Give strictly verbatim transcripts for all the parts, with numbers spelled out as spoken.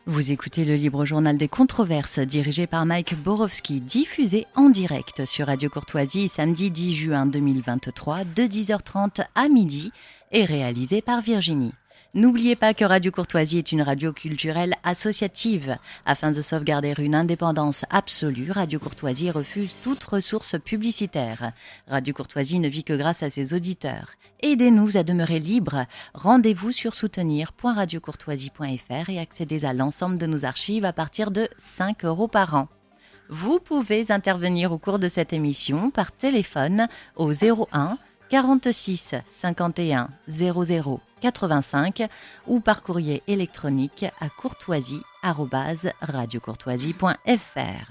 Vous écoutez le Libre Journal des Controverses, dirigé par Mike Borowski, diffusé en direct sur Radio Courtoisie samedi dix juin deux mille vingt-trois de dix heures trente à midi et réalisé par Virginie. N'oubliez pas que Radio Courtoisie est une radio culturelle associative. Afin de sauvegarder une indépendance absolue, Radio Courtoisie refuse toute ressource publicitaire. Radio Courtoisie ne vit que grâce à ses auditeurs. Aidez-nous à demeurer libres. Rendez-vous sur soutenir point radio courtoisie point f r et accédez à l'ensemble de nos archives à partir de cinq euros par an. Vous pouvez intervenir au cours de cette émission par téléphone au zéro un quarante-six cinquante et un zéro zéro quatre-vingt-cinq ou par courrier électronique à courtoisie arobase radio courtoisie point f r.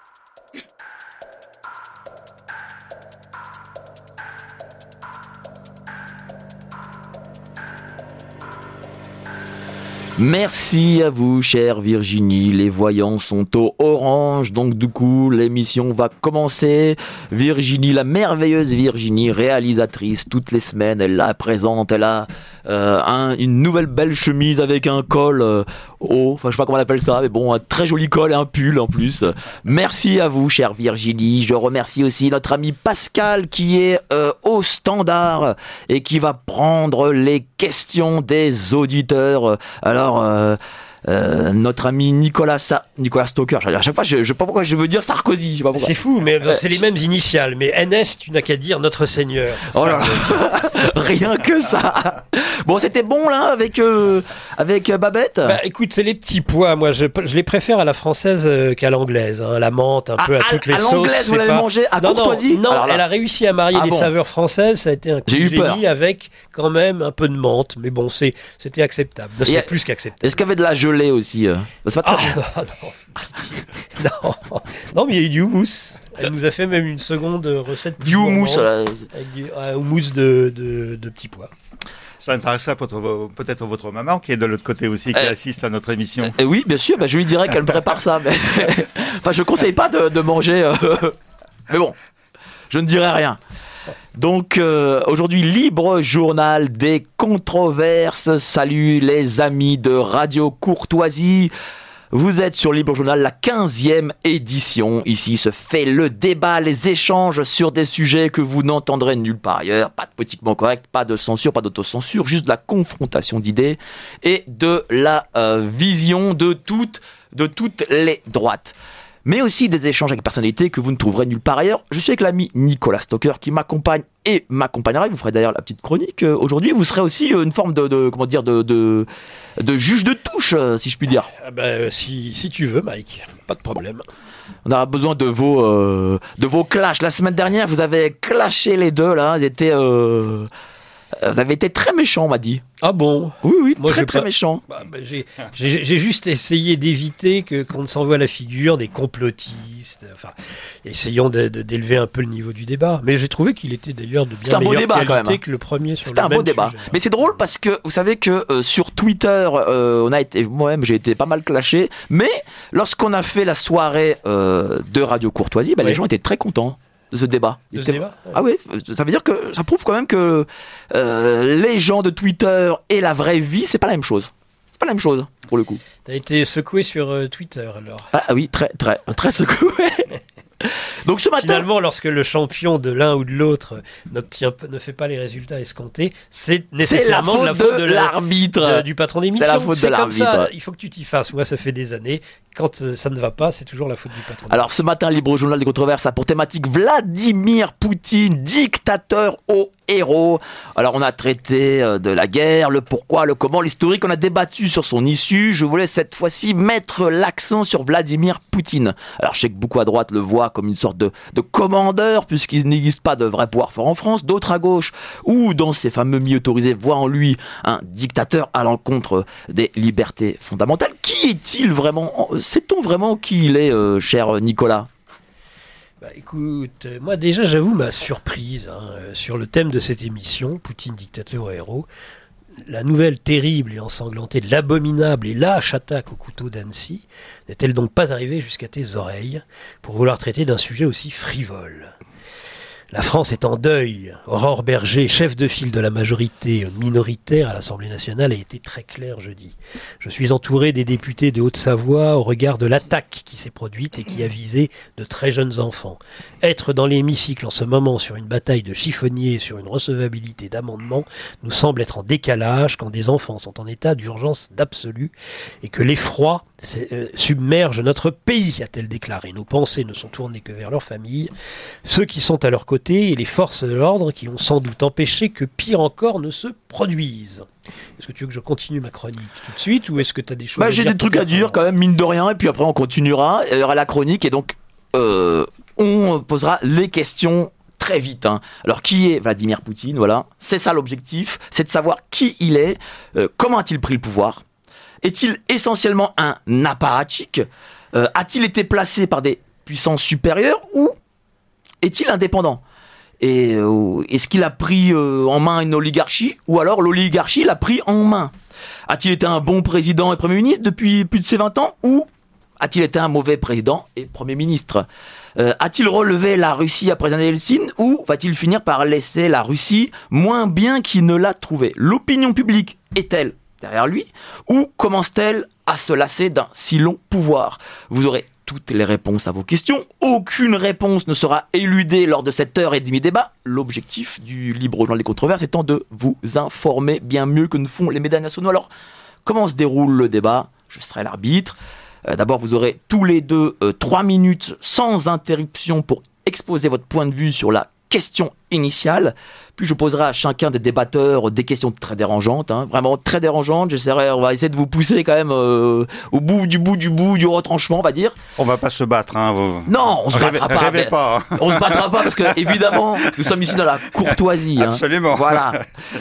Merci à vous, chère Virginie. Les voyants sont au orange, donc du coup, l'émission va commencer. Virginie, la merveilleuse Virginie, réalisatrice, toutes les semaines, elle la présente. Elle a euh, un, une nouvelle belle chemise avec un col euh, haut, enfin je sais pas comment on appelle ça, mais bon, un très joli col et un pull en plus. Merci à vous, chère Virginie. Je remercie aussi notre ami Pascal qui est euh, au standard et qui va prendre les questions des auditeurs. Alors, Euh, euh, notre ami Nicolas Sa... Nicolas Stoker, à chaque fois je, je sais pas pourquoi je veux dire Sarkozy, je sais pas pourquoi. C'est fou, mais euh, c'est les mêmes initiales, mais N S tu n'as qu'à dire Notre Seigneur. Ça oh là là. Rien que ça. Bon, c'était bon là avec euh, avec Babette. Bah écoute, c'est les petits pois, moi je, je les préfère à la française euh, qu'à l'anglaise, hein. La menthe un ah, peu à, à toutes les à sauces. À l'anglaise, vous l'avez pas... mangé à non, Courtoisie. Non, non elle a réussi à marier ah, les bon. saveurs françaises, ça a été un coup de génie avec quand même un peu de menthe, mais bon, c'est c'était acceptable. C'est a... plus qu'acceptable. Est-ce qu'il y avait de la gelée aussi? C'est pas très ah, non, non, non, mais il y a eu du houmous. Elle nous a fait même une seconde recette. Du houmous, là. Avec du euh, houmous de, de, de petits pois. Ça intéressera peut-être votre maman qui est de l'autre côté aussi, qui euh, assiste à notre émission. Euh, oui, bien sûr, bah, je lui dirais qu'elle me prépare ça. Mais... enfin, je ne conseille pas de, de manger. Euh... Mais bon, je ne dirai rien. Donc euh, aujourd'hui, Libre Journal des Controverses. Salut les amis de Radio Courtoisie. Vous êtes sur Libre Journal, la quinzième édition. Ici se fait le débat, les échanges sur des sujets que vous n'entendrez nulle part ailleurs. Pas de politiquement correct, pas de censure, pas d'autocensure, juste de la confrontation d'idées et de la euh, vision de toutes, de toutes les droites. Mais aussi des échanges avec personnalités que vous ne trouverez nulle part ailleurs. Je suis avec l'ami Nicolas Stoker qui m'accompagne et m'accompagnera. Vous ferez d'ailleurs la petite chronique euh, aujourd'hui. Vous serez aussi euh, une forme de, de comment dire de, de de juge de touche, euh, si je puis dire. Ah bah, si si tu veux, Mike, pas de problème. On a besoin de vos euh, de vos clashs. La semaine dernière, vous avez clashé les deux là. Ils étaient euh, vous avez été très méchants, on m'a dit. Ah bon? Oui, oui, Moi, très, j'ai très pas... méchant. Bah, bah, j'ai, j'ai, j'ai juste essayé d'éviter que, qu'on ne s'envoie la figure des complotistes, enfin, essayons de, de, d'élever un peu le niveau du débat. Mais j'ai trouvé qu'il était d'ailleurs de bien meilleure débat, qualité que le premier sur C'était le un même beau débat. sujet. Mais c'est drôle parce que vous savez que euh, sur Twitter, euh, on a été, moi-même, j'ai été pas mal clashé. Mais lorsqu'on a fait la soirée euh, de Radio Courtoisie, bah, oui. les gens étaient très contents de ce débat. De ce était... débat ouais. Ah oui, ça veut dire que ça prouve quand même que euh, les gens de Twitter et la vraie vie, c'est pas la même chose. C'est pas la même chose pour le coup. T'as été secoué sur euh, Twitter alors. Ah, ah oui, très très très secoué. Donc ce matin, finalement, lorsque le champion de l'un ou de l'autre n'obtient, ne fait pas les résultats escomptés, c'est nécessairement c'est la faute de, la faute de, de l'arbitre, de, du patron d'émission. C'est la faute c'est de l'arbitre. Comme ça, il faut que tu t'y fasses. Moi, ça fait des années. Quand euh, ça ne va pas, c'est toujours la faute du patron. Alors ce matin, Libre Journal des Controverses a pour thématique Vladimir Poutine, dictateur au héros. Alors on a traité euh, de la guerre, le pourquoi, le comment, l'historique. On a débattu sur son issue. Je voulais cette fois-ci mettre l'accent sur Vladimir Poutine. Alors je sais que beaucoup à droite le voient comme une sorte de, de commandeur, puisqu'il n'existe pas de vrai pouvoir fort en France. D'autres à gauche, ou dans ces fameux milieux autorisés, voient en lui un dictateur à l'encontre des libertés fondamentales. Qui est-il vraiment? Sait-on vraiment qui il est, euh, cher Nicolas? Bah écoute, euh, moi déjà j'avoue ma surprise hein, euh, sur le thème de cette émission, Poutine dictateur au héros. La nouvelle terrible et ensanglantée de l'abominable et lâche attaque au couteau d'Annecy n'est-elle donc pas arrivée jusqu'à tes oreilles pour vouloir traiter d'un sujet aussi frivole? La France est en deuil. Aurore Berger, chef de file de la majorité minoritaire à l'Assemblée nationale, a été très claire jeudi. Je suis entouré des députés de Haute-Savoie au regard de l'attaque qui s'est produite et qui a visé de très jeunes enfants. Être dans l'hémicycle en ce moment sur une bataille de chiffonniers et sur une recevabilité d'amendements nous semble être en décalage quand des enfants sont en état d'urgence d'absolu et que l'effroi euh, submerge notre pays, a-t-elle déclaré. Nos pensées ne sont tournées que vers leurs familles, ceux qui sont à leur côté et les forces de l'ordre qui ont sans doute empêché que pire encore ne se produise. Est-ce que tu veux que je continue ma chronique tout de suite ou est-ce que tu as des choses bah, à j'ai dire des trucs à dire quand même, mine de rien, et puis après on continuera. Il y aura la chronique et donc euh, on posera les questions très vite. Hein. Alors qui est Vladimir Poutine? Voilà, c'est ça l'objectif, c'est de savoir qui il est, euh, comment a-t-il pris le pouvoir? Est-il essentiellement un apparatchik? euh, A-t-il été placé par des puissances supérieures ou est-il indépendant? Et euh, est-ce qu'il a pris euh, en main une oligarchie ou alors l'oligarchie l'a pris en main? A-t-il été un bon président et Premier ministre depuis plus de ses vingt ans ou a-t-il été un mauvais président et Premier ministre? euh, A-t-il relevé la Russie après Yeltsin ou va-t-il finir par laisser la Russie moins bien qu'il ne l'a trouvée? L'opinion publique est-elle derrière lui ou commence-t-elle à se lasser d'un si long pouvoir? Vous aurez toutes les réponses à vos questions. Aucune réponse ne sera éludée lors de cette heure et demie débat. L'objectif du Libre Journal des Controverses étant de vous informer bien mieux que ne font les médias nationaux. Alors, comment se déroule le débat? Je serai l'arbitre. Euh, d'abord, vous aurez tous les deux euh, trois minutes sans interruption pour exposer votre point de vue sur la question initiale. Puis je poserai à chacun des débatteurs des questions très dérangeantes, hein, vraiment très dérangeantes. J'essaierai, on va essayer de vous pousser quand même euh, au bout du bout du bout du retranchement, on va dire. On va pas se battre, hein. Vous... Non, on se Rêvez, battra pas. Rêvez pas. Hein. On se battra pas parce que évidemment, nous sommes ici dans la courtoisie. Hein. Absolument. Voilà.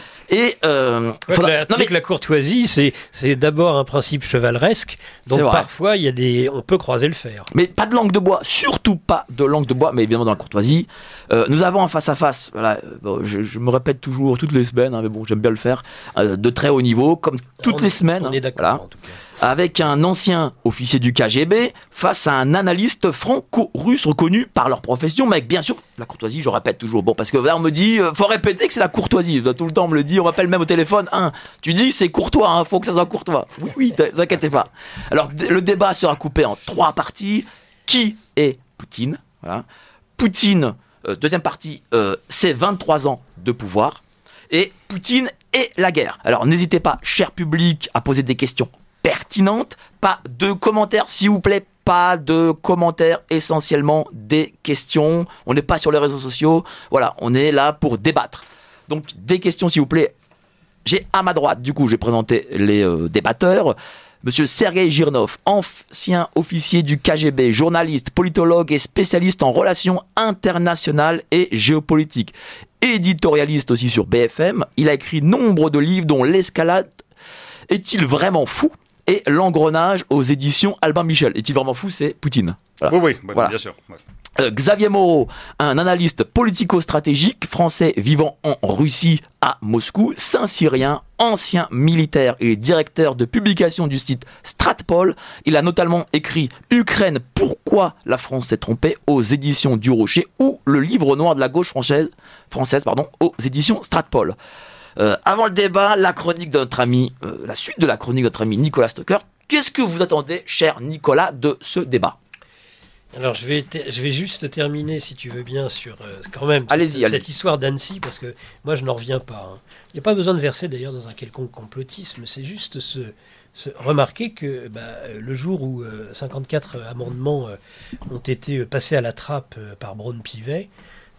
Et euh, Ouais, faudra... la, non, mais... que la courtoisie, c'est, c'est d'abord un principe chevaleresque. Donc parfois, il y a des, on peut croiser le fer. Mais pas de langue de bois, surtout pas de langue de bois, mais évidemment dans la courtoisie. Euh, nous avons un face à face. Voilà, bon, je, je me répète toujours toutes les semaines, hein, mais bon, j'aime bien le faire, euh, de très haut niveau, comme toutes on, les semaines. On est d'accord. Voilà. En tout cas. Avec un ancien officier du K G B face à un analyste franco-russe reconnu par leur profession, mais avec bien sûr la courtoisie, je répète toujours. Bon, parce que là on me dit, euh, faut répéter que c'est la courtoisie. Tout le temps on me le dit, on m'appelle même au téléphone. Hein, tu dis c'est courtois, hein, faut que ça soit courtois. Oui, oui, t'inquiète pas. Alors d- le débat sera coupé en trois parties. Qui est Poutine? Voilà. Poutine, euh, deuxième partie, euh, c'est vingt-trois ans de pouvoir. Et Poutine et la guerre. Alors n'hésitez pas, cher public, à poser des questions pertinentes, pas de commentaires s'il vous plaît, pas de commentaires, essentiellement des questions. On n'est pas sur les réseaux sociaux, voilà, on est là pour débattre. Donc des questions s'il vous plaît. J'ai à ma droite, du coup, j'ai présenté les euh, débatteurs. Monsieur Sergueï Girnov, ancien officier du K G B, journaliste, politologue et spécialiste en relations internationales et géopolitiques. Éditorialiste aussi sur B F M, il a écrit nombre de livres dont L'escalade est-il vraiment fou et L'engrenage aux éditions Albin Michel. Est-il vraiment fou? C'est Poutine. Voilà. Oui, oui, oui Voilà. bien sûr. Ouais. Euh, Xavier Moreau, un analyste politico-stratégique français vivant en Russie à Moscou, Saint-Cyrien, ancien militaire et directeur de publication du site Stratpol. Il a notamment écrit Ukraine, pourquoi la France s'est trompée aux éditions du Rocher ou le livre noir de la gauche française, française pardon, aux éditions Stratpol. Euh, avant le débat, la chronique de notre ami, euh, la suite de la chronique de notre ami Nicolas Stocker. Qu'est-ce que vous attendez, cher Nicolas, de ce débat? Alors je vais, te- je vais juste terminer, si tu veux bien, sur euh, quand même Allez-y, cette, allez-y. cette histoire d'Annecy, parce que moi je n'en reviens pas. hein. Il n'y a pas besoin de verser d'ailleurs dans un quelconque complotisme, c'est juste se, se remarquer que bah, euh, le jour où euh, cinquante-quatre amendements euh, ont été euh, passés à la trappe euh, par Braun-Pivet,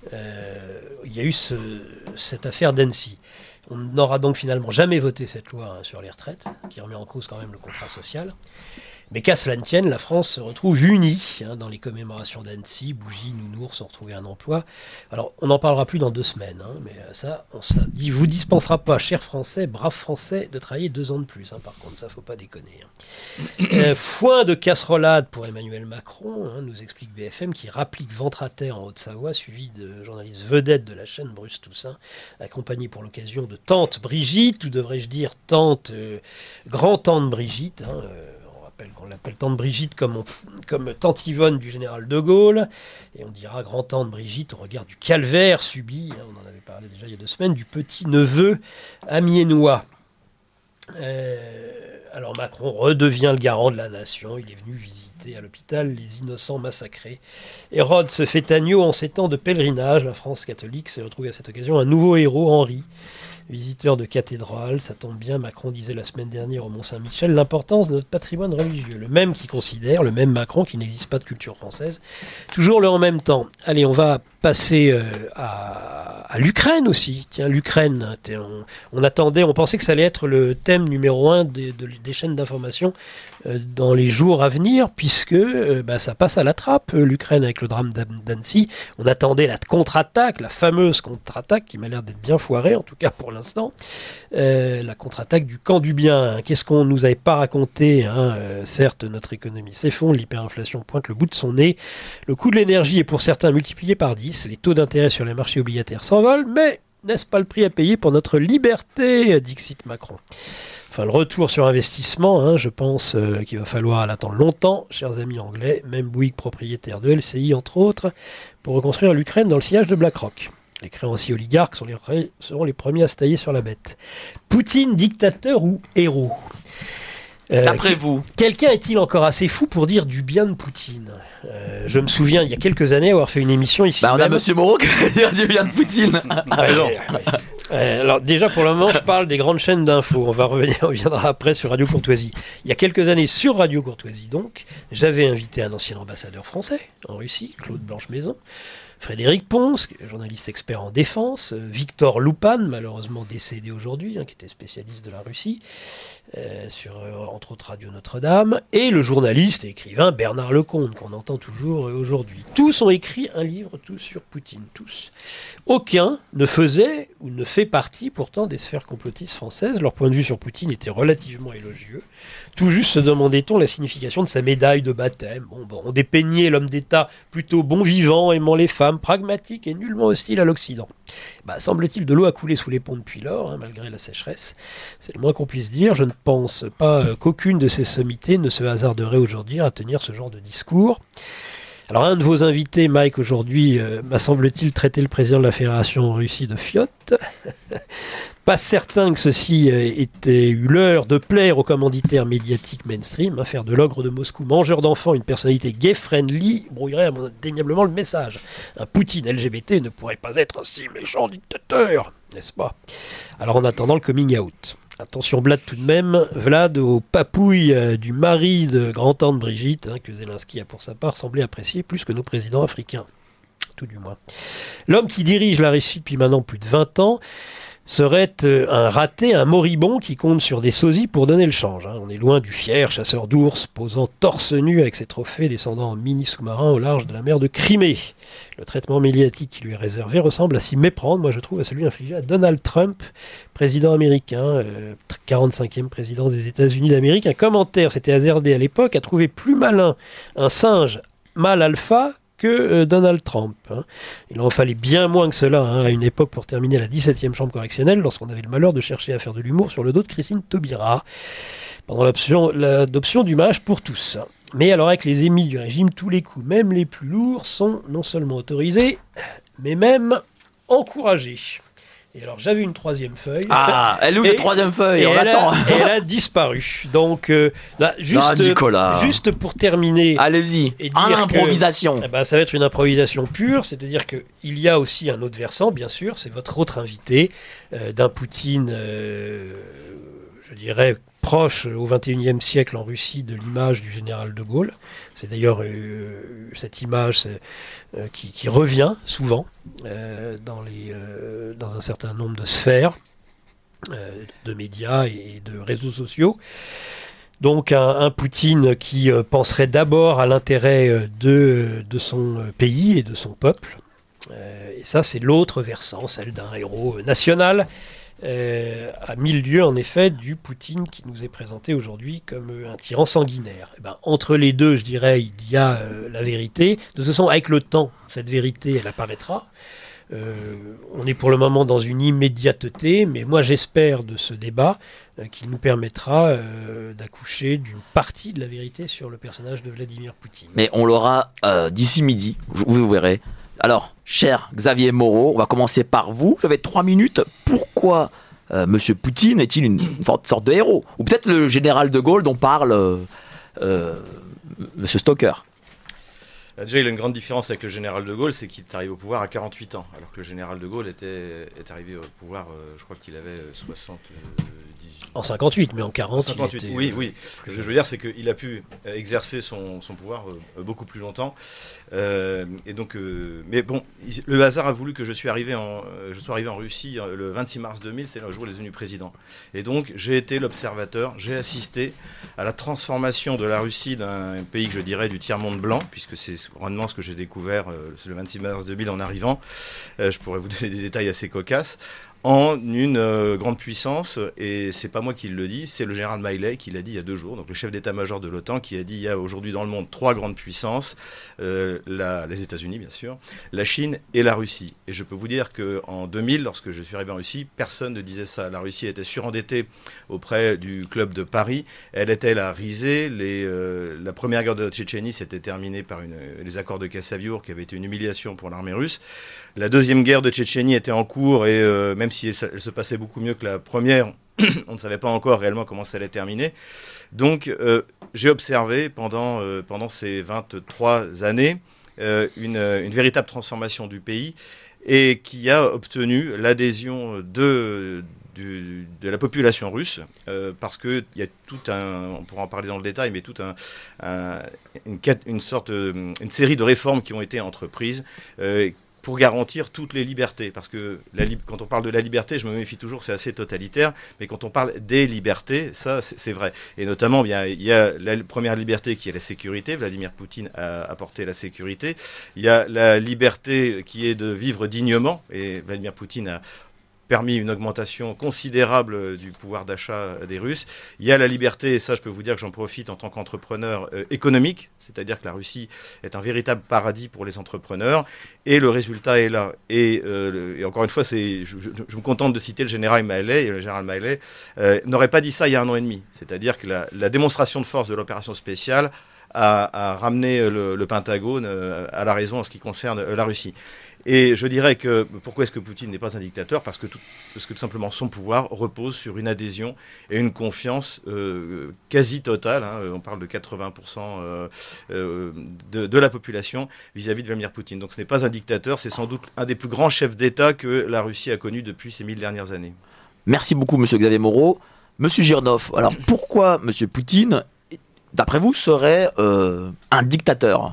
euh, il y a eu ce- cette affaire d'Annecy. On n'aura donc finalement jamais voté cette loi hein, sur les retraites, qui remet en cause quand même le contrat social. Mais qu'à cela ne tienne, la France se retrouve unie hein, dans les commémorations d'Annecy. Bougies, nounours ont retrouvé un emploi. Alors, on n'en parlera plus dans deux semaines, hein, mais ça, on ça dit, vous dispensera pas, chers Français, braves Français, de travailler deux ans de plus. Hein, par contre, ça, faut pas déconner. Hein. Euh, foin de casserolade pour Emmanuel Macron, hein, nous explique B F M, qui rapplique ventre à terre en Haute-Savoie, suivi de journalistes vedettes de la chaîne Bruce Toussaint, accompagné pour l'occasion de tante Brigitte, ou devrais-je dire tante, euh, grand-tante Brigitte, hein, euh, rappelle qu'on l'appelle tante Brigitte comme, on, comme tante Yvonne du général de Gaulle, et on dira grand-tante Brigitte au regard du calvaire subi, hein, on en avait parlé déjà il y a deux semaines, du petit-neveu amiénois. Euh, alors Macron redevient le garant de la nation, il est venu visiter à l'hôpital les innocents massacrés. Hérode se fait agneau en ces temps de pèlerinage, la France catholique s'est retrouvée à cette occasion un nouveau héros, Henri, visiteur de cathédrale. Ça tombe bien, Macron disait la semaine dernière au Mont-Saint-Michel l'importance de notre patrimoine religieux. Le même qui considère, le même Macron qui n'existe pas de culture française. Toujours le en même temps. Allez, on va passer euh, à, à l'Ukraine aussi. Tiens, l'Ukraine, on, on attendait, on pensait que ça allait être le thème numéro un des, de, des chaînes d'information euh, dans les jours à venir, puisque euh, bah, ça passe à la trappe, l'Ukraine avec le drame d'Annecy. On attendait la contre-attaque, la fameuse contre-attaque qui m'a l'air d'être bien foirée, en tout cas pour l'instant. Euh, la contre-attaque du camp du bien. Qu'est-ce qu'on nous avait pas raconté, hein, euh, certes, notre économie s'effondre, l'hyperinflation pointe le bout de son nez, le coût de l'énergie est pour certains multiplié par dix, les taux d'intérêt sur les marchés obligataires s'envolent, mais n'est-ce pas le prix à payer pour notre liberté, dixit Macron. Enfin, le retour sur investissement, hein, je pense euh, qu'il va falloir l'attendre longtemps, chers amis anglais, même Bouygues propriétaire de L C I, entre autres, pour reconstruire l'Ukraine dans le sillage de BlackRock. Les créanciers oligarques sont les, seront les premiers à se tailler sur la bête. Poutine, dictateur ou héros ? Euh, D'après vous, quelqu'un est-il encore assez fou pour dire du bien de Poutine ? euh, Je me souviens, il y a quelques années, avoir fait une émission ici. Bah, on même. a Monsieur Moreau qui va dire du bien de Poutine. Ah, raison. Ouais, ouais. Euh, alors déjà, pour le moment, je parle des grandes chaînes d'infos. On va revenir, on reviendra après sur Radio Courtoisie. Il y a quelques années, sur Radio Courtoisie, donc, j'avais invité un ancien ambassadeur français en Russie, Claude Blanche-Maison, Frédéric Ponce, journaliste expert en défense, Victor Loupan, malheureusement décédé aujourd'hui, hein, qui était spécialiste de la Russie, euh, sur euh, entre autres Radio Notre-Dame, et le journaliste et écrivain Bernard Lecomte, qu'on entend toujours euh, aujourd'hui. Tous ont écrit un livre, tous sur Poutine, tous. Aucun ne faisait ou ne fait partie pourtant des sphères complotistes françaises. Leur point de vue sur Poutine était relativement élogieux. Tout juste se demandait-on la signification de sa médaille de baptême. Bon, bon, on dépeignait l'homme d'État plutôt bon vivant, aimant les femmes, pragmatique et nullement hostile à l'Occident. Bah, semble-t-il, de l'eau a coulé sous les ponts depuis lors, hein, malgré la sécheresse. C'est le moins qu'on puisse dire. Je ne pense pas euh, qu'aucune de ces sommités ne se hasarderait aujourd'hui à tenir ce genre de discours. Alors, un de vos invités, Mike, aujourd'hui, euh, m'a semble-t-il traité le président de la Fédération en Russie de fiotte. Pas certain que ceci ait eu l'heure de plaire aux commanditaires médiatiques mainstream. Hein, faire de l'ogre de Moscou mangeur d'enfants une personnalité gay-friendly brouillerait indéniablement le message. Un Poutine L G B T ne pourrait pas être un si méchant dictateur, n'est-ce pas ? Alors en attendant le coming out. Attention Vlad tout de même, Vlad aux papouilles euh, du mari de grand-tante Brigitte, hein, que Zelensky a pour sa part semblé apprécier plus que nos présidents africains, tout du moins. L'homme qui dirige la Russie depuis maintenant plus de vingt ans serait euh, un raté, un moribond qui compte sur des sosies pour donner le change. Hein. On est loin du fier chasseur d'ours posant torse nu avec ses trophées descendant en mini sous-marin au large de la mer de Crimée. Le traitement médiatique qui lui est réservé ressemble à s'y méprendre, moi je trouve, à celui infligé à Donald Trump, président américain, euh, quarante-cinquième président des États-Unis d'Amérique. Un commentaire s'était hasardé à l'époque à trouver plus malin un singe mâle alpha que euh, Donald Trump. Hein. Il en fallait bien moins que cela hein, à une époque pour terminer la dix-septième chambre correctionnelle lorsqu'on avait le malheur de chercher à faire de l'humour sur le dos de Christine Taubira pendant l'adoption du mariage pour tous. Mais alors avec les émis du régime, tous les coups, même les plus lourds, sont non seulement autorisés, mais même encouragés. Et alors j'avais une troisième feuille. Ah, elle est où cette troisième feuille ? Et On elle, attend. a, et elle a disparu. Donc euh, là, juste, non, Nicolas. juste pour terminer. Allez-y. Et En dire improvisation. que, eh ben, ça va être une improvisation pure, c'est-à-dire qu'il y a aussi un autre versant, bien sûr, c'est votre autre invité, euh, d'un Poutine, euh, je dirais, proche au vingt et unième siècle en Russie de l'image du général de Gaulle. C'est d'ailleurs euh, cette image euh, qui, qui revient souvent euh, dans, les, euh, dans un certain nombre de sphères, euh, de médias et de réseaux sociaux. Donc un, un Poutine qui euh, penserait d'abord à l'intérêt de, de son pays et de son peuple. Euh, et ça, c'est l'autre versant, celle d'un héros national. Euh, à mille lieues en effet du Poutine qui nous est présenté aujourd'hui comme euh, un tyran sanguinaire. Et ben, entre les deux, je dirais, il y a euh, la vérité. De toute façon, avec le temps, cette vérité, elle apparaîtra. Euh, on est pour le moment dans une immédiateté, mais moi j'espère de ce débat euh, qu'il nous permettra euh, d'accoucher d'une partie de la vérité sur le personnage de Vladimir Poutine. Mais on l'aura euh, d'ici midi, vous, vous verrez. Alors, cher Xavier Moreau, on va commencer par vous. Vous avez trois minutes. Pourquoi euh, Monsieur Poutine est-il une, une sorte de héros? Ou peut-être le général de Gaulle dont parle euh, euh, Monsieur Stoker? Déjà, il a une grande différence avec le général de Gaulle, c'est qu'il est arrivé au pouvoir à quarante-huit ans, alors que le général de Gaulle était, est arrivé au pouvoir, euh, je crois qu'il avait soixante-dix-huit. En cinquante-huit, mais en quarante, cinquante-huit, il était, oui, euh, oui. Ce que je veux dire, c'est qu'il a pu euh, exercer son, son pouvoir euh, beaucoup plus longtemps. Euh, et donc, euh, mais bon, il, le hasard a voulu que je, suis arrivé en, euh, je sois arrivé en Russie euh, le vingt-six mars deux mille, c'est le jour où il est devenu président. Et donc, j'ai été l'observateur, j'ai assisté à la transformation de la Russie d'un pays que je dirais du tiers-monde blanc, puisque c'est vraiment ce que j'ai découvert euh, le vingt-six mars deux mille en arrivant. Euh, je pourrais vous donner des détails assez cocasses. En une euh, grande puissance, et c'est pas moi qui le dis, c'est le général Miley qui l'a dit il y a deux jours, donc le chef d'état-major de l'OTAN, qui a dit il y a aujourd'hui dans le monde trois grandes puissances, euh, la, les États-Unis bien sûr, la Chine et la Russie. Et je peux vous dire qu'en deux mille, lorsque je suis arrivé en Russie, personne ne disait ça. La Russie était surendettée auprès du club de Paris, elle était la risée, les, euh, la première guerre de Tchétchénie s'était terminée par une, les accords de Kassaviour, qui avaient été une humiliation pour l'armée russe. La deuxième guerre de Tchétchénie était en cours et euh, même si elle, elle se passait beaucoup mieux que la première, on ne savait pas encore réellement comment ça allait terminer. Donc euh, j'ai observé pendant, euh, pendant ces vingt-trois années euh, une, une véritable transformation du pays et qui a obtenu l'adhésion de, de, de la population russe euh, parce qu'il y a tout un, on pourra en parler dans le détail, mais tout un, un, une, une sorte, une série de réformes qui ont été entreprises euh, pour garantir toutes les libertés. Parce que la, quand on parle de la liberté, je me méfie toujours, c'est assez totalitaire, mais quand on parle des libertés, ça, c'est vrai. Et notamment, bien, il y a la première liberté qui est la sécurité. Vladimir Poutine a apporté la sécurité. Il y a la liberté qui est de vivre dignement, et Vladimir Poutine a permis une augmentation considérable du pouvoir d'achat des Russes. Il y a la liberté, et ça je peux vous dire que j'en profite en tant qu'entrepreneur euh, économique, c'est-à-dire que la Russie est un véritable paradis pour les entrepreneurs, et le résultat est là. Et, euh, et encore une fois, c'est, je, je, je me contente de citer le général Miley, et le général Miley euh, n'aurait pas dit ça il y a un an et demi. C'est-à-dire que la, la démonstration de force de l'opération spéciale a, a ramené le, le Pentagone euh, à la raison en ce qui concerne euh, la Russie. Et je dirais que pourquoi est-ce que Poutine n'est pas un dictateur? Parce que, tout, parce que tout simplement son pouvoir repose sur une adhésion et une confiance euh, quasi totale, hein, on parle de quatre-vingts pour cent euh, euh, de, de la population vis-à-vis de Vladimir Poutine. Donc ce n'est pas un dictateur, c'est sans doute un des plus grands chefs d'État que la Russie a connu depuis ces mille dernières années. Merci beaucoup Monsieur Xavier Moreau. Monsieur Girnov, alors pourquoi Monsieur Poutine, d'après vous, serait euh, un dictateur?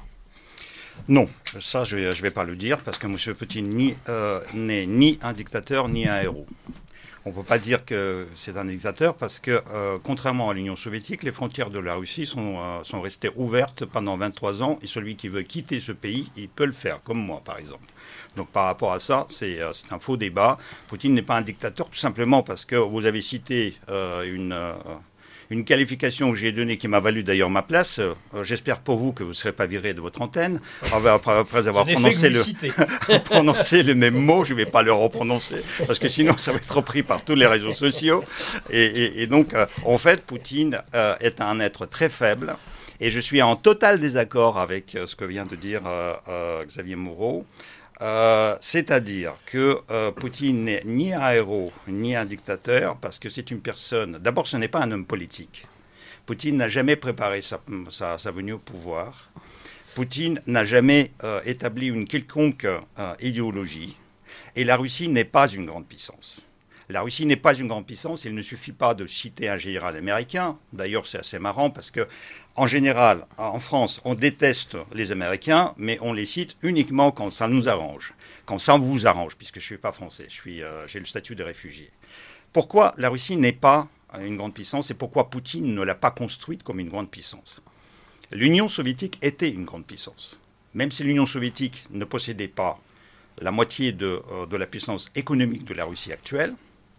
Non, ça je ne vais, je vais pas le dire parce que M. Poutine ni, euh, n'est ni un dictateur ni un héros. On ne peut pas dire que c'est un dictateur parce que, euh, contrairement à l'Union soviétique, les frontières de la Russie sont, euh, sont restées ouvertes pendant vingt-trois ans et celui qui veut quitter ce pays, il peut le faire, comme moi par exemple. Donc par rapport à ça, c'est, euh, c'est un faux débat. Poutine n'est pas un dictateur tout simplement parce que vous avez cité euh, une... Euh, Une qualification que j'ai donnée qui m'a valu d'ailleurs ma place. Euh, j'espère pour vous que vous ne serez pas viré de votre antenne après, après avoir prononcé le, prononcé le même mot. Je ne vais pas le reprononcer parce que sinon ça va être repris par tous les réseaux sociaux. Et, et, et donc, euh, en fait, Poutine euh, est un être très faible. Et je suis en total désaccord avec euh, ce que vient de dire euh, euh, Xavier Moreau. Euh, c'est-à-dire que euh, Poutine n'est ni un héros ni un dictateur parce que c'est une personne... D'abord, ce n'est pas un homme politique. Poutine n'a jamais préparé sa, sa, sa venue au pouvoir. Poutine n'a jamais euh, établi une quelconque euh, idéologie. Et la Russie n'est pas une grande puissance. La Russie n'est pas une grande puissance. Il ne suffit pas de citer un général américain. D'ailleurs, c'est assez marrant parce que, en général, en France, on déteste les Américains, mais on les cite uniquement quand ça nous arrange, quand ça vous arrange, puisque je ne suis pas français, je suis, euh, j'ai le statut de réfugié. Pourquoi la Russie n'est pas une grande puissance et pourquoi Poutine ne l'a pas construite comme une grande puissance? L'Union soviétique était une grande puissance. Même si l'Union soviétique ne possédait pas la moitié de, euh, de la puissance économique de la Russie actuelle,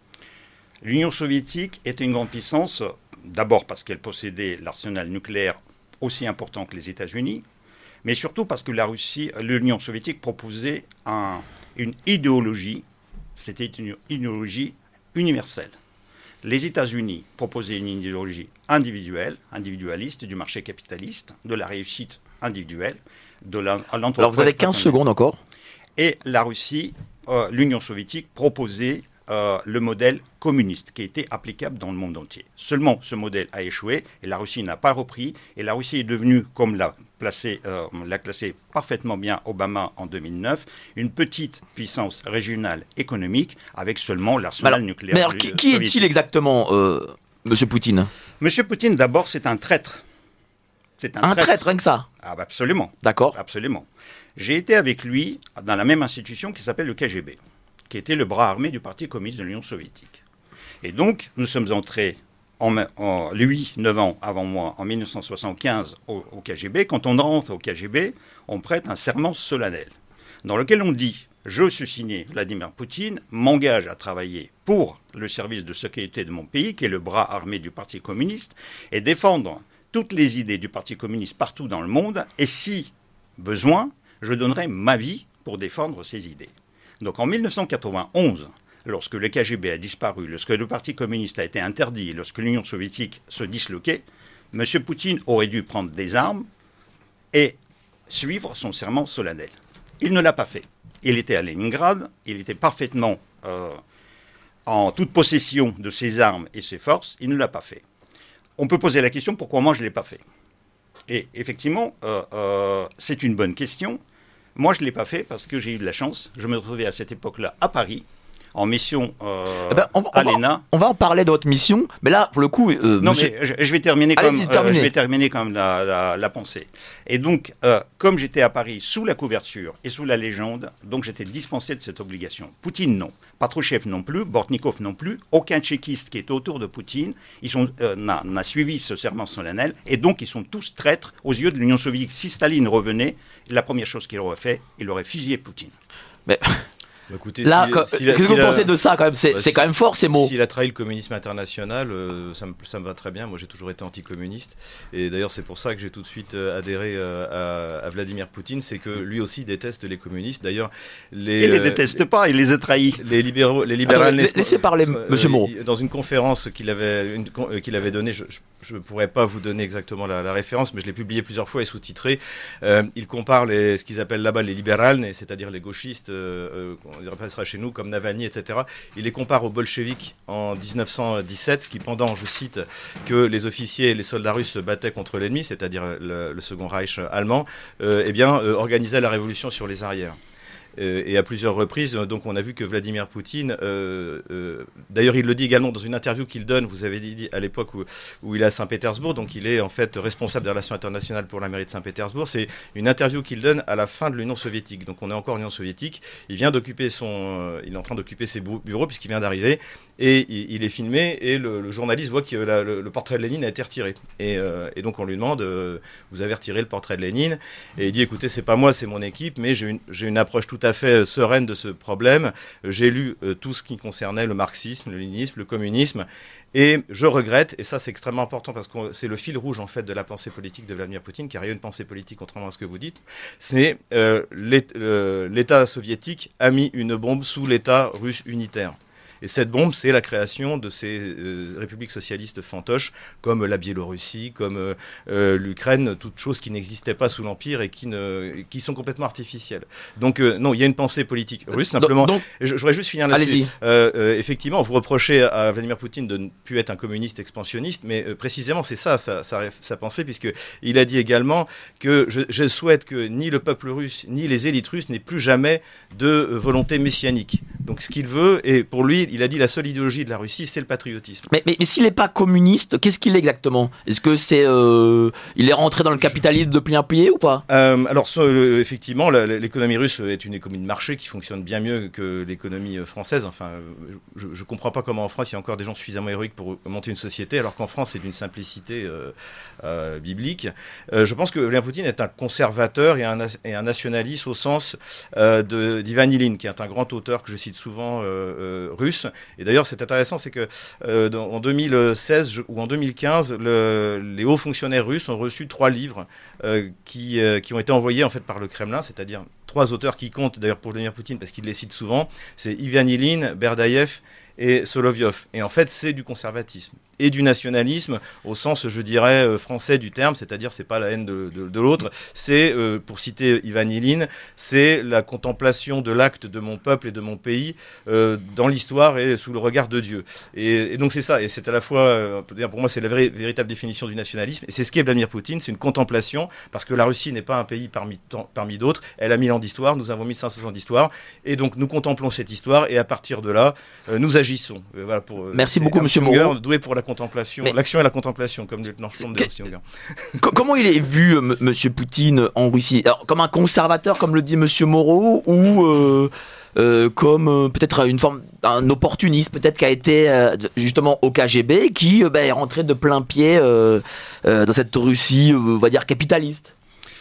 l'Union soviétique était une grande puissance, d'abord parce qu'elle possédait l'arsenal nucléaire aussi important que les États-Unis, mais surtout parce que la Russie, l'Union soviétique proposait un, une idéologie, c'était une idéologie universelle. Les États-Unis proposaient une idéologie individuelle, individualiste, du marché capitaliste, de la réussite individuelle, de l'entreprise. Alors vous avez quinze secondes encore. Et la Russie, euh, l'Union soviétique proposait euh, le modèle communiste qui était applicable dans le monde entier. Seulement, ce modèle a échoué et la Russie n'a pas repris. Et la Russie est devenue, comme l'a placé, euh, l'a classé parfaitement bien Obama en deux mille neuf, une petite puissance régionale économique avec seulement l'arsenal alors, nucléaire. Mais alors, qui, qui est-il exactement, euh, Monsieur Poutine? Monsieur Poutine, d'abord, c'est un traître. C'est un, un traître. traître, rien que ça. Ah, bah absolument. D'accord. Absolument. J'ai été avec lui dans la même institution qui s'appelle le K G B, qui était le bras armé du Parti communiste de l'Union soviétique. Et donc, nous sommes entrés, en, en, lui, neuf ans avant moi, en mille neuf cent soixante-quinze, au, au K G B. Quand on rentre au K G B, on prête un serment solennel, dans lequel on dit « Je suis signé Vladimir Poutine, m'engage à travailler pour le service de sécurité de mon pays, qui est le bras armé du Parti communiste, et défendre toutes les idées du Parti communiste partout dans le monde, et si besoin, je donnerai ma vie pour défendre ces idées. » Donc en mille neuf cent quatre-vingt-onze, lorsque le K G B a disparu, lorsque le Parti communiste a été interdit, lorsque l'Union soviétique se disloquait, M. Poutine aurait dû prendre des armes et suivre son serment solennel. Il ne l'a pas fait. Il était à Leningrad, il était parfaitement euh, en toute possession de ses armes et ses forces, il ne l'a pas fait. On peut poser la question, pourquoi moi je ne l'ai pas fait ? Et effectivement, euh, euh, c'est une bonne question. Moi, je ne l'ai pas fait parce que j'ai eu de la chance. Je me retrouvais à cette époque-là à Paris, en mission euh, eh ben, on, on à va, l'E N A. On va en parler de votre mission, mais là, pour le coup... Euh, non, monsieur... mais je, je vais terminer comme, euh, je vais terminer comme la, la, la pensée. Et donc, euh, comme j'étais à Paris sous la couverture et sous la légende, donc j'étais dispensé de cette obligation. Poutine, non. Patrushev non plus, Bortnikov non plus, aucun tchéquiste qui était autour de Poutine ils sont, euh, n'a, n'a suivi ce serment solennel, et donc ils sont tous traîtres aux yeux de l'Union soviétique. Si Staline revenait, la première chose qu'il aurait fait, il aurait fusillé Poutine. Mais... Bah, écoutez, là, si, quand, si qu'est-ce que si vous la, pensez de ça quand même? C'est, bah, c'est si, quand même fort ces mots. S'il a trahi le communisme international, euh, ça, me, ça me va très bien. Moi, j'ai toujours été anticommuniste. Et d'ailleurs, c'est pour ça que j'ai tout de suite euh, adhéré euh, à, à Vladimir Poutine. C'est que lui aussi déteste les communistes. D'ailleurs, les, il les déteste euh, pas, il les a trahis. Les libéraux, les libéraux. Attends, laissez parler, euh, Monsieur Moreau. Dans une conférence qu'il avait, une, euh, qu'il avait donnée, je ne pourrais pas vous donner exactement la, la référence, mais je l'ai publié plusieurs fois et sous-titré. Euh, il compare les, ce qu'ils appellent là-bas les libérales, c'est-à-dire les gauchistes, euh, on dirait pas chez nous comme Navalny, et cetera. Il les compare aux bolcheviks en dix-neuf cent dix-sept, qui pendant, je cite, que les officiers et les soldats russes se battaient contre l'ennemi, c'est-à-dire le, le Second Reich allemand, euh, eh bien, euh, organisaient la révolution sur les arrières. Et à plusieurs reprises, donc on a vu que Vladimir Poutine, euh, euh, d'ailleurs il le dit également dans une interview qu'il donne, vous avez dit à l'époque où, où il est à Saint-Pétersbourg, donc il est en fait responsable des relations internationales pour la mairie de Saint-Pétersbourg, c'est une interview qu'il donne à la fin de l'Union soviétique, donc on est encore en Union soviétique, il vient d'occuper son, euh, il est en train d'occuper ses bureaux puisqu'il vient d'arriver, et il, il est filmé, et le, le journaliste voit que la, le, le portrait de Lénine a été retiré, et, euh, et donc on lui demande, euh, vous avez retiré le portrait de Lénine, et il dit écoutez c'est pas moi, c'est mon équipe, mais j'ai une, j'ai une approche tout à fait sereine de ce problème. J'ai lu euh, tout ce qui concernait le marxisme, le léninisme, le communisme, et je regrette, et ça c'est extrêmement important parce que c'est le fil rouge en fait de la pensée politique de Vladimir Poutine, car il y a une pensée politique contrairement à ce que vous dites, c'est euh, l'État soviétique a mis une bombe sous l'État russe unitaire. Et cette bombe, c'est la création de ces euh, républiques socialistes fantoches, comme la Biélorussie, comme euh, euh, l'Ukraine, toutes choses qui n'existaient pas sous l'Empire et qui, ne, qui sont complètement artificielles. Donc euh, non, il y a une pensée politique russe, simplement. Donc, je, je voudrais juste finir là-dessus. Euh, euh, effectivement, vous reprochez à Vladimir Poutine de ne plus être un communiste expansionniste, mais euh, précisément, c'est ça sa, sa, sa pensée, puisqu'il a dit également que je, je souhaite que ni le peuple russe, ni les élites russes n'aient plus jamais de euh, volonté messianique. Donc ce qu'il veut, et pour lui, il a dit la seule idéologie de la Russie, c'est le patriotisme. Mais, mais, mais s'il n'est pas communiste, qu'est-ce qu'il est exactement ? Est-ce que c'est, euh, il est rentré dans le capitalisme de plein pied ou pas ? euh, Alors so, euh, effectivement, la, l'économie russe est une économie de marché qui fonctionne bien mieux que l'économie française. Enfin, je ne comprends pas comment en France il y a encore des gens suffisamment héroïques pour monter une société, alors qu'en France c'est d'une simplicité euh, euh, biblique. Euh, je pense que Vladimir Poutine est un conservateur et un, et un nationaliste au sens euh, de, d'Ivan Ilyin, qui est un grand auteur que je cite souvent euh, euh, russe. russe. Et d'ailleurs, c'est intéressant, c'est que euh, dans, en deux mille seize je, ou en deux mille quinze, le, les hauts fonctionnaires russes ont reçu trois livres euh, qui, euh, qui ont été envoyés en fait par le Kremlin, c'est-à-dire trois auteurs qui comptent d'ailleurs pour Vladimir Poutine parce qu'il les cite souvent. C'est Ivan Ilin, Berdaïev et Solovyov. Et en fait, c'est du conservatisme et du nationalisme au sens, je dirais, euh, français du terme, c'est-à-dire c'est pas la haine de, de, de l'autre, c'est, euh, pour citer Ivan Ilin, c'est la contemplation de l'acte de mon peuple et de mon pays euh, dans l'histoire et sous le regard de Dieu. Et, et donc c'est ça, et c'est à la fois, euh, on peut dire, pour moi, c'est la vraie, véritable définition du nationalisme, et c'est ce qu'est Vladimir Poutine, c'est une contemplation, parce que la Russie n'est pas un pays parmi, parmi d'autres, elle a mille ans d'histoire, nous avons mille cinq cents ans d'histoire, et donc nous contemplons cette histoire, et à partir de là, euh, nous agissons. Euh, voilà, pour, euh, Merci beaucoup, Monsieur Unger, Moreau. Doué pour la contemplation, Mais... l'action et la contemplation, comme le lieutenant Sturm de Russie. Comment il est vu, m- Monsieur Poutine, en Russie? Alors, comme un conservateur, comme le dit Monsieur Moreau, ou euh, euh, comme euh, peut-être une forme d'un opportuniste, peut-être qui a été euh, justement au K G B, qui euh, bah, est rentré de plein pied euh, euh, dans cette Russie, euh, on va dire capitaliste?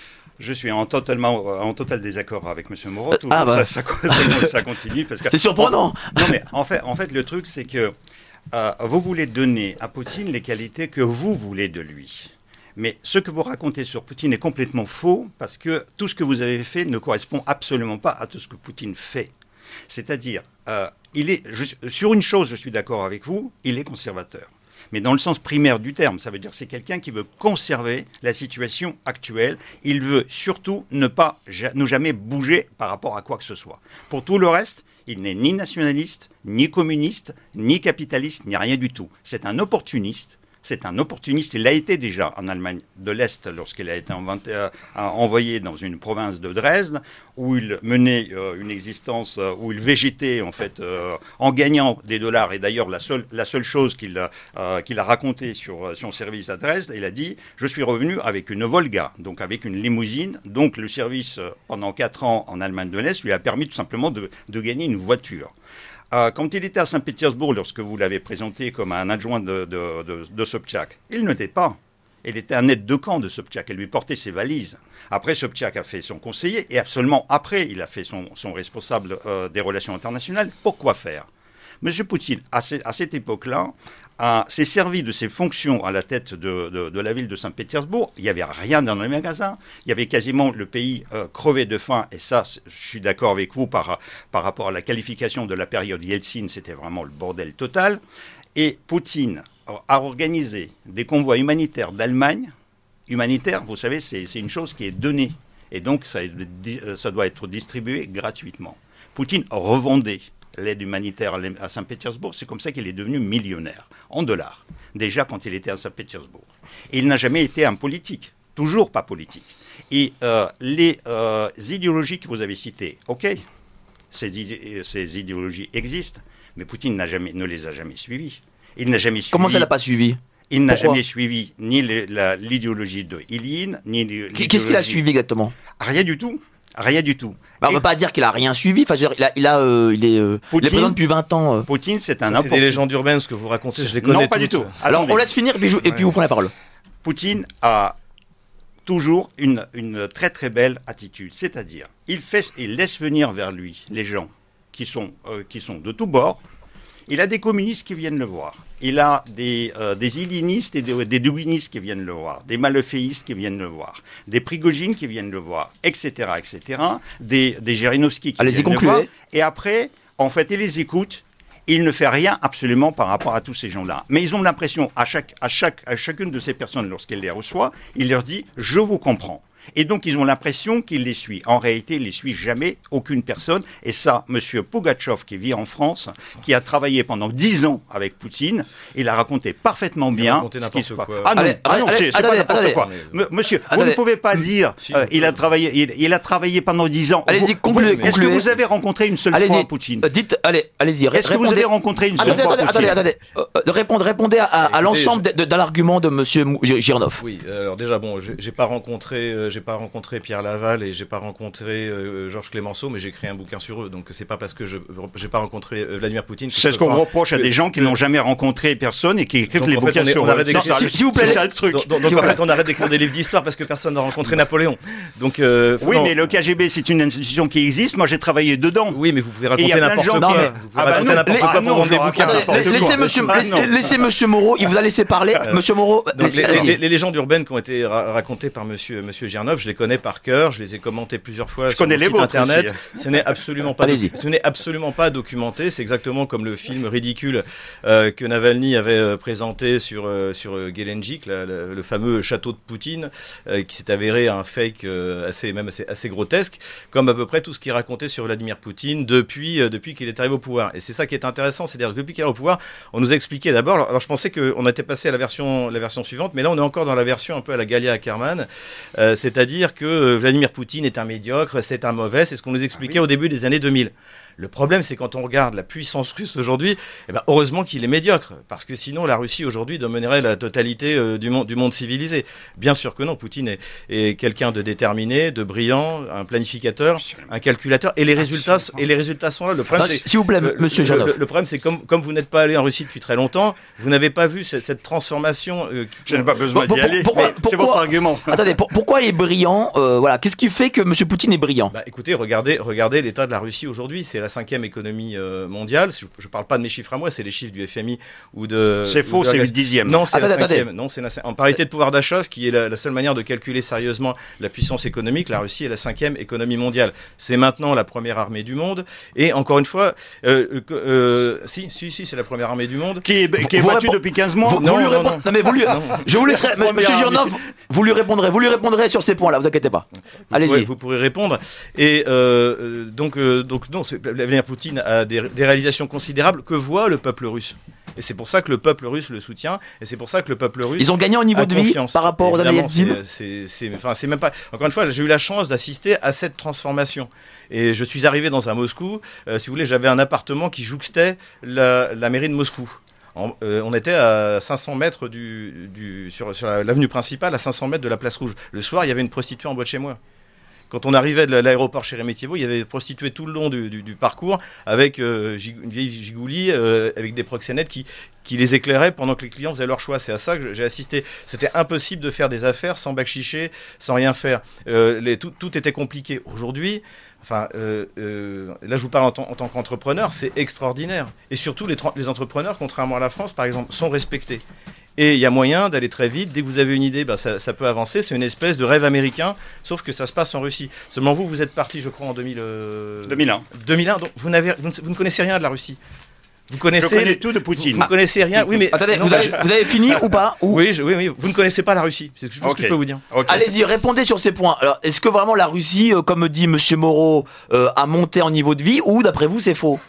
Je suis en, totalement, en total désaccord avec M. Moreau. Toujours, ah bah. ça, ça, ça, ça continue. Parce que, c'est surprenant. En, non, mais en fait, en fait, le truc, c'est que euh, vous voulez donner à Poutine les qualités que vous voulez de lui. Mais ce que vous racontez sur Poutine est complètement faux, parce que tout ce que vous avez fait ne correspond absolument pas à tout ce que Poutine fait. C'est-à-dire, euh, il est, je, sur une chose, je suis d'accord avec vous, il est conservateur. Mais dans le sens primaire du terme, ça veut dire que c'est quelqu'un qui veut conserver la situation actuelle. Il veut surtout ne pas ne jamais bouger par rapport à quoi que ce soit. Pour tout le reste, il n'est ni nationaliste, ni communiste, ni capitaliste, ni rien du tout. C'est un opportuniste. C'est un opportuniste. Il l'a été déjà en Allemagne de l'Est lorsqu'il a été inventé, euh, envoyé dans une province de Dresde où il menait euh, une existence, euh, où il végétait en fait euh, en gagnant des dollars. Et d'ailleurs, la seule, la seule chose qu'il, euh, qu'il a racontée sur euh, son service à Dresde, il a dit « Je suis revenu avec une Volga, donc avec une limousine. » Donc le service euh, pendant quatre ans en Allemagne de l'Est lui a permis tout simplement de, de gagner une voiture. Euh, quand il était à Saint-Pétersbourg, lorsque vous l'avez présenté comme un adjoint de, de, de, de Sobchak, il ne l'était pas. Il était un aide de camp de Sobchak. Elle lui portait ses valises. Après, Sobchak a fait son conseiller et absolument après, il a fait son, son responsable euh, des relations internationales. Pourquoi faire? Monsieur Poutine, à, ce, à cette époque-là, a, s'est servi de ses fonctions à la tête de, de, de la ville de Saint-Pétersbourg. Il n'y avait rien dans les magasins. Il y avait quasiment le pays euh, crevé de faim. Et ça, je suis d'accord avec vous par, par rapport à la qualification de la période Yeltsin. C'était vraiment le bordel total. Et Poutine a organisé des convois humanitaires d'Allemagne. Humanitaire, vous savez, c'est, c'est une chose qui est donnée. Et donc, ça, ça doit être distribué gratuitement. Poutine revendait l'aide humanitaire à Saint-Pétersbourg, c'est comme ça qu'il est devenu millionnaire, en dollars, déjà quand il était à Saint-Pétersbourg. Et il n'a jamais été un politique, toujours pas politique. Et euh, les euh, idéologies que vous avez citées, ok, ces, idé- ces idéologies existent, mais Poutine n'a jamais, ne les a jamais suivies. Il n'a jamais suivi... Comment ça l'a pas suivi? Il n'a Pourquoi? jamais suivi ni les, la, l'idéologie de Ilyin, ni l'idéologie... Qu'est-ce qu'il a suivi exactement? Rien du tout. Rien du tout. Bah, on ne peut pas dire qu'il a rien suivi. Enfin, je veux dire, il, a, il, a, euh, il, est, euh, Poutine, il est présent depuis vingt ans. Euh. Poutine, c'est un Ça, c'est des légendes urbaines, ce que vous racontez, je les connais Non, pas toutes. du tout. Alors, Attendez. on laisse finir et puis, je, et puis vous prenez la parole. Poutine a toujours une, une très très belle attitude. C'est-à-dire, il, fait, il laisse venir vers lui les gens qui sont, euh, qui sont de tous bords. Il a des communistes qui viennent le voir. Il a des, euh, des illinistes et des, des douinistes qui viennent le voir. Des maleféistes qui viennent le voir. Des Prigogine qui viennent le voir, et cetera, et cetera. Des, des Gerinovski qui Allez-y, viennent concluez. le voir. Et après, en fait, il les écoute. Il ne fait rien absolument par rapport à tous ces gens-là. Mais ils ont l'impression, à, chaque, à, chaque, à chacune de ces personnes, lorsqu'il les reçoit, il leur dit « je vous comprends ». Et donc, ils ont l'impression qu'il les suit. En réalité, il ne les suit jamais, aucune personne. Et ça, M. Pougatchov, qui vit en France, qui a travaillé pendant dix ans avec Poutine, il a raconté parfaitement bien raconté ce qui se passe. n'importe quoi. Ah non, Allez, ah non allez, c'est, c'est attendez, pas n'importe attendez. quoi. M- monsieur, Attendez. vous ne pouvez pas dire Si, euh, on il, a peut. travaillé, il, il a travaillé pendant dix ans. Allez-y, Vous- concluez, vous- Est-ce que concluez. vous avez rencontré une seule Allez-y. fois Poutine Euh, dites, allez, allez-y. ré- Est-ce que vous répondez. avez rencontré une seule Attendez, fois attendez, Poutine attendez, attendez. Euh, euh, répondez, répondez à, à, à Écoutez, l'ensemble je- de, de, de l'argument de M. Gironov. Oui, alors déjà, bon, j'ai, j'ai pas rencontré, euh, j'ai j'ai pas rencontré Pierre Laval et j'ai pas rencontré euh, Georges Clémenceau, mais j'ai écrit un bouquin sur eux. Donc c'est pas parce que je j'ai pas rencontré euh, Vladimir Poutine. C'est ce qu'on reproche à des gens qui n'ont jamais rencontré personne et qui écrivent les bouquins sur eux. S'il vous plaît, c'est ça le truc. Donc, donc en fait, on arrête d'écrire des livres d'histoire parce que personne n'a rencontré Napoléon. Donc euh, oui, non. mais le K G B, c'est une institution qui existe. Moi, j'ai travaillé dedans. Oui, mais vous pouvez raconter n'importe quoi. Non, mais... Vous pouvez raconter n'importe quoi pour vendre des bouquins. Laissez Monsieur, laissez Monsieur Moreau. Il vous a laissé parler. Monsieur Moreau. Donc les, les, les légendes urbaines qui ont été ra racontées par Monsieur Monsieur Girnov, je les connais par cœur. Je les ai commentées plusieurs fois je sur connais le site les internet. Aussi. Ce n'est absolument pas. Ce n'est absolument pas documenté. C'est exactement comme le film ridicule euh, que Navalny avait euh, présenté sur euh, sur euh, Gelendzhik, la, la, le fameux château de Poutine, euh, qui s'est avéré un fake euh, assez même assez, assez grotesque, comme à peu près tout ce qui est raconté sur Vladimir Poutine depuis euh, depuis qu'il est arrivé au pouvoir. Et c'est ça qui est intéressant, c'est-à-dire que depuis qu'il est au pouvoir, on nous a expliqué d'abord. Alors, alors je pensais qu'on était passé à la version la version suivante, mais là on est encore dans la version un peu à la Galia Ackerman, euh, c'est-à-dire que Vladimir Poutine est un médiocre, c'est un mauvais, c'est ce qu'on nous expliquait ah oui. au début des années deux mille. Le problème, c'est quand on regarde la puissance russe aujourd'hui, eh ben, heureusement qu'il est médiocre, parce que sinon la Russie aujourd'hui dominerait la totalité euh, du, monde, du monde civilisé. Bien sûr que non, Poutine est, est quelqu'un de déterminé, de brillant, un planificateur, un calculateur, et les résultats, et les résultats sont là. Le problème, c'est, s'il vous plaît, le, Monsieur le, Janov. Le, le problème, c'est comme, comme vous n'êtes pas allé en Russie depuis très longtemps, vous n'avez pas vu cette, cette transformation. Euh, Je n'ai pas besoin pour, d'y pour, aller. Pourquoi, c'est votre argument. Attendez, pour, pourquoi il est brillant euh, Voilà, qu'est-ce qui fait que Monsieur Poutine est brillant? Bah, écoutez, regardez, regardez l'état de la Russie aujourd'hui. C'est la cinquième économie mondiale. Je ne parle pas de mes chiffres à moi, c'est les chiffres du F M I ou de. C'est faux, c'est le dixième. Non, c'est attendez, la cinquième. Attendez. Non, c'est la... En parité de pouvoir d'achat, ce qui est la, la seule manière de calculer sérieusement la puissance économique, la Russie est la cinquième économie mondiale. C'est maintenant la première armée du monde. Et encore une fois, euh, euh, si, si, si, c'est la première armée du monde. Qui est, qui est battue depuis quinze mois. Vous, non, vous lui non, répond... non. non, mais vous lui... non. Je vous laisserai. Monsieur Girnov, vous lui répondrez. Vous lui répondrez sur ces points-là. Vous inquiétez pas. Vous Allez-y. Pourrez, vous pourrez répondre. Et euh, donc, euh, donc non, Vladimir Poutine a des, des réalisations considérables que voit le peuple russe. Et c'est pour ça que le peuple russe le soutient. Et c'est pour ça que le peuple russe. Ils ont gagné en niveau de vie par rapport aux années Yeltsin. C'est, c'est, enfin, c'est même pas. Encore une fois, j'ai eu la chance d'assister à cette transformation. Et je suis arrivé dans un Moscou. Euh, si vous voulez, j'avais un appartement qui jouxtait la, la mairie de Moscou. En, euh, on était à cinq cents mètres du, du, sur, sur l'avenue principale, à cinq cents mètres de la place Rouge. Le soir, il y avait une prostituée en bas de chez moi. Quand on arrivait de l'aéroport Sheremetyevo, il y avait des prostituées tout le long du, du, du parcours avec euh, une vieille gigoulie, euh, avec des proxénètes qui, qui les éclairaient pendant que les clients faisaient leur choix. C'est à ça que j'ai assisté. C'était impossible de faire des affaires sans bac-chiché, sans rien faire. Euh, les, tout, tout était compliqué. Aujourd'hui, enfin, euh, euh, là je vous parle en, en tant qu'entrepreneur, c'est extraordinaire. Et surtout, les, les entrepreneurs, contrairement à la France, par exemple, sont respectés. Et il y a moyen d'aller très vite. Dès que vous avez une idée, ben ça, ça peut avancer. C'est une espèce de rêve américain, sauf que ça se passe en Russie. Seulement vous, vous êtes parti, je crois, en deux mille, euh... deux mille un. deux mille un, donc vous, n'avez, vous, ne, vous ne connaissez rien de la Russie. Vous connaissez je connais les... tout de Poutine. Vous, vous connaissez rien. Oui, mais attendez, non, vous, avez, vous avez fini ou pas ou... oui, je, oui, oui. Vous ne connaissez pas la Russie. C'est tout okay. ce que je peux vous dire. Okay. Allez-y, répondez sur ces points. Alors, est-ce que vraiment la Russie, euh, comme dit Monsieur Moreau, euh, a monté en niveau de vie, ou d'après vous, c'est faux?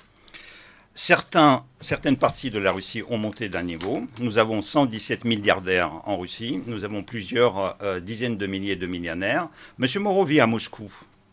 Certains, certaines parties de la Russie ont monté d'un niveau. Nous avons cent dix-sept milliardaires en Russie. Nous avons plusieurs euh, dizaines de milliers de millionnaires. Monsieur Moreau vit à Moscou.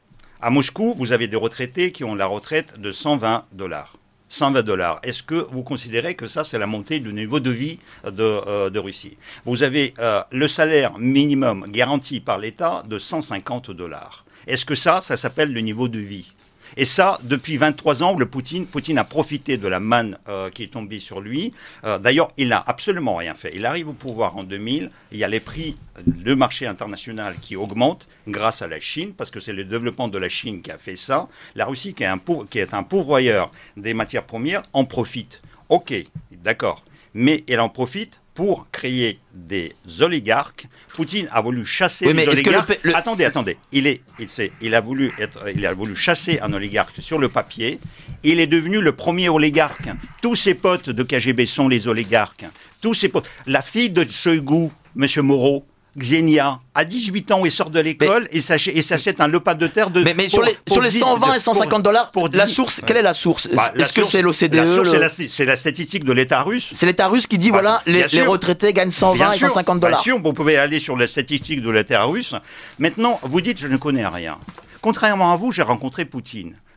À Moscou, vous avez des retraités qui ont la retraite de cent vingt dollars. cent vingt dollars. Est-ce que vous considérez que ça, c'est la montée du niveau de vie de, euh, de Russie? Vous avez euh, le salaire minimum garanti par l'État de cent cinquante dollars. Est-ce que ça, ça s'appelle le niveau de vie? Et ça, depuis vingt-trois ans, le Poutine, Poutine a profité de la manne euh, qui est tombée sur lui. Euh, d'ailleurs, il n'a absolument rien fait. Il arrive au pouvoir en deux mille. Il y a les prix de marché international qui augmentent grâce à la Chine, parce que c'est le développement de la Chine qui a fait ça. La Russie, qui est un, pour, qui est un pourvoyeur des matières premières, en profite. Ok, d'accord. Mais elle en profite pour créer des oligarques. Poutine a voulu chasser oui, mais les oligarques. Le... Le... Attendez, attendez. Il, est, il, sait, il, a voulu être, il a voulu chasser un oligarque sur le papier. Il est devenu le premier oligarque. Tous ses potes de K G B sont les oligarques. Tous ses potes. La fille de Shoigu, M. Moreau, Xenia, à dix-huit ans, il sort de l'école mais, et s'achète un lopat de terre de. Mais, mais pour, sur les, sur les cent vingt et cent cinquante dollars, pour, pour la source, ouais. Quelle est la source? bah, Est-ce que c'est l'O C D E? La source, le... c'est la, la statistique de l'État russe. C'est l'État russe qui dit bah, voilà, les, les retraités gagnent cent vingt et cent cinquante dollars. Bien sûr, vous pouvez aller sur la statistique de l'État russe. Maintenant, vous dites je ne connais rien. Contrairement à vous, j'ai rencontré Poutine.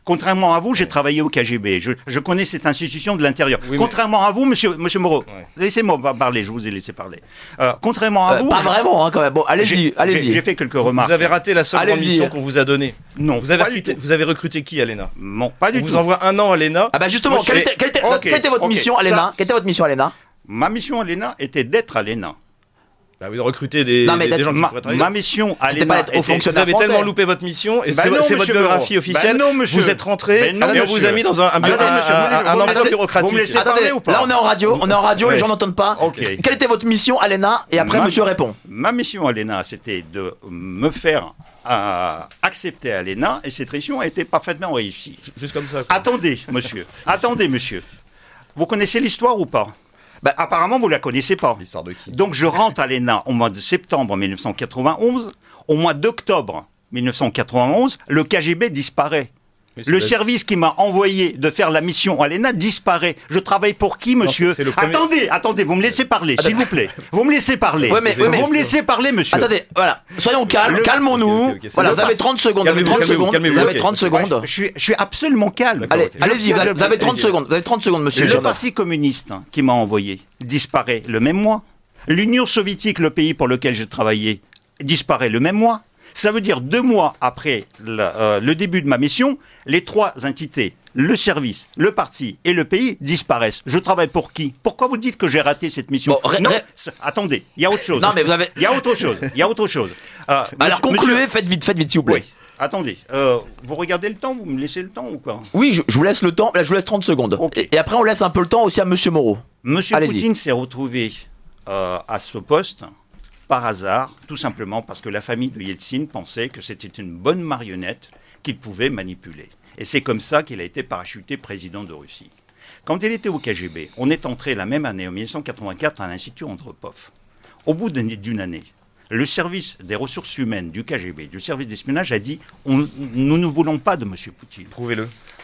Contrairement à vous, j'ai travaillé au K G B. Je, je connais cette institution de l'intérieur. Oui, contrairement mais... à vous, monsieur, monsieur Moreau, ouais. laissez-moi parler, je vous ai laissé parler. Euh, contrairement à euh, vous... Pas je... vraiment, hein, quand même. Bon, allez-y, allez-y. J'ai fait quelques remarques. Vous avez raté la seule grande mission qu'on vous a donnée. Non, vous avez, pas recruté, du tout. vous avez recruté qui à l'E N A? Non, pas du On tout. vous envoie un an à l'E N A. Ah bah justement, Moi, quelle, je... était, quelle, était, okay, quelle était votre okay, mission à l'E N A? ça... Quelle était votre mission à l'E N A? Ma mission à l'E N A était d'être à l'E N A. Bah, vous recrutez des, non, mais des, des gens qui ma, pourraient travailler. ma mission à l'E N A pas être haut était... fonctionnaire Vous avez français. tellement loupé votre mission et bah c'est, non, c'est votre biographie Moreau. officielle. Bah non, monsieur. Vous êtes rentré bah non, et on vous a mis dans un, un, Attendez, un, monsieur, un, vous, un, un vous emploi me bureaucratique. Vous me laissez Attendez, parler ou pas? là on est en radio, on est en radio, Ouais. les gens n'entendent pas. Okay. Quelle était votre mission à l'E N A? Et après, ma, monsieur répond. Ma mission à l'E N A, c'était de me faire euh, accepter à l'E N A et cette mission a été parfaitement réussie. Juste comme ça. Quoi. Attendez, monsieur. Attendez, monsieur. Vous connaissez l'histoire ou pas? Bah, apparemment, vous la connaissez pas. L'histoire de qui? Donc, je rentre à l'E N A au mois de septembre mille neuf cent quatre-vingt-onze. Au mois d'octobre mille neuf cent quatre-vingt-onze, le K G B disparaît. Oui, le la... service qui m'a envoyé de faire la mission à l'E N A disparaît. Je travaille pour qui, monsieur? Non, c'est, c'est le premier... Attendez, attendez, vous me laissez parler, s'il vous plaît. Vous me laissez parler. Ouais, mais, vous ouais, mais... me laissez parler, monsieur. Attendez, voilà. Soyons calmes, Le... calmons-nous. Okay, okay, okay. Voilà, le vous avez trente secondes. Vous avez calmez-vous, trente secondes. calmez-vous, Vous avez okay. trente secondes. Ouais, je, suis, je suis absolument calme. Allez, okay. allez-y, vous avez, vous avez trente allez-y. secondes. Vous avez trente secondes, monsieur. Le Jean-Marc. Parti communiste hein, qui m'a envoyé disparaît le même mois. L'Union soviétique, le pays pour lequel j'ai travaillé, disparaît le même mois. Ça veut dire deux mois après le, euh, le début de ma mission, les trois entités, le service, le parti et le pays disparaissent. Je travaille pour qui? Pourquoi vous dites que j'ai raté cette mission? Bon, ré- Non, ré- attendez, il y a autre chose. Non, mais vous avez. Il y a autre chose. Il y a autre chose. Euh, Alors monsieur- concluez, monsieur- faites vite, faites vite, s'il vous plaît. Oui. Attendez, euh, vous regardez le temps, vous me laissez le temps ou quoi? Oui, je, je vous laisse le temps. Là, je vous laisse trente secondes. Ok. Et, et après, on laisse un peu le temps aussi à monsieur Moreau. Monsieur Allez-y. Poutine s'est retrouvé euh, à ce poste par hasard, tout simplement parce que la famille de Yeltsin pensait que c'était une bonne marionnette qu'il pouvait manipuler. Et c'est comme ça qu'il a été parachuté président de Russie. Quand il était au K G B, on est entré la même année, en mille neuf cent quatre-vingt-quatre, à l'Institut Andropov. Au bout d'une, d'une année, le service des ressources humaines du K G B, du service d'espionnage, a dit on, « Nous ne voulons pas de M. Poutine ». Prouvez-le.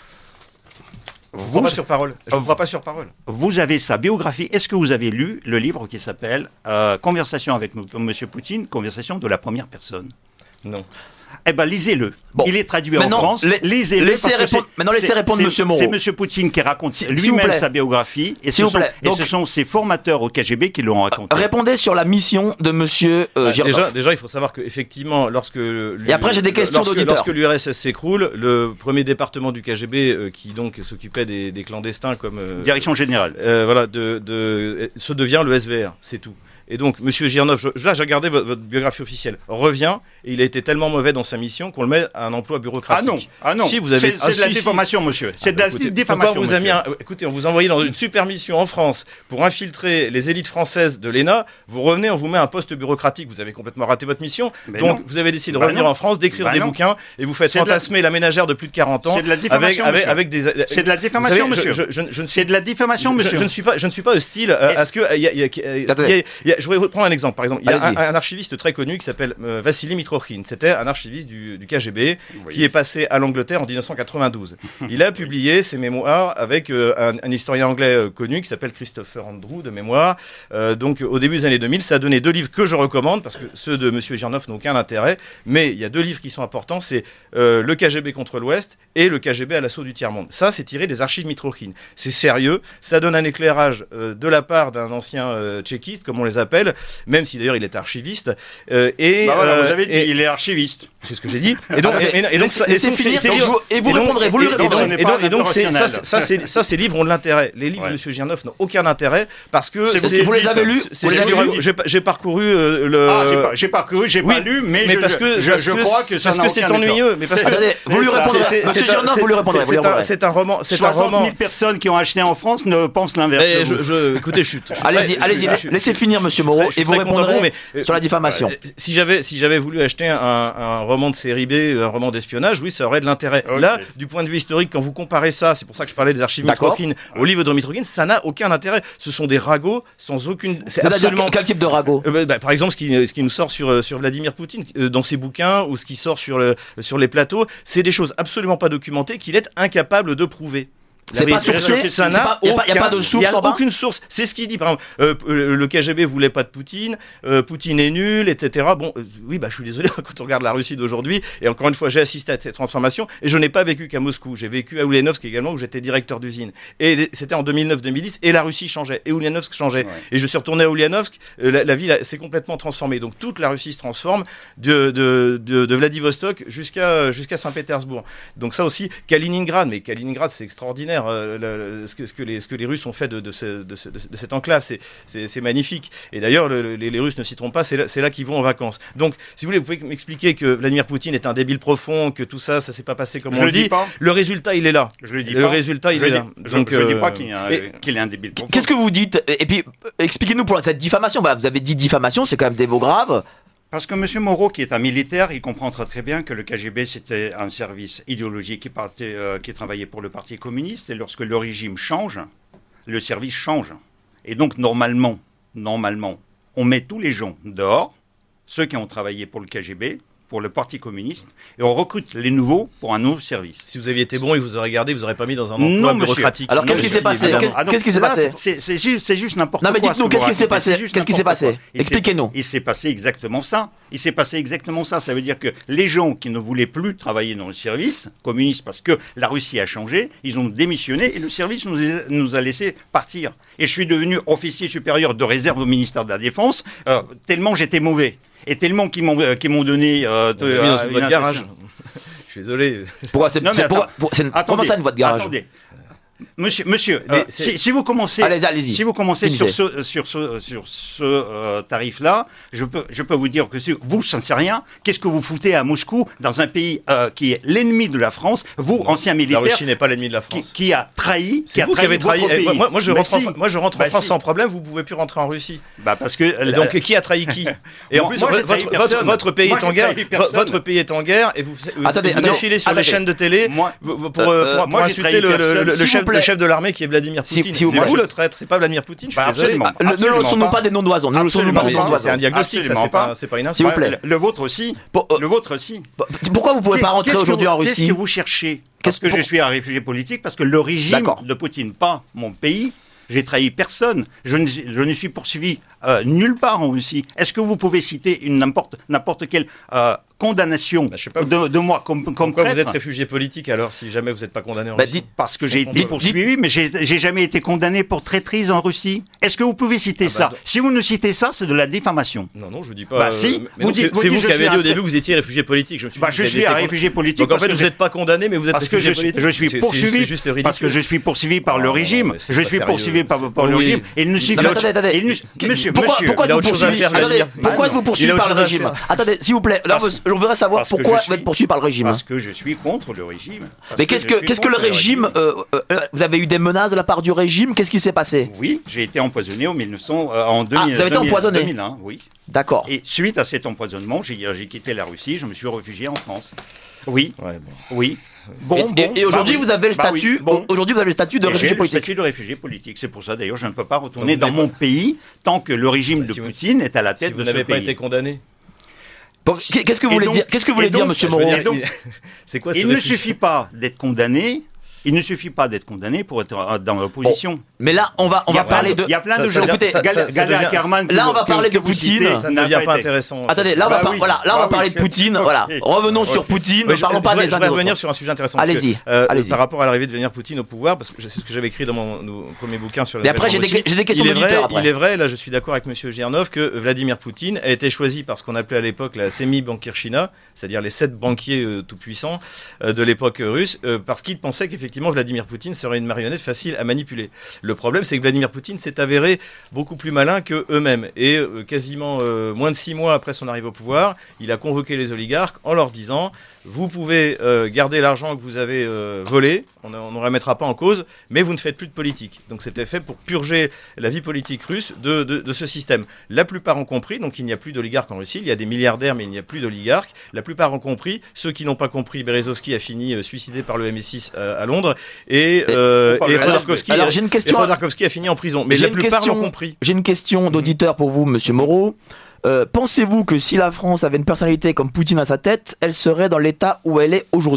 Je ne vous crois pas sur parole. Je ne vous crois pas sur parole. Vous avez sa biographie. Est-ce que vous avez lu le livre qui s'appelle euh, Conversation avec M. Poutine, conversation de la première personne? Non. Eh bien, lisez-le. Bon. Il est traduit Maintenant, en France. la- Lisez-le. laissez parce que répondre- c'est- maintenant, laissez c'est- répondre c'est- Monsieur Moreau. C'est M. Poutine qui raconte S'il- s'il vous lui-même plaît. sa biographie. Et, S'il ce vous sont, plaît. et Donc- ce sont ses formateurs au K G B qui l'ont raconté. Répondez sur la mission de monsieur euh, Bah, Girardot. déjà, déjà, il faut savoir qu'effectivement, lorsque l'U- Et après, j'ai des questions lorsque, d'auditeurs. lorsque l'U R S S s'écroule, le premier département du K G B, euh, qui donc s'occupait des, des clandestins comme euh, Direction générale. euh, voilà, de, de, se devient le S V R, c'est tout. Et donc, Monsieur Girnov, je- là, j'ai regardé votre, votre biographie officielle, revient, et il a été tellement mauvais dans sa mission qu'on le met à un emploi Ah bureaucratique. non, ah non. Si, vous avez- c'est ah, c'est de la si, si. déformation, monsieur. C'est de la Écoutez, déformation. pourquoi on vous a mis monsieur. un- Écoutez, on vous a envoyé dans une super mission en France pour infiltrer les élites françaises de l'E N A. Vous revenez, on vous met un poste bureaucratique. Vous avez complètement raté votre mission. Mais Donc, non. vous avez décidé de Bah revenir non. en France, d'écrire Bah des non. bouquins, et vous faites C'est de la- fantasmer la ménagère de plus de quarante ans. C'est de la avec, diffamation, avec, monsieur. avec des. C'est de la diffamation, Vous savez, je- monsieur. je- je- je ne suis- C'est de la diffamation, je- monsieur. Je, ne suis pas, je ne suis pas hostile euh, Et- à ce que. il y a- il y a- il y a- Attendez. il y a- il y a- je voudrais vous prendre un exemple. Par exemple, il y a un, Allez-y. un archiviste très connu qui s'appelle euh, Vassili Mitrokhin. C'était un archiviste du, du K G B Oui. qui est passé à l'Angleterre en dix-neuf cent quatre-vingt-douze. Il a publié ses mémoires avec euh, un, un historien anglais euh, connu qui s'appelle Christopher Andrew de mémoire. Euh, donc au début des années deux mille, ça a donné deux livres que je recommande parce que ceux de Monsieur Girnov n'ont aucun intérêt. Mais il y a deux livres qui sont importants, c'est euh, le K G B contre l'Ouest et le K G B à l'assaut du tiers-monde. Ça, c'est tiré des archives Mitrokhin. C'est sérieux, ça donne un éclairage euh, de la part d'un ancien euh, tchéquiste, comme on les appelle, même si d'ailleurs il est archiviste. Euh, et Bah voilà, euh, vous avez dit, et- il est archiviste. c'est ce que j'ai dit. Et donc, et, et- et donc, ça- et Laissez donc, c'est- finir, c'est donc livre- je vous- et vous donc- répondrez, vous lui et- et répondrez. donc- Ce n'est et pas donc- et donc, c'est- ça, international. c'est- ça, c'est- ça, ces livres ont de l'intérêt. Les livres Ouais. de Monsieur Girnov n'ont aucun intérêt parce que C'est vous c'est- qui Vous les avez lus c'est- Vous les c'est avez du lus rago- j'ai pas- J'ai parcouru euh, le. Ah, j'ai pas, j'ai pas cru, j'ai oui, pas lu, mais, mais je, parce que je, parce je que crois que ça parce n'a que c'est aucun ennuyeux, effort. mais parce C'est- que Attendez, vous lui c'est ça. répondrez. c'est- c'est- Monsieur c'est un- Girnov, vous lui répondrez. c'est- vous lui c'est un- répondrez. C'est un roman. C'est un soixante roman. mille personnes qui ont acheté en France ne pensent l'inverse. Eh, de je, vous. je, écoutez, chute. Je suis très- Allez-y, je allez-y, suis- je suis- laissez finir Monsieur je suis très- Moreau je suis et vous très content répondrez de vous, mais, euh, sur la diffamation. Euh, Si j'avais si j'avais voulu acheter un, un roman de série B, un roman d'espionnage, oui, ça aurait de l'intérêt. Ok. Là, du point de vue historique, quand vous comparez ça, c'est pour ça que je parlais des archives D'accord. Mitrokhin au livre de Mitrokhin, ça n'a aucun intérêt. Ce sont des ragots sans aucune. C'est C'est-à-dire absolument. quel, quel type de ragot? Euh, bah, bah, par exemple, ce qui, ce qui nous sort sur, euh, sur Vladimir Poutine euh, dans ses bouquins ou ce qui sort sur, le, sur les plateaux, c'est des choses absolument pas documentées qu'il est incapable de prouver. C'est pas sourcé, ça n'a il n'y a, a pas de source. Il n'y a en bas aucune source. C'est ce qu'il dit. Par exemple, euh, le K G B voulait pas de Poutine, euh, Poutine est nul, et cetera. Bon, euh, oui, bah je suis désolé quand on regarde la Russie d'aujourd'hui. Et encore une fois, j'ai assisté à cette transformation et je n'ai pas vécu qu'à Moscou. J'ai vécu à Ulyanovsk également où j'étais directeur d'usine. Et c'était en deux mille neuf deux mille dix et la Russie changeait et Ulyanovsk changeait. Ouais. Et je suis retourné à Ulyanovsk. Euh, la, la ville s'est complètement transformée. Donc toute la Russie se transforme de de, de, de Vladivostok jusqu'à jusqu'à Saint-Pétersbourg. Donc ça aussi, Kaliningrad. Mais Kaliningrad, c'est extraordinaire. Euh, le, Ce que, ce, que les, ce que les Russes ont fait de, de, ce, de, ce, de cette enclave, c'est, c'est, c'est magnifique. Et d'ailleurs, le, les, les Russes ne s'y trompent pas, c'est là, c'est là qu'ils vont en vacances. Donc, si vous voulez, vous pouvez m'expliquer que Vladimir Poutine est un débile profond, que tout ça, ça s'est pas passé comme je on le dit. dis pas. Le résultat, il est là. Je le dis le pas. résultat, il je est dis, là. Je, Donc, je euh, dis pas qu'il, a, et, qu'il est un débile profond. Qu'est-ce que vous dites? Et puis, expliquez-nous pour cette diffamation. Voilà, vous avez dit diffamation, c'est quand même des mots graves. Parce que M. Moreau, qui est un militaire, il comprend très, très bien que le K G B, c'était un service idéologique qui, partait, euh, qui travaillait pour le Parti communiste. Et lorsque le régime change, le service change. Et donc, normalement, normalement, on met tous les gens dehors, ceux qui ont travaillé pour le K G B, pour le Parti communiste, et on recrute les nouveaux pour un nouveau service. Si vous aviez été bon et vous aurez regardé, vous n'aurez pas mis dans un emploi non, bureaucratique. Alors, qu'est-ce qui s'est passé? Qu'est-ce qui s'est passé? C'est, c'est, juste, c'est juste n'importe quoi. Non, mais dites-nous, qu'est-ce qui s'est passé? Qu'est-ce qui s'est passé? Expliquez-nous. Il s'est passé exactement ça. Il s'est passé exactement ça. Ça veut dire que les gens qui ne voulaient plus travailler dans le service communiste parce que la Russie a changé, ils ont démissionné et le service nous a, nous a laissé partir. Et je suis devenu officier supérieur de réserve au ministère de la Défense, euh, tellement j'étais mauvais. Et tellement qu'ils m'ont, euh, qu'ils m'ont donné... Euh, de, euh, dans une voie de garage. Je suis désolé. Pourquoi c'est, non, c'est, pour, pour, c'est attendez, comment ça une voie de garage? Attendez. Monsieur, monsieur euh, si, si vous commencez, allez, allez-y. Si vous commencez sur ce, sur ce, sur ce euh, tarif-là, je peux, je peux vous dire que si vous, ça ne sait rien. Qu'est-ce que vous foutez à Moscou, dans un pays euh, qui est l'ennemi de la France, vous, non, ancien militaire, la Russie n'est pas l'ennemi de la France, qui, qui a trahi, c'est qui vous a trahi qui avez trahi. Votre pays. Moi, moi, je bah rentre, si. en, moi, je rentre bah en France si. sans problème. Vous pouvez plus rentrer en Russie. Bah parce que et donc la... qui a trahi qui? Et en plus, moi, votre, votre, votre pays moi, est en guerre. Votre pays est en guerre et vous, attendez, vous défilez sur les chaînes de télé pour insulter le chef de l'armée qui est Vladimir Poutine. C'est vous le traître, c'est pas Vladimir Poutine. Je suis désolé. Ne lançons-nous pas des noms d'oiseaux. Ne lançons-nous pas des noms d'oiseaux. C'est un diagnostic, c'est pas une insulte. S'il vous plaît. Le vôtre aussi. Le vôtre aussi. Pourquoi vous pouvez pas rentrer aujourd'hui en Russie? Qu'est-ce que vous cherchez? Parce que je suis un réfugié politique, parce que le régime de Poutine, pas mon pays. J'ai trahi personne. Je ne, je ne suis poursuivi euh, nulle part en Russie. Est-ce que vous pouvez citer une n'importe n'importe quelle euh, condamnation bah, je sais pas, de, de moi comme comme Pourquoi prêtre? Vous êtes réfugié politique alors si jamais vous n'êtes pas condamné en bah, Russie? Dites, parce que j'ai été poursuivi, mais j'ai, j'ai jamais été condamné pour traîtrise en Russie. Est-ce que vous pouvez citer ah bah, ça d- Si vous ne citez ça, c'est de la diffamation. Non, non, je dis pas. Bah si. Euh, vous non, dites, c'est, c'est vous, vous qui avez dit au début que vous étiez réfugié politique. Je me suis bah, dit je suis un réfugié politique. Donc en fait, vous n'êtes pas condamné, mais vous êtes réfugié politique. Je suis poursuivi parce que je suis poursuivi par le régime. Je suis poursuivi par le régime. Il ne suffit. Monsieur, pourquoi vous poursuivez Pourquoi vous poursuivez par le régime? Attendez, s'il vous plaît. Là, on voudrait savoir pourquoi vous êtes poursuivi par le régime. Parce que je suis contre le régime. Mais qu'est-ce que qu'est-ce que le régime Vous avez eu des menaces de la part du régime? Qu'est-ce qui s'est passé? Oui, j'ai été empoisonné en mille neuf cents en deux mille. Ah, vous avez été empoisonné? deux mille un, oui. D'accord. Et suite à cet empoisonnement, j'ai, j'ai quitté la Russie, je me suis réfugié en France. Oui, ouais, bon. oui. Bon, et, bon, et, et aujourd'hui, bah oui. vous avez le statut. Bah oui. bon. Aujourd'hui, vous avez le statut de et réfugié j'ai politique. Le statut de réfugié politique. C'est pour ça, d'ailleurs, je ne peux pas retourner dans mon pays tant que le régime bah, de si Poutine vous, est à la tête si de vous ce pays. Vous n'avez pas été condamné. Bon, qu'est-ce que vous voulez donc, dire Qu'est-ce que vous voulez donc, dire, Monsieur Moreau? C'est quoi? Il ne suffit pas d'être condamné. Il ne suffit pas d'être condamné pour être dans l'opposition. Bon. Mais là, on va, on va parler de. Il y a plein de gens. Écoutez, Gala Ackerman. Là, on va parler de Poutine. Ça ne devient pas intéressant. Attendez, là, on va, par... voilà, là, on va parler de Poutine. Voilà. Revenons sur Poutine. Ne parlons pas des uns des autres. Je vais revenir sur un sujet intéressant. Allez-y. Allez-y. Par rapport à l'arrivée de Vladimir Poutine au pouvoir, parce que c'est ce que j'avais écrit dans mon premier bouquin sur la. Et après, j'ai des questions d'auditeurs. Il est vrai, là, je suis d'accord avec Monsieur Girnov, que Vladimir Poutine a été choisi par ce qu'on appelait à l'époque la Semi-Bankirchina, c'est-à-dire les sept banquiers tout puissants de l'époque russe, parce qu'il pensait qu'effectivement Vladimir Poutine serait une marionnette facile à manipuler. Le problème, c'est que Vladimir Poutine s'est avéré beaucoup plus malin que eux-mêmes. Et euh, quasiment euh, moins de six mois après son arrivée au pouvoir, il a convoqué les oligarques en leur disant: vous pouvez euh, garder l'argent que vous avez euh, volé, on ne remettra pas en cause, mais vous ne faites plus de politique. Donc c'était fait pour purger la vie politique russe de, de, de ce système. La plupart ont compris, donc il n'y a plus d'oligarques en Russie, il y a des milliardaires, mais il n'y a plus d'oligarques. La plupart ont compris. Ceux qui n'ont pas compris, Berezovsky a fini euh, suicidé par le M I six euh, à Londres, et, euh, et, et Khodorkovsky alors, j'ai une question, a fini en prison. Mais la plupart l'ont compris. J'ai une question d'auditeur pour vous, Monsieur Moreau. Euh, pensez-vous que si la France avait une personnalité comme Poutine à sa tête, elle serait dans l'état où elle est aujourd'hui?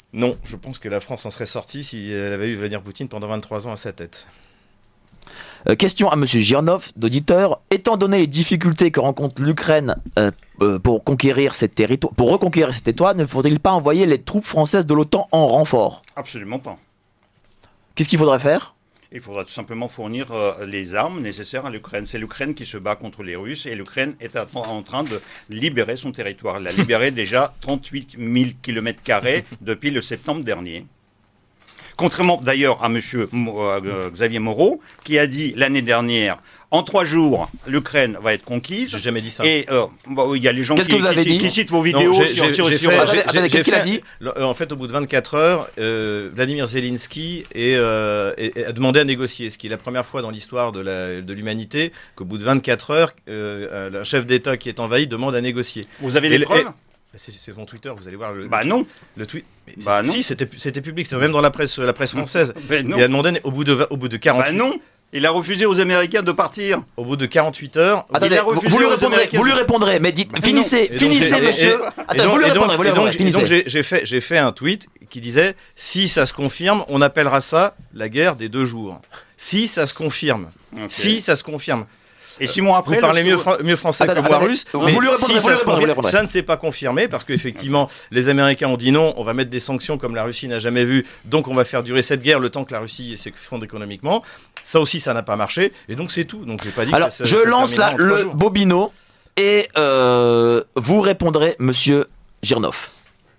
Non, je pense que la France en serait sortie si elle avait eu Vladimir Poutine pendant vingt-trois ans à sa tête. Euh, question à Monsieur Girnov, d'auditeur. Étant donné les difficultés que rencontre l'Ukraine euh, euh, pour conquérir ces territoires, pour reconquérir ces territoires, ne faudrait-il pas envoyer les troupes françaises de l'OTAN en renfort? Absolument pas. Qu'est-ce qu'il faudrait faire? Il faudra tout simplement fournir euh, les armes nécessaires à l'Ukraine. C'est l'Ukraine qui se bat contre les Russes et l'Ukraine est à- en train de libérer son territoire. Elle a libéré déjà trente-huit mille kilomètres carrés depuis le septembre dernier. Contrairement d'ailleurs à M. Euh, Xavier Moreau, qui a dit l'année dernière, en trois jours, l'Ukraine va être conquise. J'ai jamais dit ça. Et euh, bon, il y a les gens Qu'est-ce qui, que vous avez qui- dit qui citent vos Non, vidéos j'ai- sur, j'ai- sur, j'ai sur- fait- sur- Attendez, j'ai- attendez, j'ai qu'est-ce qu'il a fait- dit le- En fait, au bout de vingt-quatre heures, euh, Vladimir Zelensky est, euh, est- est- a demandé à négocier, ce qui est la première fois dans l'histoire de la- de l'humanité qu'au bout de vingt-quatre heures, euh, un chef d'État qui est envahi demande à négocier. Vous avez Et des le- preuves et- C'est c'est mon Twitter, vous allez voir le, Bah non. le tweet. Mais Bah c'est- non. Si, c'était c'était public, c'était même dans la presse, la presse française. Ben non. Il a demandé au bout de, vingt- au bout de quarante-huit, Bah non. Il a refusé aux Américains de partir. au bout de quarante-huit heures. Attendez, Il a vous, refusé vous lui aux répondrez, Américains. vous lui répondrez, mais dites, Bah finissez, Et donc, finissez, j'ai- monsieur. et- et Attendez, donc- vous lui et donc- répondrez, vous lui et donc- répondrez, et donc, finissez. j'ai j'ai fait, j'ai fait un tweet qui disait si ça se confirme, on appellera ça la guerre des deux jours. Si ça se confirme. Ok. Si ça se confirme. Et six mois après, Vous parlez lorsque mieux, vous- fran- mieux français Attendez, que moi attendez, russe. vous mais lui répondrez, si vous lui ça se répondrez, vous lui confirme, répondrez. ça ne s'est pas confirmé parce qu'effectivement, les Américains ont dit non, on va mettre des sanctions comme la Russie n'a jamais vu, donc on va faire durer cette guerre le temps que la Russie s'effondre économiquement. Ça aussi, ça n'a pas marché, et donc c'est tout. Donc j'ai pas dit Alors, que ça, je ça se lance là terminera en trois le jours. bobino et euh, vous répondrez, monsieur Girnov.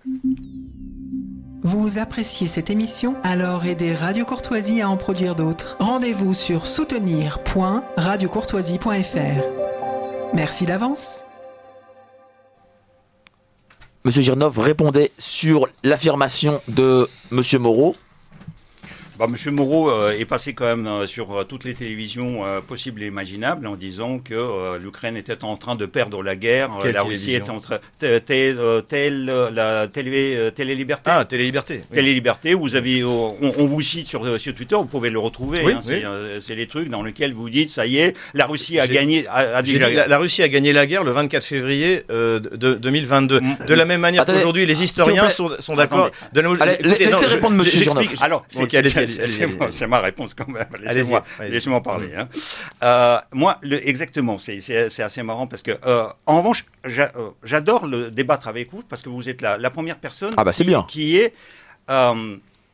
Vous appréciez cette émission? Alors aidez Radio Courtoisie à en produire d'autres. Rendez-vous sur soutenir point radio courtoisie point f r. Merci d'avance. Monsieur Girnov, répondez sur l'affirmation de monsieur Moreau. Bah, Monsieur Moreau euh, est passé quand même euh, sur euh, toutes les télévisions euh, possibles et imaginables en disant que euh, l'Ukraine était en train de perdre la guerre, euh, Quelle la Russie télévision était en train tel, tel, euh, tel, euh, la télé euh, Télé Liberté. Ah, Télé-Liberté. oui. Télé Liberté, vous avez, euh, on, on vous cite sur, euh, sur Twitter, vous pouvez le retrouver. Oui, hein, oui. c'est, euh, c'est les trucs dans lesquels vous dites, ça y est, la Russie a J'ai- gagné, a, a J'ai déjà. dit, la, la Russie a gagné la guerre le vingt-quatre février euh, de deux mille vingt-deux. Mm. De la même manière Attendez, qu'aujourd'hui, les s'il historiens vous plaît. sont, sont d'accord. Attendez. Donnez-moi- Allez, écoutez, laissez non, je- répondre, monsieur j'explique. Girnov. Alors, c'est, Ok, c'est- allez-y, c'est- allez-y, c'est- allez-y, c'est- allez-y. c'est ma réponse quand même. Allez-y, Laissez-moi, allez-y. laissez-moi parler. Hein. Euh, moi, le, exactement, c'est, c'est, c'est assez marrant parce que, euh, en revanche, j'a- euh, j'adore le débattre avec vous parce que vous êtes la, la première personne Ah bah, c'est qui, bien. qui est, euh,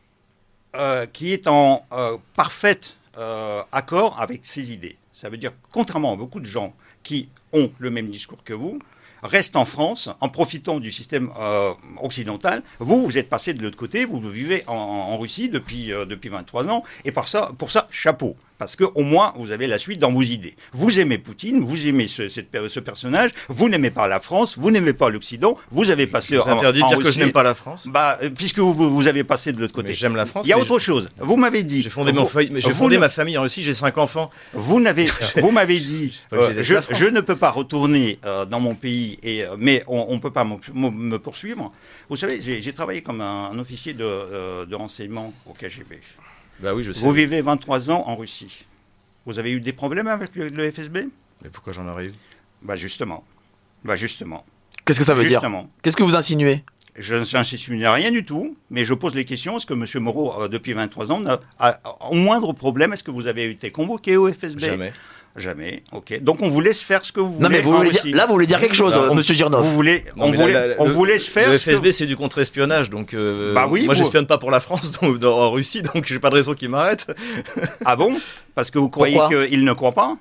euh, qui est en euh, parfait euh, accord avec ses idées. Ça veut dire, contrairement à beaucoup de gens qui ont le même discours que vous, restent en France en profitant du système euh, occidental. Vous, vous êtes passé de l'autre côté, vous vivez en, en Russie depuis, euh, depuis vingt-trois ans, et pour ça, pour ça, chapeau. Parce qu'au moins, vous avez la suite dans vos idées. Vous aimez Poutine, vous aimez ce, cette, ce personnage, vous n'aimez pas la France, vous n'aimez pas l'Occident, vous avez passé Je vous en, interdis de en dire que je Russie. n'aime pas la France. Bah, euh, puisque vous, vous vous avez passé de l'autre côté. Mais j'aime la France. Il y a mais autre chose. Vous m'avez dit. J'ai fondé, vous, mon feuille- mais j'ai vous fondé ne- ma famille en Russie, j'ai cinq enfants. vous n'avez, vous m'avez dit, Ouais, euh, j'ai je, la France. je ne peux pas retourner euh, dans mon pays, et, euh, mais on ne peut pas me, me- me poursuivre. Vous savez, j'ai j'ai travaillé comme un, un officier de, euh, de renseignement au K G B. Bah oui, je sais. Vous vivez vingt-trois ans en Russie. Vous avez eu des problèmes avec le, le F S B? Mais pourquoi j'en aurais eu? Bah justement. Bah justement. Qu'est-ce que ça veut dire? Justement. Qu'est-ce que vous insinuez? Je n'insiste à rien du tout, mais je pose les questions. Est-ce que M. Moreau, euh, depuis vingt-trois ans, n'a a, au moindre problème, est-ce que vous avez été convoqué au F S B? Jamais. Jamais, ok. Donc on vous laisse faire ce que vous voulez. Non mais vous en voulez dire, Russie. là vous voulez dire quelque chose, Bah, euh, on- monsieur Girnov. Vous voulez, Non, on, mais voulait- la- la- on le- vous laisse faire. Le ce F S B, que- c'est du contre-espionnage, donc euh, Bah oui, moi, vous- j'espionne pas pour la France donc, dans- en Russie, donc j'ai pas de raison qu'ils m'arrêtent. Ah bon? Parce que vous croyez Pourquoi qu'il ne croit pas?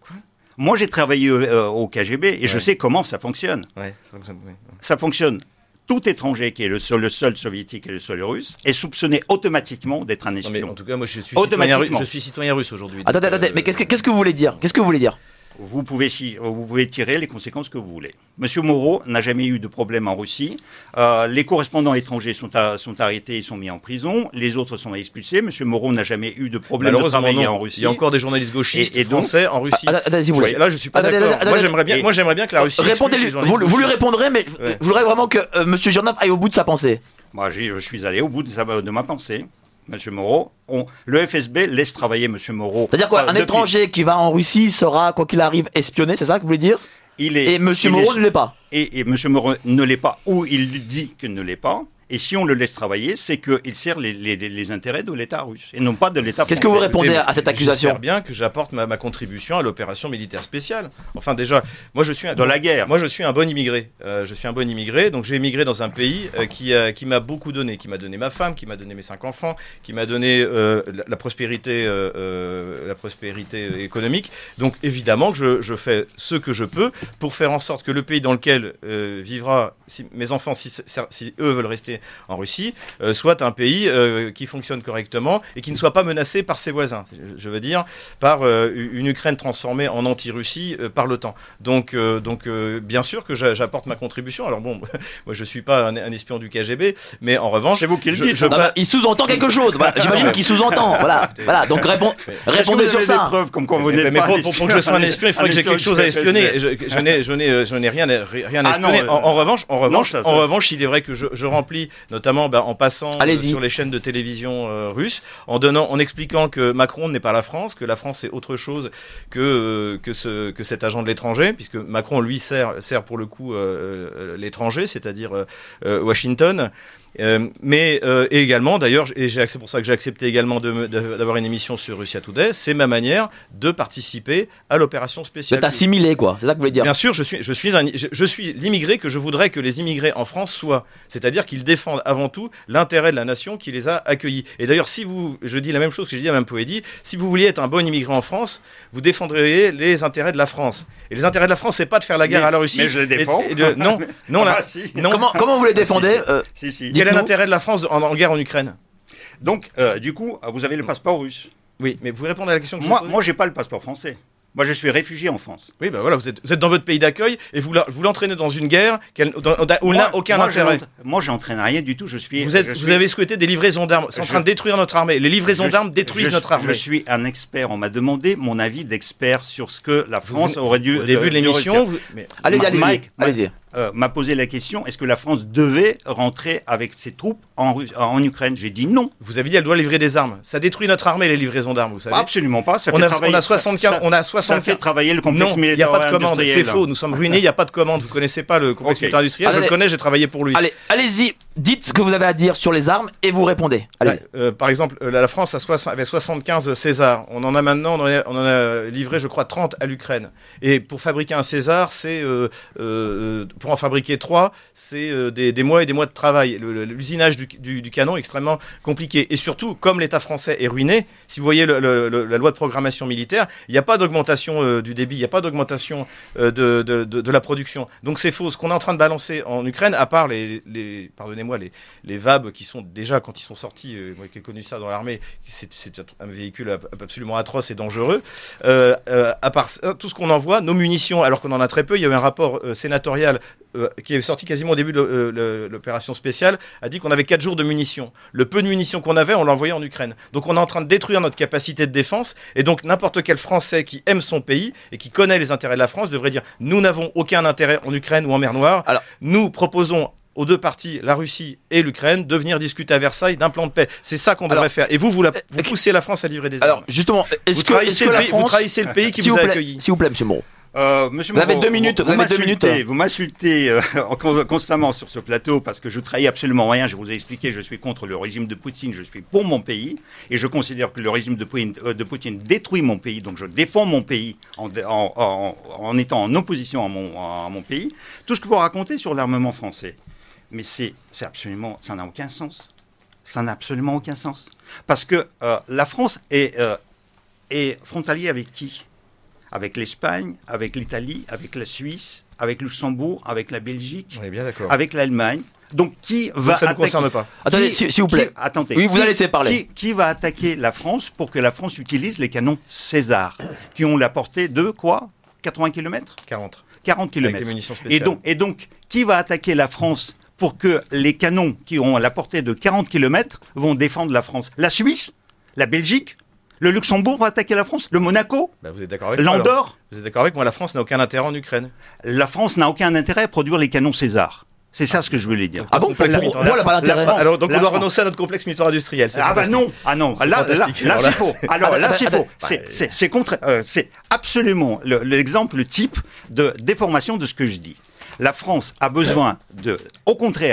Moi, j'ai travaillé euh, au K G B et je Ouais. sais comment ça fonctionne. Ouais, ça fonctionne, oui. Ça fonctionne. Tout étranger qui est le seul, le seul soviétique et le seul russe est soupçonné automatiquement d'être un Non, mais espion. en tout cas, moi, je suis citoyen, Automatiquement. ru- je suis citoyen russe aujourd'hui. Attendez, donc, attendez, euh, mais qu'est-ce que, qu'est-ce que vous voulez dire? Qu'est-ce que vous voulez dire? Vous pouvez, si, vous pouvez tirer les conséquences que vous voulez. Monsieur Moreau n'a jamais eu de problème en Russie. Euh, les correspondants étrangers sont, à- sont arrêtés et sont mis en prison. Les autres sont expulsés. Monsieur Moreau n'a jamais eu de problème de Malheureusement, travailler non. en Russie. Il y a encore des journalistes gauchistes Et- et donc- français en Russie. Ah, attendez, si vous Ouais, là, je suis pas Attendez, d'accord. attendez, Moi, attendez, j'aimerais bien, et- moi, j'aimerais bien que la Russie Répondez-lui, expulse les vous, journalistes vous lui gauchistes. répondrez, mais Ouais. je voudrais vraiment que euh, monsieur Girnov aille au bout de sa pensée. Moi, j'ai- je suis allé au bout de, sa- de ma pensée. Monsieur Moreau, on- le F S B laisse travailler Monsieur Moreau. C'est-à-dire quoi? Euh, Un depuis- étranger qui va en Russie sera, quoi qu'il arrive, espionné, c'est ça que vous voulez dire? il est, Et monsieur il Moreau est- ne l'est pas. Et, et Monsieur Moreau ne l'est pas, ou il lui dit qu'il ne l'est pas. Et si on le laisse travailler, c'est qu'il sert les, les, les intérêts de l'État russe et non pas de l'État français. Qu'est-ce que vous répondez à cette accusation ? J'espère bien que j'apporte ma, ma contribution à l'opération militaire spéciale. Enfin déjà, moi je suis un, de la guerre. Moi je suis un bon immigré. Euh, je suis un bon immigré, donc j'ai émigré dans un pays euh, qui, euh, qui m'a beaucoup donné, qui m'a donné ma femme, qui m'a donné mes cinq enfants, qui m'a donné euh, la, la prospérité, euh, euh, la prospérité économique. Donc évidemment que je, je fais ce que je peux pour faire en sorte que le pays dans lequel euh, vivra si, mes enfants, si, si eux veulent rester en Russie, euh, soit un pays euh, qui fonctionne correctement et qui ne soit pas menacé par ses voisins. Je veux dire, par euh, une Ukraine transformée en anti-Russie euh, par l'OTAN. Donc, euh, donc euh, bien sûr que j'a, j'apporte ma contribution. Alors bon, moi je suis pas un, un espion du K G B, mais en revanche, c'est vous qui le je, dites. Je, non, bah, il sous-entend quelque chose. Voilà, j'imagine qu'il sous-entend. Voilà, voilà. Donc répond, répondez sur ça. Des preuves comme quoi vous mais, n'êtes mais pas pour, un pour, pour que je sois un espion, il faudrait que j'ai quelque chose à espionner. Je, je n'ai, je n'ai, je n'ai rien, à, rien à ah espionner. Non, en, en revanche, en revanche, non, ça, en ça. revanche, il est vrai que je, je remplis, notamment bah, en passant euh, sur les chaînes de télévision euh, russes, en donnant, en expliquant que Macron n'est pas la France, que la France est autre chose que euh, que ce que cet agent de l'étranger, puisque Macron lui sert sert pour le coup euh, l'étranger, c'est-à-dire euh, Washington. Euh, mais euh, et également d'ailleurs et j'ai, c'est pour ça que j'ai accepté également de, de, d'avoir une émission sur Russia Today, c'est ma manière de participer à l'opération spéciale. Vous êtes assimilé quoi, c'est ça que vous voulez dire? Bien sûr, je suis je suis un, je, je suis l'immigré que je voudrais que les immigrés en France soient, c'est-à-dire qu'ils défendent avant tout l'intérêt de la nation qui les a accueillis. Et d'ailleurs, si vous, je dis la même chose que j'ai dit à Mme Poedi, si vous vouliez être un bon immigré en France, vous défendriez les intérêts de la France. Et les intérêts de la France, c'est pas de faire la guerre mais, à la Russie. Mais je les défends. Et, et de, non, non, ah là, bah, si. non. Comment comment vous les défendez? euh, si, si. Quel est l'intérêt de la France en, en guerre en Ukraine? Donc, euh, du coup, vous avez le passeport russe. Oui, mais vous pouvez répondre à la question que moi, je vous moi, j'ai pas le passeport français. Moi, je suis réfugié en France. Oui, ben voilà, vous êtes, vous êtes dans votre pays d'accueil et vous, la, vous l'entraînez dans une guerre qu'elle, dans, dans, où elle n'a aucun moi, intérêt. Je moi, j'entraîne rien du tout. Je suis. Vous, êtes, je vous suis, avez souhaité des livraisons d'armes. C'est en train je, de détruire notre armée. Les livraisons je, d'armes détruisent je, notre armée. Je suis un expert. On m'a demandé mon avis d'expert sur ce que la France vous, aurait dû. Au début de, de l'émission, vous, mais, allez-y, allez-y. Mike, allez-y. Euh, m'a posé la question, est-ce que la France devait rentrer avec ses troupes en, en Ukraine? J'ai dit non. Vous avez dit elle doit livrer des armes. Ça détruit notre armée, les livraisons d'armes, vous savez. Absolument pas. Ça on, fait a, travailler, on a soixante-quinze. Ça, on a soixante-quinze. Ça fait travailler le complexe non, militaire. Il n'y a pas de commande. C'est faux. Nous sommes ruinés. Il n'y a pas de commande. Vous connaissez pas le complexe okay. militaire industriel. Allez, je le connais. J'ai travaillé pour lui. Allez, allez-y. Dites ce que vous avez à dire sur les armes et vous répondez. Allez. Euh, par exemple, la France a soixante, avait soixante-quinze César. On en a maintenant, on en a, on en a livré, je crois, trente à l'Ukraine. Et pour fabriquer un César, c'est euh, euh, pour en fabriquer trois, c'est euh, des, des mois et des mois de travail. Le, le, l'usinage du, du, du canon est extrêmement compliqué. Et surtout, comme l'État français est ruiné, si vous voyez le, le, le, la loi de programmation militaire, il n'y a pas d'augmentation euh, du débit, il n'y a pas d'augmentation euh, de, de, de, de la production. Donc c'est faux. Ce qu'on est en train de balancer en Ukraine, à part les, les pardonnez-moi, Les, les V A B qui sont déjà, quand ils sont sortis, euh, moi qui ai connu ça dans l'armée, c'est, c'est un véhicule absolument atroce et dangereux. Euh, euh, à part ça, tout ce qu'on envoie, nos munitions, alors qu'on en a très peu, il y a eu un rapport euh, sénatorial euh, qui est sorti quasiment au début de euh, le, l'opération spéciale, a dit qu'on avait quatre jours de munitions. Le peu de munitions qu'on avait, on l'envoyait en Ukraine. Donc on est en train de détruire notre capacité de défense, et donc n'importe quel Français qui aime son pays et qui connaît les intérêts de la France devrait dire, nous n'avons aucun intérêt en Ukraine ou en mer Noire. Alors, nous proposons aux deux parties, la Russie et l'Ukraine, de venir discuter à Versailles d'un plan de paix. C'est ça qu'on devrait Alors, faire. Et vous, vous, la, vous poussez la France à livrer des armes. Alors, justement, est-ce vous que, trahissez, est-ce que le la pays, France... vous trahissez le pays qui s'il vous, vous a plaît, accueilli. S'il vous plaît, monsieur Moreau. Euh, monsieur vous Moreau, avez deux minutes. Vous, vous avez deux minutes. Vous m'insultez euh, constamment sur ce plateau parce que je trahis absolument rien. Je vous ai expliqué, je suis contre le régime de Poutine, je suis pour mon pays et je considère que le régime de Poutine, euh, de Poutine détruit mon pays. Donc je défends mon pays en, en, en, en étant en opposition à mon, à mon pays. Tout ce que vous racontez sur l'armement français, mais c'est, c'est absolument, ça n'a aucun sens. Ça n'a absolument aucun sens. Parce que euh, la France est, euh, est frontalier avec qui ? Avec l'Espagne, avec l'Italie, avec la Suisse, avec Luxembourg, avec la Belgique, On est bien d'accord. avec l'Allemagne. Donc qui va Donc ça ne attaquer... concerne pas. Attendez, qui, s'il vous plaît. Qui, attendez. Oui, vous qui, allez laisser parler. Qui, qui va attaquer la France pour que la France utilise les canons César, qui ont la portée de quoi ? quatre-vingts kilomètres ? quarante. quarante kilomètres. Avec des munitions spéciales. Et donc, et donc, qui va attaquer la France pour que les canons qui ont la portée de quarante kilomètres vont défendre la France ? La Suisse ? La Belgique ? Le Luxembourg va attaquer la France ? Le Monaco ? Bah vous êtes d'accord avec L'Andorre ? moi, Vous êtes d'accord avec moi ? La France n'a aucun intérêt en Ukraine. La France n'a aucun intérêt à produire les canons César. C'est ça ce que je voulais dire. Ah bon ? Pour moi, elle n'a pas d'intérêt. Alors donc la on doit France. renoncer à notre complexe militaire industriel. C'est Ah bah non, ah non, là, là, là, là c'est faux. Alors là c'est faux. Bah, C'est, c'est, c'est contre, euh, c'est absolument le, l'exemple type de déformation de ce que je dis. La France a besoin de, au contraire,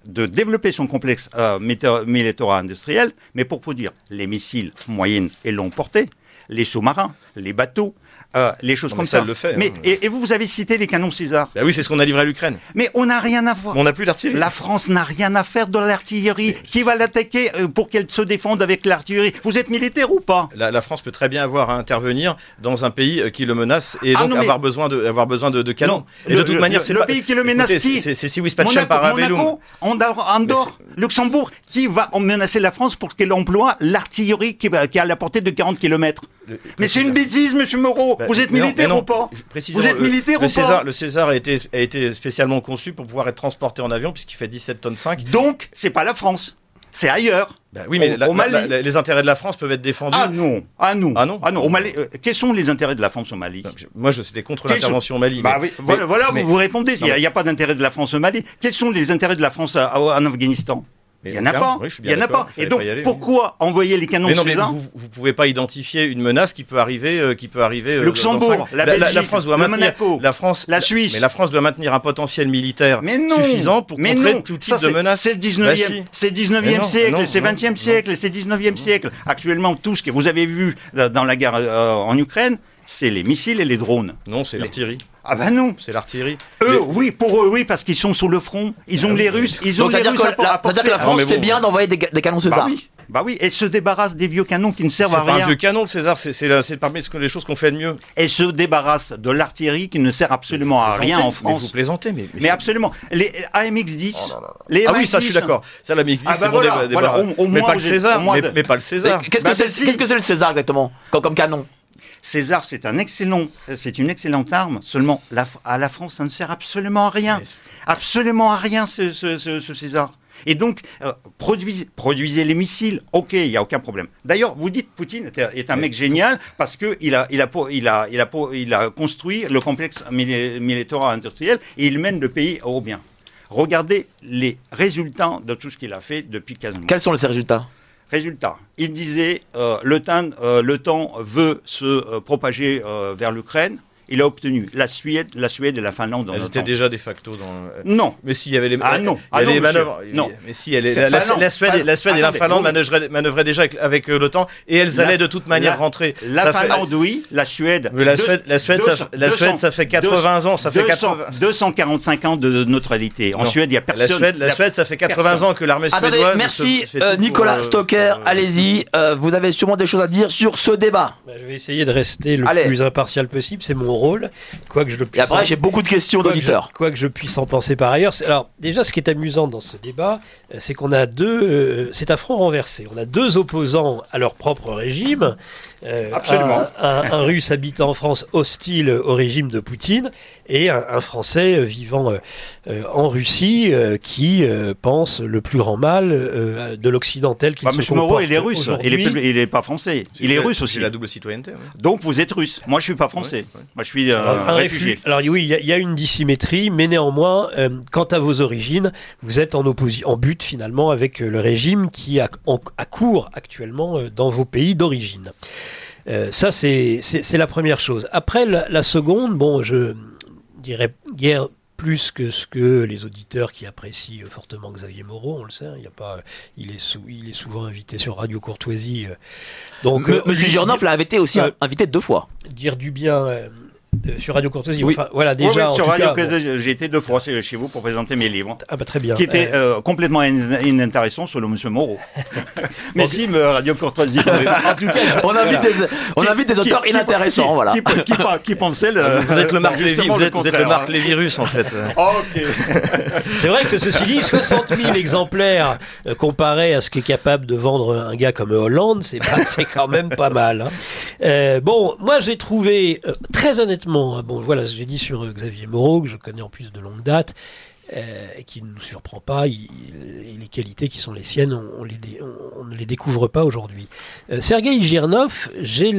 de développer son complexe euh, militaire industriel, mais pour vous dire, les missiles moyenne et longue portée, les sous-marins, les bateaux, Euh, les choses non, comme ça. ça. Le fait, mais, hein. et, et vous, vous avez cité les canons César. Bah oui, c'est ce qu'on a livré à l'Ukraine. Mais on n'a rien à voir. Mais on n'a plus d'artillerie. La France n'a rien à faire de l'artillerie. Mais... Qui va l'attaquer euh, pour qu'elle se défende avec l'artillerie? Vous êtes militaire ou pas? la, la France peut très bien avoir à intervenir dans un pays euh, qui le menace et donc ah non, mais... avoir besoin de, avoir besoin de, de canons. Non, et le, de toute le, manière, c'est le pas... pays qui le menace, Écoutez, qui c'est, c'est si Wispacem Parabellum. Monaco, Andorre, Andorre Luxembourg, qui va menacer la France pour qu'elle emploie l'artillerie qui, qui est à la portée de quarante kilomètres? Le, mais c'est une bêtise, monsieur Moreau. Bah, vous êtes militaire non, ou pas? Vous êtes militaire le, ou le César, pas? Le César a été, a été spécialement conçu pour pouvoir être transporté en avion puisqu'il fait dix-sept tonnes cinq. Donc, c'est pas la France, c'est ailleurs. Bah oui, mais au, la, au Mali. La, la, les intérêts de la France peuvent être défendus. Ah non, ah non, ah non, ah non. Au Mali, euh, quels sont les intérêts de la France au Mali? non, je, Moi, je c'était contre Quels l'intervention sont... au Mali. Bah mais, oui, mais, voilà, voilà mais, vous, vous répondez. Il n'y a, mais... a pas d'intérêt de la France au Mali. Quels sont les intérêts de la France à, à, en Afghanistan? Il n'y en a pas. Oui, il y en a pas. Et donc, aller, pourquoi oui. envoyer les canons mais non, César? Mais vous ne pouvez pas identifier une menace qui peut arriver, euh, qui peut arriver. Euh, Luxembourg, la, la Belgique, la, la France doit le maintenir, Monaco, la France, la Suisse. Mais la France doit maintenir un potentiel militaire mais non, suffisant pour mais contrer non, tout type ça, de menace. C'est le dix-neuvième, bah, si. c'est dix-neuvième siècle, c'est vingtième siècle, c'est dix-neuvième siècle. Actuellement, tout ce que vous avez vu dans la guerre euh, en Ukraine, c'est les missiles et les drones. Non, c'est l'artillerie. Ah ben non, c'est l'artillerie. Eux, les... oui, pour eux, oui, parce qu'ils sont sur le front. Ils ont ah, les Russes, ils ont donc, les Russes à la, C'est-à-dire que la France bon, fait bien d'envoyer des, des canons César. Bah oui, bah oui, et se débarrasse des vieux canons qui ne servent à rien. C'est pas un vieux canon, César, c'est, c'est, c'est parmi les choses qu'on fait de mieux. Et se débarrasse de l'artillerie qui ne sert absolument à rien en France. Mais vous plaisantez, mais... Mais, mais absolument. Les A M X dix... Oh, les ah oui, ça, je suis d'accord. Ça, l'A M X dix, ah c'est bah bon voilà, des, voilà, des au, au mais, moins pas le César, mais, de... mais pas le César. Qu'est-ce que, bah, c'est, qu'est-ce que c'est le César exactement, comme, comme canon? César, c'est un excellent, c'est une excellente arme. Seulement, la, à la France, ça ne sert absolument à rien, absolument à rien ce, ce, ce, ce César. Et donc, euh, produisez, produisez les missiles. Ok, il y a aucun problème. D'ailleurs, vous dites Poutine est un mec génial parce que il a, il a, il a, il a, il a construit le complexe militaire industriel et il mène le pays au bien. Regardez les résultats de tout ce qu'il a fait depuis quinze mois. Quels sont ces résultats? Résultat, il disait euh, le, temps, euh, le temps veut se euh, propager euh, vers l'Ukraine. Il a obtenu la Suède, la Suède et la Finlande. Elles étaient déjà de facto dans. Non. Mais s'il y avait les. Ah non. Il y ah avait non, les manœuvres. Non. Mais si, elle est, la, la, la Suède, la Suède et la Finlande manœuvraient, manœuvraient déjà avec, avec euh, l'OTAN et elles allaient la, de toute manière la, rentrer. La ça Finlande, fait... oui. La Suède. Mais la Suède, la Suède, deux, ça, la Suède, ça fait quatre-vingts ans. Ça fait deux cent quarante-cinq ans de neutralité. En non. Suède, il y a personne. La Suède, la Suède, ça fait quatre-vingts personne. ans que l'armée Attendez, suédoise. Merci, euh, Nicolas pour, Stocker. Euh, allez-y. Euh, vous avez sûrement des choses à dire sur ce débat. Je vais essayer de rester le plus impartial possible. C'est mon rôle. Quoi que je le puisse. Et après, j'ai beaucoup de questions quoi d'auditeurs. Que je, quoi que je puisse en penser par ailleurs. C'est, alors, déjà, ce qui est amusant dans ce débat, c'est qu'on a deux. Euh, c'est un front renversé. On a deux opposants à leur propre régime. Euh, Absolument. Un, un, un Russe habitant en France hostile au régime de Poutine et un, un Français vivant euh, euh, en Russie euh, qui euh, pense le plus grand mal euh, de l'Occident tel qu'il bah, se Monsieur comporte Moreau, il est russe. Il est, il est pas français. C'est il est la, russe aussi. C'est la double citoyenneté. Ouais. Donc vous êtes russe. Moi, je suis pas français. Ouais, ouais. Moi, je suis euh, alors, un réfugié. Réfu- alors oui, il y, y a une dissymétrie, mais néanmoins, euh, quant à vos origines, vous êtes en opposition, en but finalement avec le régime qui a, en, a cours actuellement euh, dans vos pays d'origine. Euh, ça, c'est, c'est, c'est la première chose. Après, la, la seconde, bon, je dirais guère plus que ce que les auditeurs qui apprécient fortement Xavier Moreau, on le sait, hein, il y a pas, il est, sou, il est souvent invité sur Radio Courtoisie. Euh, donc, M- Monsieur Girnoff l'a invité aussi, euh, invité deux fois. Dire du bien. Euh, Euh, sur Radio Courtoisie, oui. enfin, voilà déjà. Oui, oui, en sur tout Radio cas, Courtoisie, bon. j'ai été deux fois chez vous pour présenter mes livres. Ah bah très bien. Qui étaient euh... Euh, complètement in- inintéressants selon Monsieur Moreau. Mais donc, si, me Radio Courtoisie. En tout cas, on invite des, on qui, invite des auteurs qui, inintéressants, qui, voilà. Qui, qui, qui, qui pensaient le. Vous êtes le Marc Lévy, vous êtes, vous êtes le Marc Lévy-Russe en fait. Ok. C'est vrai que ceci dit, soixante mille exemplaires euh, comparé à ce qu'est capable de vendre un gars comme Hollande, c'est, pas, c'est quand même pas mal. Hein. Euh, bon, moi j'ai trouvé euh, très honnêtement, bon voilà. J'ai dit sur Xavier Moreau, que je connais en plus de longue date, euh, et qui ne nous surprend pas, il, il, les qualités qui sont les siennes, on, on, les, on, on ne les découvre pas aujourd'hui. Euh, Sergueï Girnoff, j'ai,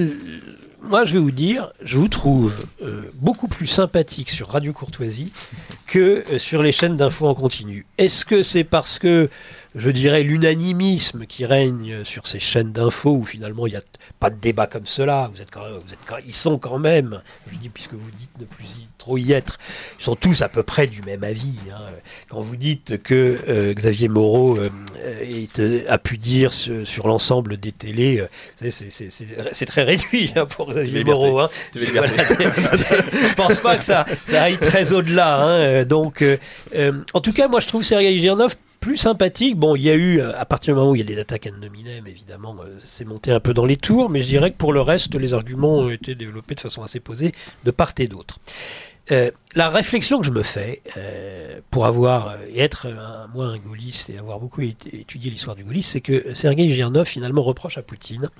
moi je vais vous dire, je vous trouve euh, beaucoup plus sympathique sur Radio Courtoisie que euh, sur les chaînes d'infos en continu. Est-ce que c'est parce que je dirais, l'unanimisme qui règne sur ces chaînes d'infos où finalement il n'y a pas de débat comme cela. Vous êtes quand même, vous êtes quand, ils sont quand même, je dis puisque vous dites ne plus y, trop y être, ils sont tous à peu près du même avis. Hein. Quand vous dites que euh, Xavier Moreau euh, est, euh, a pu dire sur, sur l'ensemble des télés, euh, c'est, c'est, c'est, c'est, c'est très réduit hein, pour Xavier Moreau. Hein. Voilà, je pense pas que ça, ça aille très au-delà. Hein. Donc, euh, euh, en tout cas, moi je trouve Sergueï Girnov plus sympathique. Bon, il y a eu, à partir du moment où il y a des attaques ad nominem, évidemment, euh, c'est monté un peu dans les tours, mais je dirais que pour le reste, les arguments ont été développés de façon assez posée de part et d'autre. Euh, la réflexion que je me fais, euh, pour avoir, et être un, moi un gaulliste et avoir beaucoup étudié l'histoire du gaullisme, c'est que Sergueï Girnov finalement reproche à Poutine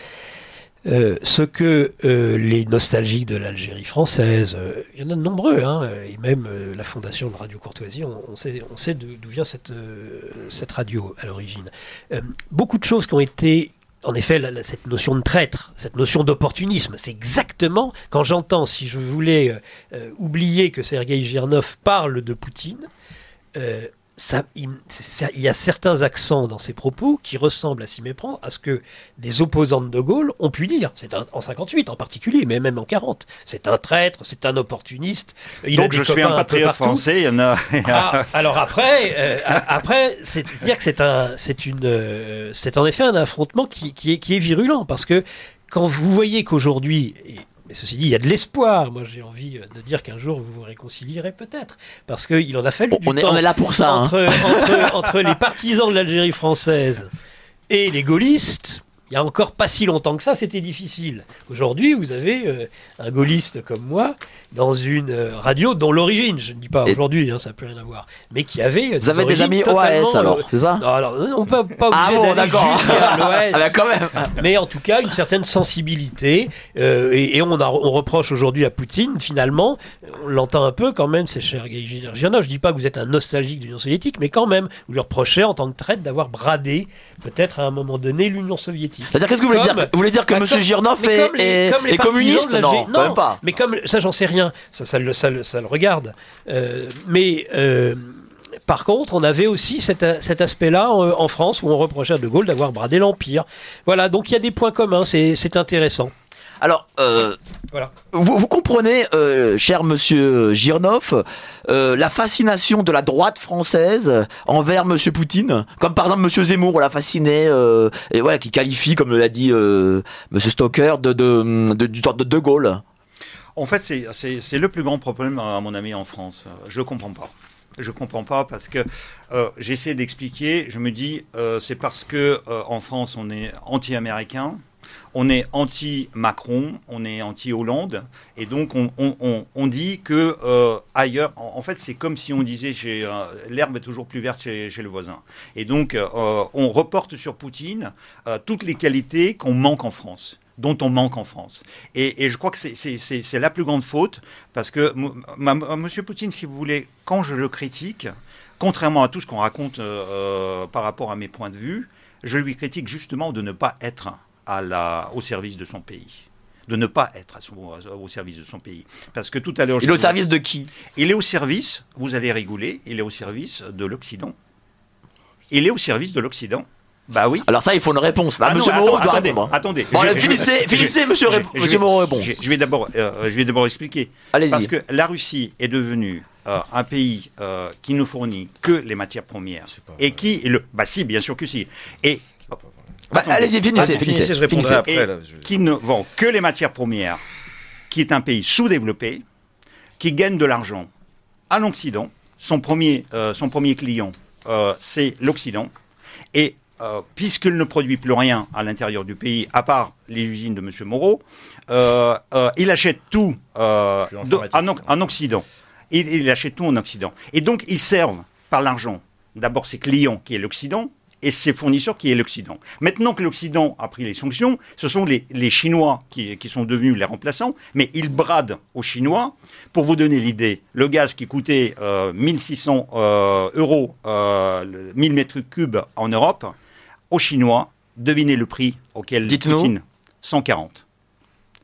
Euh, ce que euh, les nostalgiques de l'Algérie française, euh, il y en a de nombreux, hein, et même euh, la fondation de Radio Courtoisie, on, on sait, on sait d'où vient cette, euh, cette radio à l'origine. Euh, beaucoup de choses qui ont été, en effet, la, la, cette notion de traître, cette notion d'opportunisme, c'est exactement, quand j'entends, si je voulais euh, euh, oublier que Sergueï Girnov parle de Poutine, euh, Ça, il, il y a certains accents dans ses propos qui ressemblent à s'y méprendre à ce que des opposants de De Gaulle ont pu dire. C'est un, en cinquante-huit en particulier, mais même en quarante. C'est un traître, c'est un opportuniste. Il Donc je suis un patriote un français. Il y en a. Ah, alors après, euh, après, c'est-à-dire que c'est un, c'est une, euh, c'est en effet un affrontement qui, qui est, qui est virulent parce que quand vous voyez qu'aujourd'hui. Et, mais ceci dit, il y a de l'espoir. Moi, j'ai envie de dire qu'un jour, vous vous réconcilierez peut-être. Parce qu'il en a fallu on, du on temps. Est, on est là pour ça. Entre, hein. entre, entre les partisans de l'Algérie française et les gaullistes, il n'y a encore pas si longtemps que ça, c'était difficile. Aujourd'hui, vous avez euh, un gaulliste comme moi dans une euh, radio dont l'origine, je ne dis pas et aujourd'hui, hein, ça n'a plus rien à voir, mais qui avait. Euh, vous avez des amis O A S alors, c'est ça? Non, alors, on ne peut pas obligé ah bon, d'aller jusqu'à l'O A S. Ah, quand même. Mais en tout cas, une certaine sensibilité. Euh, et, et on, a, on reproche aujourd'hui à Poutine, finalement, on l'entend un peu quand même, c'est Sergueï Girnov. Je ne dis pas que vous êtes un nostalgique de l'Union soviétique, mais quand même, vous lui reprochez en tant que traître d'avoir bradé, peut-être à un moment donné, l'Union soviétique. C'est-à-dire, qu'est-ce que vous voulez dire? Vous voulez dire que M. Girnov est, les, est, est communiste? Non, non, même pas. Mais comme ça, j'en sais rien. Ça, ça, ça, ça, ça le regarde. Euh, mais euh, par contre, on avait aussi cet, cet aspect-là en, en France où on reprochait à De Gaulle d'avoir bradé l'Empire. Voilà, donc il y a des points communs. C'est, c'est intéressant. Alors, euh, voilà. vous, vous comprenez, euh, cher monsieur Girnov, euh, la fascination de la droite française envers monsieur Poutine, comme par exemple monsieur Zemmour, on l'a fasciné, euh, et voilà, qui qualifie, comme l'a dit euh, monsieur Stoker, de de, de, de, de, de Gaulle. En fait, c'est, c'est, c'est le plus grand problème, à mon avis, en France. Je ne comprends pas. Je comprends pas parce que euh, j'essaie d'expliquer, je me dis, euh, c'est parce que euh, en France, on est anti-américain. On est anti-Macron, on est anti-Hollande, et donc on, on, on, on dit que euh, ailleurs, en, en fait, c'est comme si on disait chez, euh, l'herbe est toujours plus verte chez, chez le voisin. Et donc, euh, on reporte sur Poutine euh, toutes les qualités qu'on manque en France, dont on manque en France. Et, et je crois que c'est, c'est, c'est, c'est la plus grande faute, parce que m- M. Poutine, si vous voulez, quand je le critique, contrairement à tout ce qu'on raconte euh, par rapport à mes points de vue, je lui critique justement de ne pas être À la, au service de son pays, de ne pas être à son, au service de son pays. Parce que tout à l'heure... Il est au service de qui? Il est au service, vous allez rigoler, il est au service de l'Occident. Il est au service de l'Occident. Bah oui. Alors ça, il faut une réponse. Là, ah monsieur non, Moreau attends, doit attendez, répondre. Attendez. Bon, je, allez, finissez, je, finissez, je, monsieur, je, rép- monsieur Moreau répond. Je, je vais d'abord, euh, je vais d'abord expliquer. Allez-y. Parce que la Russie est devenue euh, un pays euh, qui ne fournit que les matières premières. Et qui... Et le, bah si, bien sûr que si. Et... Bah, allez-y, finissez, ah, finissez, finissez, je répondrai finissez. après. Là, je... Qui ne vend que les matières premières, qui est un pays sous-développé, qui gagne de l'argent à l'Occident. Son premier, euh, son premier client, euh, c'est l'Occident. Et euh, puisqu'il ne produit plus rien à l'intérieur du pays, à part les usines de M. Moreau, euh, euh, il achète tout euh, de, en, en Occident. Il, il achète tout en Occident. Et donc, ils servent par l'argent d'abord ses clients, qui est l'Occident, et ses fournisseurs qui est l'Occident. Maintenant que l'Occident a pris les sanctions, ce sont les, les Chinois qui, qui sont devenus les remplaçants, mais ils bradent aux Chinois. Pour vous donner l'idée, le gaz qui coûtait euh, mille six cents euh, euros, euh, mille mètres cubes en Europe, aux Chinois, devinez le prix auquel Dites-nous. Poutine, cent quarante.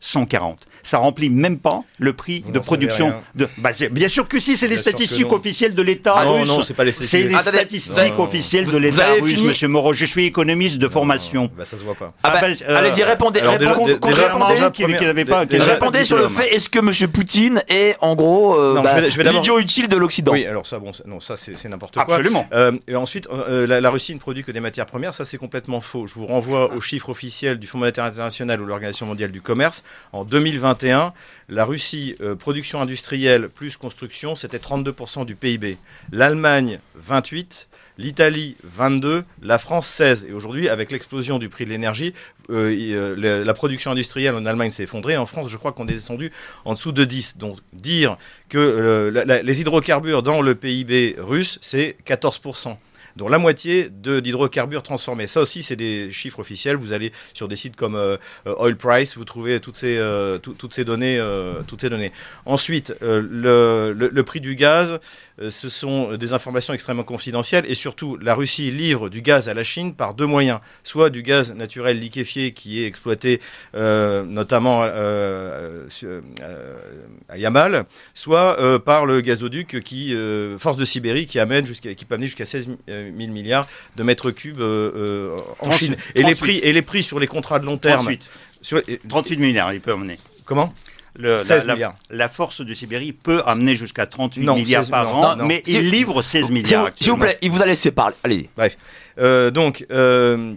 cent quarante. Ça remplit même pas le prix Vous de n'en savez production rien. de. Bah, c'est- bien sûr que si, c'est les Bien sûr statistiques que non. officielles de l'État Ah non, russe. non, c'est pas les C'est statistiques. les Attendez, statistiques non, non. officielles de Vous l'État avez russe, fini Monsieur Moreau. Je suis économiste de formation. Bah, ça se voit pas. Ah Ah bah, bah, euh, allez-y, répondez. alors, répondez, déjà- déjà- Contrairement à répondez, vous qui qui n'avez pas. qui déjà- n'avez pas répondez de sur le diplôme. fait, est-ce que Monsieur Poutine est en gros euh, Non, bah, je vais- je vais d'abord- l'idiot utile de l'Occident? Oui, alors ça, bon, c'est- non, ça c'est c'est n'importe quoi. Absolument. Euh, et ensuite, euh, la, la Russie ne produit que des matières premières, ça c'est complètement faux. Je vous renvoie aux chiffres officiels du Fonds monétaire international ou de l'Organisation mondiale du commerce. En deux mille vingt et un, la Russie, euh, production industrielle plus construction, c'était trente-deux pour cent du P I B. L'Allemagne, vingt-huit. L'Italie, vingt-deux, la France, seize. Et aujourd'hui, avec l'explosion du prix de l'énergie, euh, y- euh, la, la production industrielle en Allemagne s'est effondrée. En France, je crois qu'on est descendu en dessous de dix. Donc, dire que euh, la- la- les hydrocarbures dans le P I B russe, c'est quatorze pour cent. Dont la moitié de- d'hydrocarbures transformés. Ça aussi, c'est des chiffres officiels. Vous allez sur des sites comme euh, euh, Oil Price, vous trouvez toutes ces, euh, tout- toutes ces données. euh, toutes ces données. Ensuite, euh, le, le- le prix du gaz, euh, ce sont des informations extrêmement confidentielles. Et surtout, la Russie livre du gaz à la Chine par deux moyens. Soit du gaz naturel liquéfié qui est exploité euh, notamment euh, sur- euh, à Yamal, soit euh, par le gazoduc qui, euh, Force de Sibérie, qui, amène jusqu'à, qui peut amener jusqu'à seize mille milliards de mètres cubes euh, euh, en trente-huit, Chine. Et les, trente-huit. prix, et les prix sur les contrats de long terme. trente-huit. Sur, et- trente-huit milliards, il peut emmener. comment Le- seize la, milliards. La, la force de Sibérie peut amener jusqu'à trente-huit Non, milliards seize par non, an, non. mais Si- il livre seize S'il milliards vous, s'il vous actuellement. plaît, il vous a laissé parler. Allez-y. Bref. Euh, donc, euh,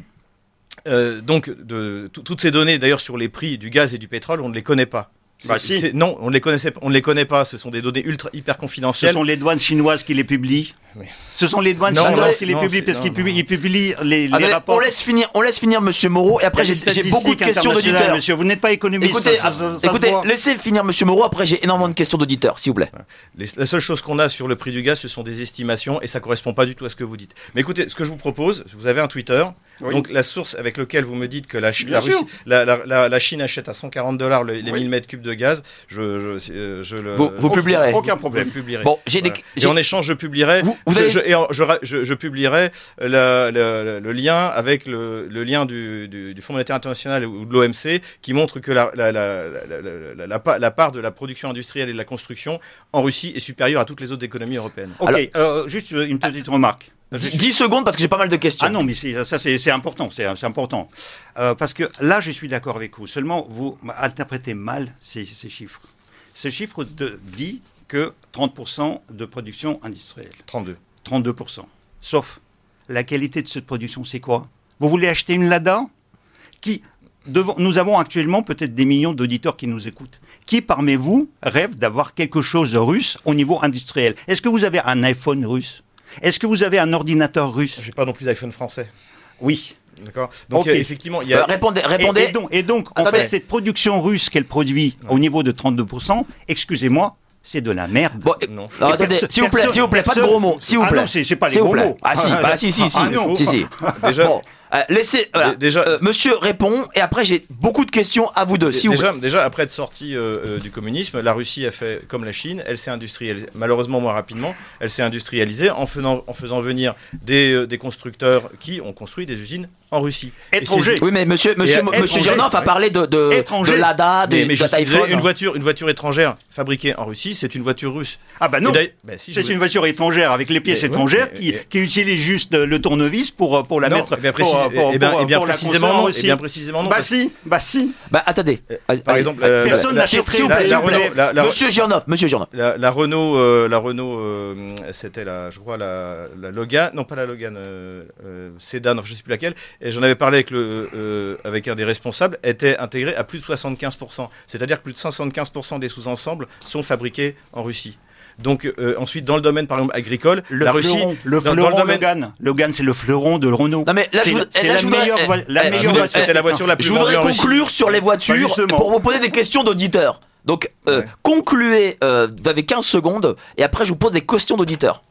euh, donc de, tout- toutes ces données, d'ailleurs, sur les prix du gaz et du pétrole, on ne les connaît pas. Bah C'est- si. c'est- non, on ne les connaissait, on ne les connaît pas. Ce sont des données ultra hyper Ce confidentielles. sont les douanes chinoises qui les publient. Oui. Ce sont les douanes Non, chinoises non, qui les non, publient c'est- parce non, qu'ils non. publient, ils publient les, les Attendez, rapports. on laisse finir, on laisse finir Monsieur Moreau et après j'ai, j'ai beaucoup de questions d'auditeurs. Monsieur, vous n'êtes pas économiste. Écoutez, ça, ça- ça- ça se écoutez, voit. laissez finir Monsieur Moreau. Après j'ai énormément de questions d'auditeurs, s'il vous plaît. Les- la seule chose qu'on a sur le prix du gaz, ce sont des estimations et ça correspond pas du tout à ce que vous dites. Mais écoutez, ce que je vous propose, vous avez un Twitter, Oui. donc la source avec laquelle vous me dites que la, Ch- Bien la, sûr. Russie- la, la- la- la Chine achète à cent quarante dollars le- les Oui. mille mètres cubes de gaz, je, je, euh, je le. Vous- vous je- publierez. Aucun je problème. le publierai. Bon, j'ai des. Voilà. j'ai- Et en échange, je publierai. Vous- vous je, avez- je- et en- je ra- je- je publierai la- la- la- le lien avec le, le lien du, du, du Fonds monétaire international ou de l'O M C qui montre que la, la, la, la, la- la- la pa- la part de la production industrielle et de la construction en Russie est supérieure à toutes les autres économies européennes. Ok, Alors- euh, juste une petite remarque. dix dix secondes parce que j'ai pas mal de questions. Ah non, mais c'est- ça c'est c'est important, c'est c'est important. Euh, parce que là, je suis d'accord avec vous. Seulement, vous interprétez mal ces, ces chiffres. Ce chiffre de- dit que trente pour cent de production industrielle, trente-deux. trente-deux pour cent. Sauf, la qualité de cette production, c'est quoi? Vous voulez acheter une Lada qui, devant, nous avons actuellement peut-être des millions d'auditeurs qui nous écoutent. Qui parmi vous rêve d'avoir quelque chose de russe au niveau industriel? Est-ce que vous avez un iPhone russe? Est-ce que vous avez un ordinateur russe? J'ai pas non plus d'iPhone français. Oui. D'accord. Donc Ok. euh, effectivement, il y Euh, a. répondez, Et, répondez. et donc, et donc, en Attendez. fait, cette production russe qu'elle produit au niveau de trente-deux pour cent, excusez-moi, c'est de la merde. Bon, euh, Non, je- alors, attendez, Perso- s'il vous plaît, personne- s'il vous plaît, pas de personne- gros mots, s'il vous Ah plaît. non, c'est c'est pas les S'il vous gros plaît. mots. Ah si, bah si, si, si. Ah non. Si, si. Déjà, Bon, euh, laissez. Voilà. Dé- déjà- Euh, monsieur répond et après j'ai beaucoup de questions à vous deux, s'il vous plaît. déjà, déjà, après être sortie euh, euh, du communisme, la Russie a fait comme la Chine, elle s'est industrialisée, malheureusement moins rapidement, elle s'est industrialisée en faisant, en faisant venir des, euh, des constructeurs qui ont construit des usines en Russie. Et Étrangers. ces- Oui, mais monsieur, monsieur, Et monsieur étranger, Girnoff a ouais. parlé de, de, Étranger. de Lada, de, Mais, mais je de suis désolé, iPhone. une voiture, une voiture étrangère fabriquée en Russie, c'est une voiture russe. Ah bah non, Et d'ailleurs- bah si, je c'est vous- une voiture étrangère avec les pièces Mais ouais, étrangères mais- qui, mais- qui utilise juste le tournevis pour, pour la Non, mettre eh bien, pour, précis- pour, eh bien- pour- eh bien pour la précisément construire non, aussi. eh bien précisément non, Bah parce- si, bah si. Bah attendez. Euh, par exemple, euh, Personne la- n'achèterait s'il vous une plaît, s'il vous Renault, plaît. la- la- Monsieur Girnoff, monsieur Girnoff. La, la Renault, euh, la Renault, euh, c'était la, je crois la, la Logan, non pas la Logan, euh, euh, Sedan, je sais plus laquelle. Et j'en avais parlé avec le, euh, avec un des responsables, était intégrée à plus de soixante-quinze pour cent. C'est-à-dire que plus de soixante-quinze pour cent des sous-ensembles sont fabriqués en Russie. Donc euh, ensuite, dans le domaine par exemple agricole, Le la Russie, fleuron, le dans- dans fleuron le domaine- Logan. Logan, c'est le fleuron de Renault. Non mais là C'est je, la- voudrais- c'est là, la je voudrais- meilleure eh, voie- la eh, meilleure je voudrais- c'était la voiture la plus Je voudrais vendue en Russie. conclure sur les voitures justement. pour vous poser des questions d'auditeurs. Donc euh, Ouais. concluez, euh, vous avez quinze secondes et après je vous pose des questions d'auditeurs.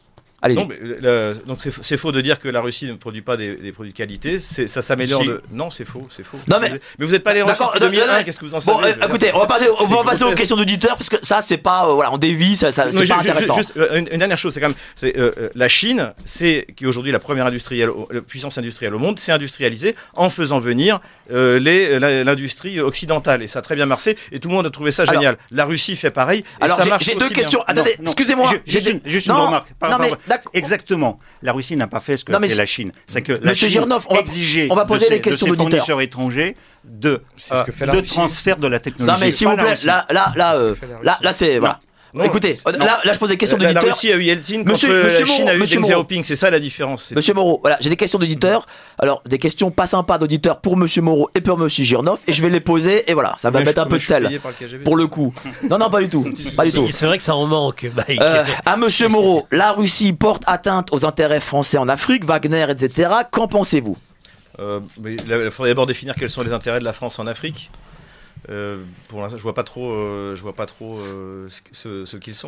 Allez. Non, mais, euh, donc c'est, c'est faux de dire que la Russie ne produit pas des, des produits de qualité. C'est, ça s'améliore. Si. De... Non, c'est faux, c'est faux. Non, mais- mais vous n'êtes pas allé en Russie D'accord, depuis deux mille un. non, non, Qu'est-ce que vous en Bon, savez? euh, écoutez, on va, parler, on va C'est passer aux grotesque. questions d'auditeurs parce que ça, c'est pas. euh, voilà, on dévie, ça, ça, c'est Non, pas ju- ju- intéressant. Juste euh, une, une dernière chose, c'est quand même c'est, euh, euh, la Chine, c'est qui est aujourd'hui la première industrielle, au- la puissance industrielle au monde, s'est industrialisée en faisant venir euh, les, la- l'industrie occidentale et ça a très bien marché et tout le monde a trouvé ça Alors- génial. La Russie fait pareil. Et Alors, ça j'ai, marche j'ai deux aussi bien. questions. Attendez, Non, non. excusez-moi. Ju- Juste j'ai une, des- juste une non, remarque. Par non, mais rapport- d'accord. Exactement. La Russie n'a pas fait ce que Non, mais fait c'est- la Chine. C'est que la Monsieur Chine Girnoff, on va- exigeait on va poser de ses, les questions de ses d'auditeurs. fournisseurs étrangers de, C'est ce que euh, fait la de Russie. transfert de la technologie. Non, mais s'il Pas vous la plaît, Russie. là, là, là, euh, fait la là, Russie. là, c'est. Voilà. Non, Écoutez, non. là, là, je pose des questions La, la d'auditeurs. Russie a eu Yeltsin quand Monsieur- euh, Monsieur la Chine Moreau, a eu Monsieur Deng Moreau. Xiaoping. C'est ça la différence. C'est Monsieur Moreau, voilà, j'ai des questions d'auditeurs. Alors, des questions pas sympas d'auditeurs pour Monsieur Moreau et pour Monsieur Girnoff, et je vais les poser, et voilà, ça va Mais mettre je- un peu mais de je suis sel. payé par le K G B, Pour c'est le ça. coup. Non, non, pas du tout. Pas du tout. C'est c'est vrai que ça en manque, Mike. Euh, à Monsieur Moreau, la Russie porte atteinte aux intérêts français en Afrique, Wagner, et cetera. Qu'en pensez-vous? Euh, mais là, il faudrait d'abord définir quels sont les intérêts de la France en Afrique. Euh, pour l'instant, je vois pas trop, euh, je vois pas trop euh, ce, ce- ce qu'ils sont.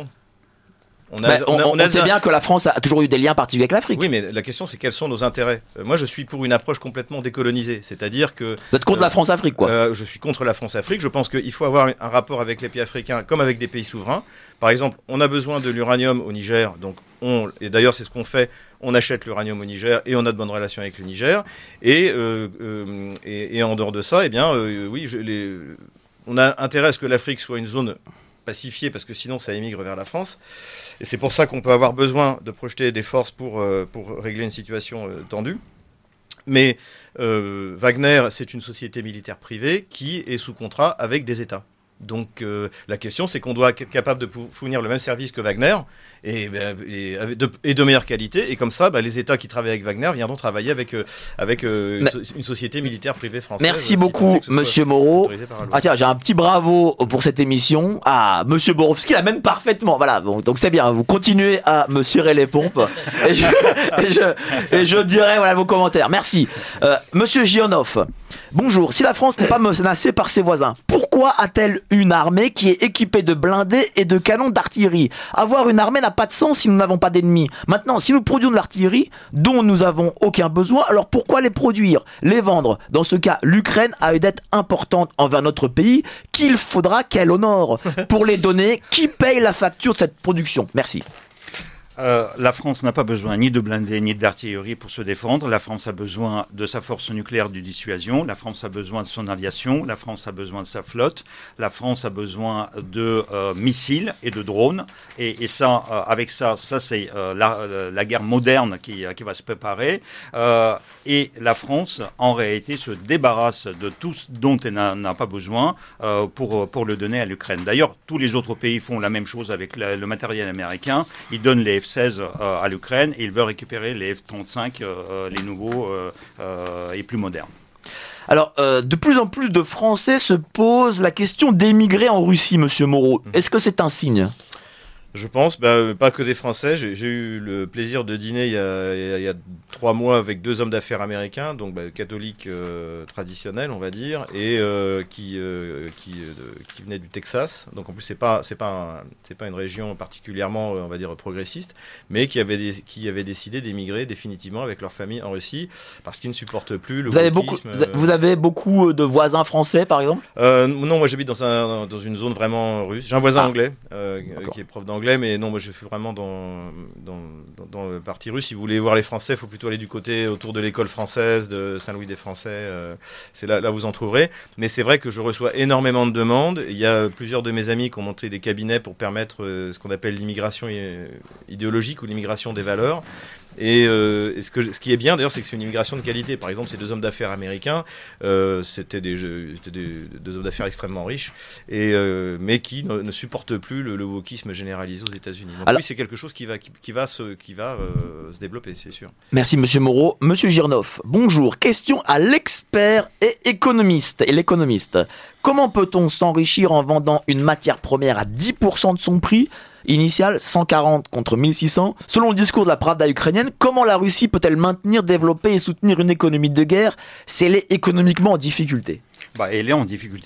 On Bah, on, a- on- a- on sait bien que la France a toujours eu des liens particuliers avec l'Afrique. Oui, mais la question c'est quels sont nos intérêts. Euh, moi, je suis pour une approche complètement décolonisée, c'est-à-dire que Vous êtes contre Euh, la France-Afrique, quoi. Euh, je suis contre la France-Afrique. Je pense qu'il faut avoir un rapport avec les pays africains comme avec des pays souverains. Par exemple, on a besoin de l'uranium au Niger, donc on, et d'ailleurs c'est ce qu'on fait, on achète l'uranium au Niger et on a de bonnes relations avec le Niger. Et, euh, euh, et, et en dehors de ça, eh bien, euh, oui, je, les, on a intérêt à ce que l'Afrique soit une zone pacifiée parce que sinon ça émigre vers la France. Et c'est pour ça qu'on peut avoir besoin de projeter des forces pour, euh, pour régler une situation euh, tendue. Mais euh, Wagner, c'est une société militaire privée qui est sous contrat avec des États. Donc euh, la question, c'est qu'on doit être capable de pou- fournir le même service que Wagner et, ben, et, avec de, et de meilleure qualité. Et comme ça, ben, les États qui travaillent avec Wagner viendront travailler avec, euh, avec euh, une, Mais- so- une société militaire privée française. Merci si tant beaucoup, est que ce soit Monsieur Moreau. autorisé par la loi. Ah tiens, j'ai un petit bravo pour cette émission. Ah, Monsieur Borowski l'a même parfaitement. Voilà, bon, donc c'est bien. Vous continuez à me cirer les pompes et je, et je, et je dirai voilà vos commentaires. Merci, euh, Monsieur Girnoff. Bonjour. Si la France n'est pas menacée par ses voisins, pourquoi a-t-elle une armée qui est équipée de blindés et de canons d'artillerie? Avoir une armée n'a pas de sens si nous n'avons pas d'ennemis. Maintenant, si nous produisons de l'artillerie dont nous n'avons aucun besoin, alors pourquoi les produire, les vendre? Dans ce cas, l'Ukraine a une dette importante envers notre pays qu'il faudra qu'elle honore. Pour les donner, qui paye la facture de cette production? Merci. Euh, la France n'a pas besoin ni de blindés ni d'artillerie pour se défendre. La France a besoin de sa force nucléaire de dissuasion. La France a besoin de son aviation. La France a besoin de sa flotte. La France a besoin de euh, missiles et de drones. Et, et ça, euh, avec ça, ça c'est euh, la, la guerre moderne qui, qui va se préparer. Euh, et la France, en réalité, se débarrasse de tout ce dont elle n'a, n'a pas besoin euh, pour, pour le donner à l'Ukraine. D'ailleurs, tous les autres pays font la même chose avec la, le matériel américain. Ils donnent les F seize euh, à l'Ukraine et ils veulent récupérer les F trente-cinq, euh, les nouveaux euh, euh, et plus modernes. Alors, euh, de plus en plus de Français se posent la question d'émigrer en Russie, Monsieur Moreau. Est-ce que c'est un signe? Je pense, bah, pas que des Français. J'ai, j'ai eu le plaisir de dîner il y a, il y a, il y a trois mois avec deux hommes d'affaires américains, donc bah, catholiques euh, traditionnels, on va dire, et euh, qui, euh, qui, euh, qui venaient du Texas. Donc en plus, c'est pas, c'est pas, un, c'est pas une région particulièrement, on va dire, progressiste, mais qui avaient, des, qui avaient décidé d'émigrer définitivement avec leur famille en Russie parce qu'ils ne supportent plus le Vous avez, beaucoup, wokisme, vous a- vous avez beaucoup de voisins français, par exemple? euh, non, moi j'habite dans, un, dans une zone vraiment russe. J'ai un voisin Ah. anglais euh, D'accord. qui est prof d'anglais, mais non, moi je suis vraiment dans, dans, dans, dans le parti russe. Si vous voulez voir les Français, il faut plutôt aller du côté autour de l'école française, de Saint-Louis des Français. Euh, c'est là, là vous en trouverez. Mais c'est vrai que je reçois énormément de demandes. Il y a plusieurs de mes amis qui ont monté des cabinets pour permettre euh, ce qu'on appelle l'immigration i- idéologique ou l'immigration des valeurs. Et, euh, et ce, que, je- ce qui est bien d'ailleurs, c'est que c'est une immigration de qualité. Par exemple, ces deux hommes d'affaires américains, euh, c'était des, jeux- c'était des, deux hommes d'affaires extrêmement riches, et, euh, mais qui ne, ne supportent plus le, le wokisme généralisé aux États-Unis. Donc Alors- oui, c'est quelque chose qui va, qui, qui va, se, qui va euh, se développer, c'est sûr. Merci Monsieur Moreau. Monsieur Girnoff, bonjour. Question à l'expert et économiste et l'économiste. Comment peut-on s'enrichir en vendant une matière première à dix pour cent de son prix initial, cent quarante contre mille six cents? Selon le discours de la Pravda ukrainienne, comment la Russie peut-elle maintenir, développer et soutenir une économie de guerre si elle est économiquement en difficulté? Bah, elle est en difficulté.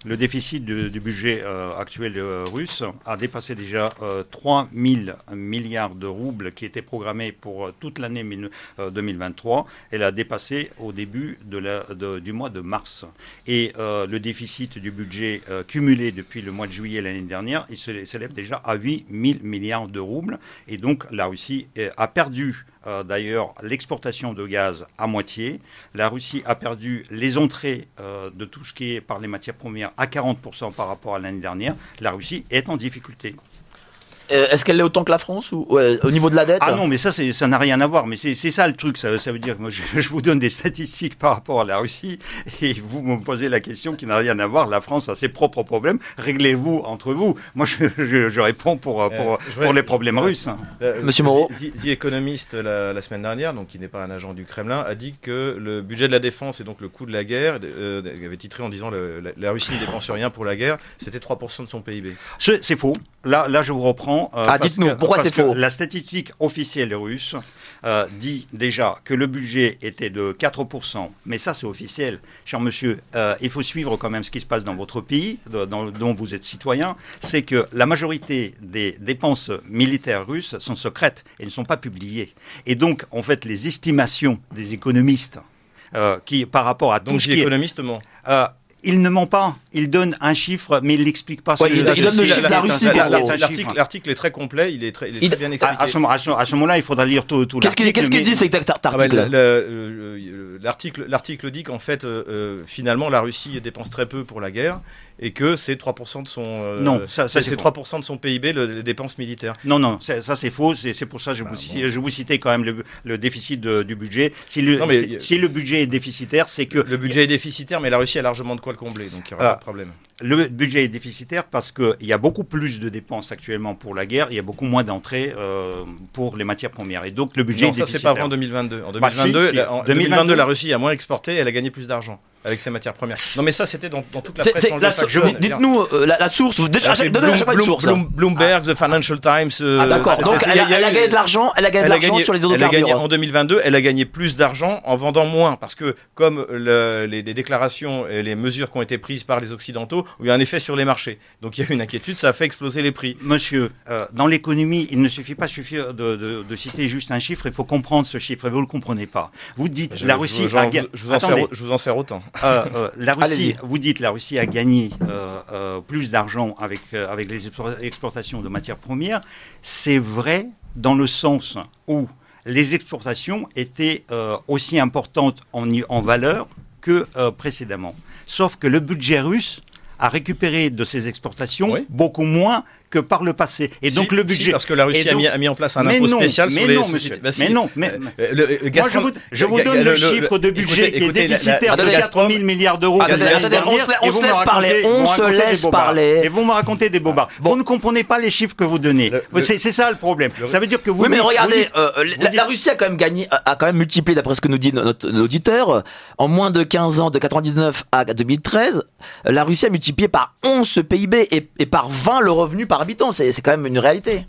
le déficit du, du budget euh, actuel euh, russe a dépassé déjà euh, trois mille milliards de roubles qui étaient programmés pour euh, toute l'année mille, euh, deux mille vingt-trois. Elle a dépassé au début de la, de, du mois de mars. Et euh, le déficit du budget euh, cumulé depuis le mois de juillet l'année dernière, il se, s'élève déjà à huit mille milliards de roubles. Et donc la Russie euh, a perdu Euh, d'ailleurs l'exportation de gaz à moitié. La Russie a perdu les entrées euh, de tout ce qui est par les matières premières à quarante pour cent par rapport à l'année dernière. La Russie est en difficulté. Euh, est-ce qu'elle l'est autant que la France ou ouais, au niveau de la dette? Ah non, mais ça, c'est, ça n'a rien à voir. Mais c'est, c'est ça le truc. Ça, ça veut dire que moi, je, je vous donne des statistiques par rapport à la Russie et vous me posez la question qui n'a rien à voir. La France a ses propres problèmes. Réglez-vous entre vous. Moi, je, je, je réponds pour, pour, euh, pour vais, les problèmes je, russes. Euh, Monsieur Moreau. The, The Economist, la, la semaine dernière, donc qui n'est pas un agent du Kremlin, a dit que le budget de la défense et donc le coût de la guerre, euh, il avait titré en disant le, la, la Russie ne dépense rien pour la guerre, c'était trois pour cent de son P I B. C'est, c'est faux. Là, là, je vous reprends. Euh, ah, dites-nous, que, pourquoi c'est faux? La statistique officielle russe euh, dit déjà que le budget était de quatre pour cent. Mais ça, c'est officiel. Cher monsieur, euh, il faut suivre quand même ce qui se passe dans votre pays, dans, dont vous êtes citoyen. C'est que la majorité des dépenses militaires russes sont secrètes et ne sont pas publiées. Et donc, en fait, les estimations des économistes euh, qui, par rapport à donc, tout ce qui est... Donc, l'économiste ment. Euh, Il ne ment pas. Il donne un chiffre, mais il n'explique pas ce ouais, que il, il donne le chiffre de la Russie. L'article, l'article est très complet, il est très, il est il, très bien expliqué. À, à, ce, à, ce, à ce moment-là, il faudra lire tout, tout qu'est-ce l'article. Qu'est-ce qu'il dit, cet article? Ah bah, le, le, l'article, l'article dit qu'en fait, euh, finalement, la Russie dépense très peu pour la guerre et que c'est trois pour cent de son, euh, non, ça, ça, c'est, c'est trois pour cent de son P I B, le, les dépenses militaires. Non, non, ça, ça c'est faux. C'est, c'est pour ça que je, bah, vous, bon. je vous citais quand même le, le déficit de, du budget. Si le, non, mais, si, si le budget est déficitaire, c'est que... Le budget est déficitaire, mais la Russie a largement de quoi le combler, donc il n'y aura ah, pas de problème. Le budget est déficitaire parce qu'il y a beaucoup plus de dépenses actuellement pour la guerre, il y a beaucoup moins d'entrées euh, pour les matières premières. Et donc le budget non, est ça, déficitaire. c'est pas vrai en deux mille vingt-deux. En deux mille vingt-deux, bah, si, si. La, en deux mille vingt-deux, la Russie a moins exporté, elle a gagné plus d'argent avec ses matières premières. Non mais ça c'était dans, dans toute la presse. C'est, la, je, dites-nous euh, la, la source. Vous déjà, c'est Bloom, Bloom, source, Bloom, Bloomberg, ah. The Financial Times. Euh, ah d'accord. Donc elle, a, elle a gagné de l'argent. Elle a gagné de l'argent sur les autres carburants. En deux mille vingt-deux, elle a gagné plus d'argent en vendant moins parce que comme le, les, les déclarations et les mesures qui ont été prises par les Occidentaux ont eu un effet sur les marchés. Donc il y a eu une inquiétude, ça a fait exploser les prix. Monsieur, euh, dans l'économie, il ne suffit pas suffire de, de, de citer juste un chiffre. Il faut comprendre ce chiffre. Et vous le comprenez pas. Vous dites je, la Russie je, a gagné. Je vous en sers, je vous en sers autant. Euh, euh, la Russie, vous dites la Russie a gagné euh, euh, plus d'argent avec, euh, avec les exportations de matières premières. C'est vrai dans le sens où les exportations étaient euh, aussi importantes en, en valeur que euh, précédemment. Sauf que le budget russe a récupéré de ces exportations oui. beaucoup moins que par le passé. Et si, donc le budget... Si, parce que la Russie donc, a, mis, a mis en place un impôt non, spécial sur mais les non, sociétés. Bah, si. Mais non, mais... Euh, le, le Gazprom, Moi, je vous, je vous donne le, le chiffre de budget écoutez, qui écoutez, est déficitaire la, la, de quatre mille milliards d'euros. Ah, attendez, attendez, on se, on se laisse parler. On se laisse parler. Et vous me racontez des bobards. Bon. Vous ne comprenez pas les chiffres que vous donnez. Le, le, c'est, c'est ça le problème. Le, ça veut dire que vous... Oui, mais dites, regardez, dites, euh, la, dites... la Russie a quand même gagné, a quand même multiplié, d'après ce que nous dit notre, notre auditeur, en moins de quinze ans, de quatre-vingt-dix-neuf à deux mille treize, la Russie a multiplié par onze ce P I B et, et par vingt le revenu par habitant. C'est, c'est quand même une réalité.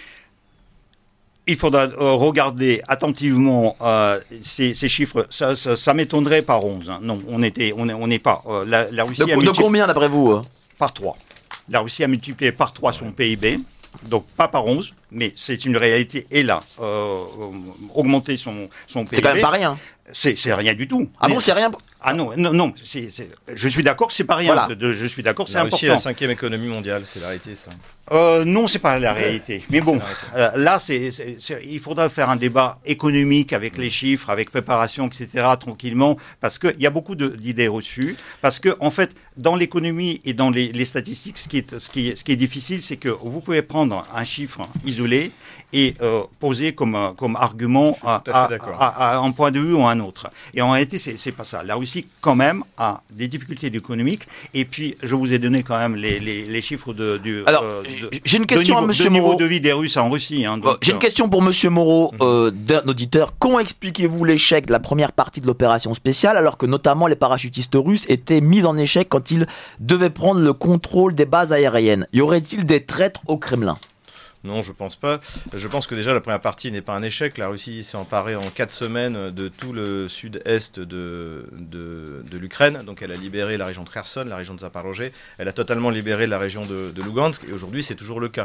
Il faudra euh, regarder attentivement euh, ces, ces chiffres. Ça, ça, ça m'étonnerait par onze. Hein. Non, on était, on n'est pas. Euh, la, la Russie de, a multipli... de combien d'après vous euh Par trois. La Russie a multiplié par trois son P I B, donc pas par onze, mais c'est une réalité. Et là, euh, augmenter son, son P I B. C'est quand même pas rien. C'est, c'est rien du tout. Ah mais... bon, c'est rien. Ah non, non, non. C'est, c'est... Je suis d'accord que c'est pas rien. Voilà. Je suis d'accord que c'est la important. Russie est la cinquième économie mondiale, c'est la réalité, ça. Euh, non, c'est pas la réalité. Mais bon, euh, là, c'est, c'est, c'est, il faudra faire un débat économique avec les chiffres, avec préparation, et cetera, tranquillement, parce qu'il y a beaucoup de, d'idées reçues. Parce que, en fait, dans l'économie et dans les, les statistiques, ce qui est, ce qui est, ce qui est difficile, c'est que vous pouvez prendre un chiffre isolé et euh, poser comme, comme argument à, à, à, à un point de vue ou à un autre. Et en réalité, c'est, c'est pas ça. La Russie, quand même, a des difficultés économiques. Et puis, je vous ai donné quand même les, les, les chiffres de, du... Alors, euh, de, j'ai une question de niveau, à Monsieur de Moreau. niveau de vie des Russes en Russie. Hein, donc, j'ai une question pour Monsieur Moreau, euh, d'un auditeur. Comment expliquez-vous l'échec de la première partie de l'opération spéciale, alors que notamment les parachutistes russes étaient mis en échec quand ils devaient prendre le contrôle des bases aériennes? Y aurait-il des traîtres au Kremlin? Non, je pense pas. Je pense que déjà la première partie n'est pas un échec. La Russie s'est emparée en quatre semaines de tout le sud-est de, de, de l'Ukraine. Donc elle a libéré la région de Kherson, la région de Zaporozhye. Elle a totalement libéré la région de, de Lugansk. Et aujourd'hui, c'est toujours le cas.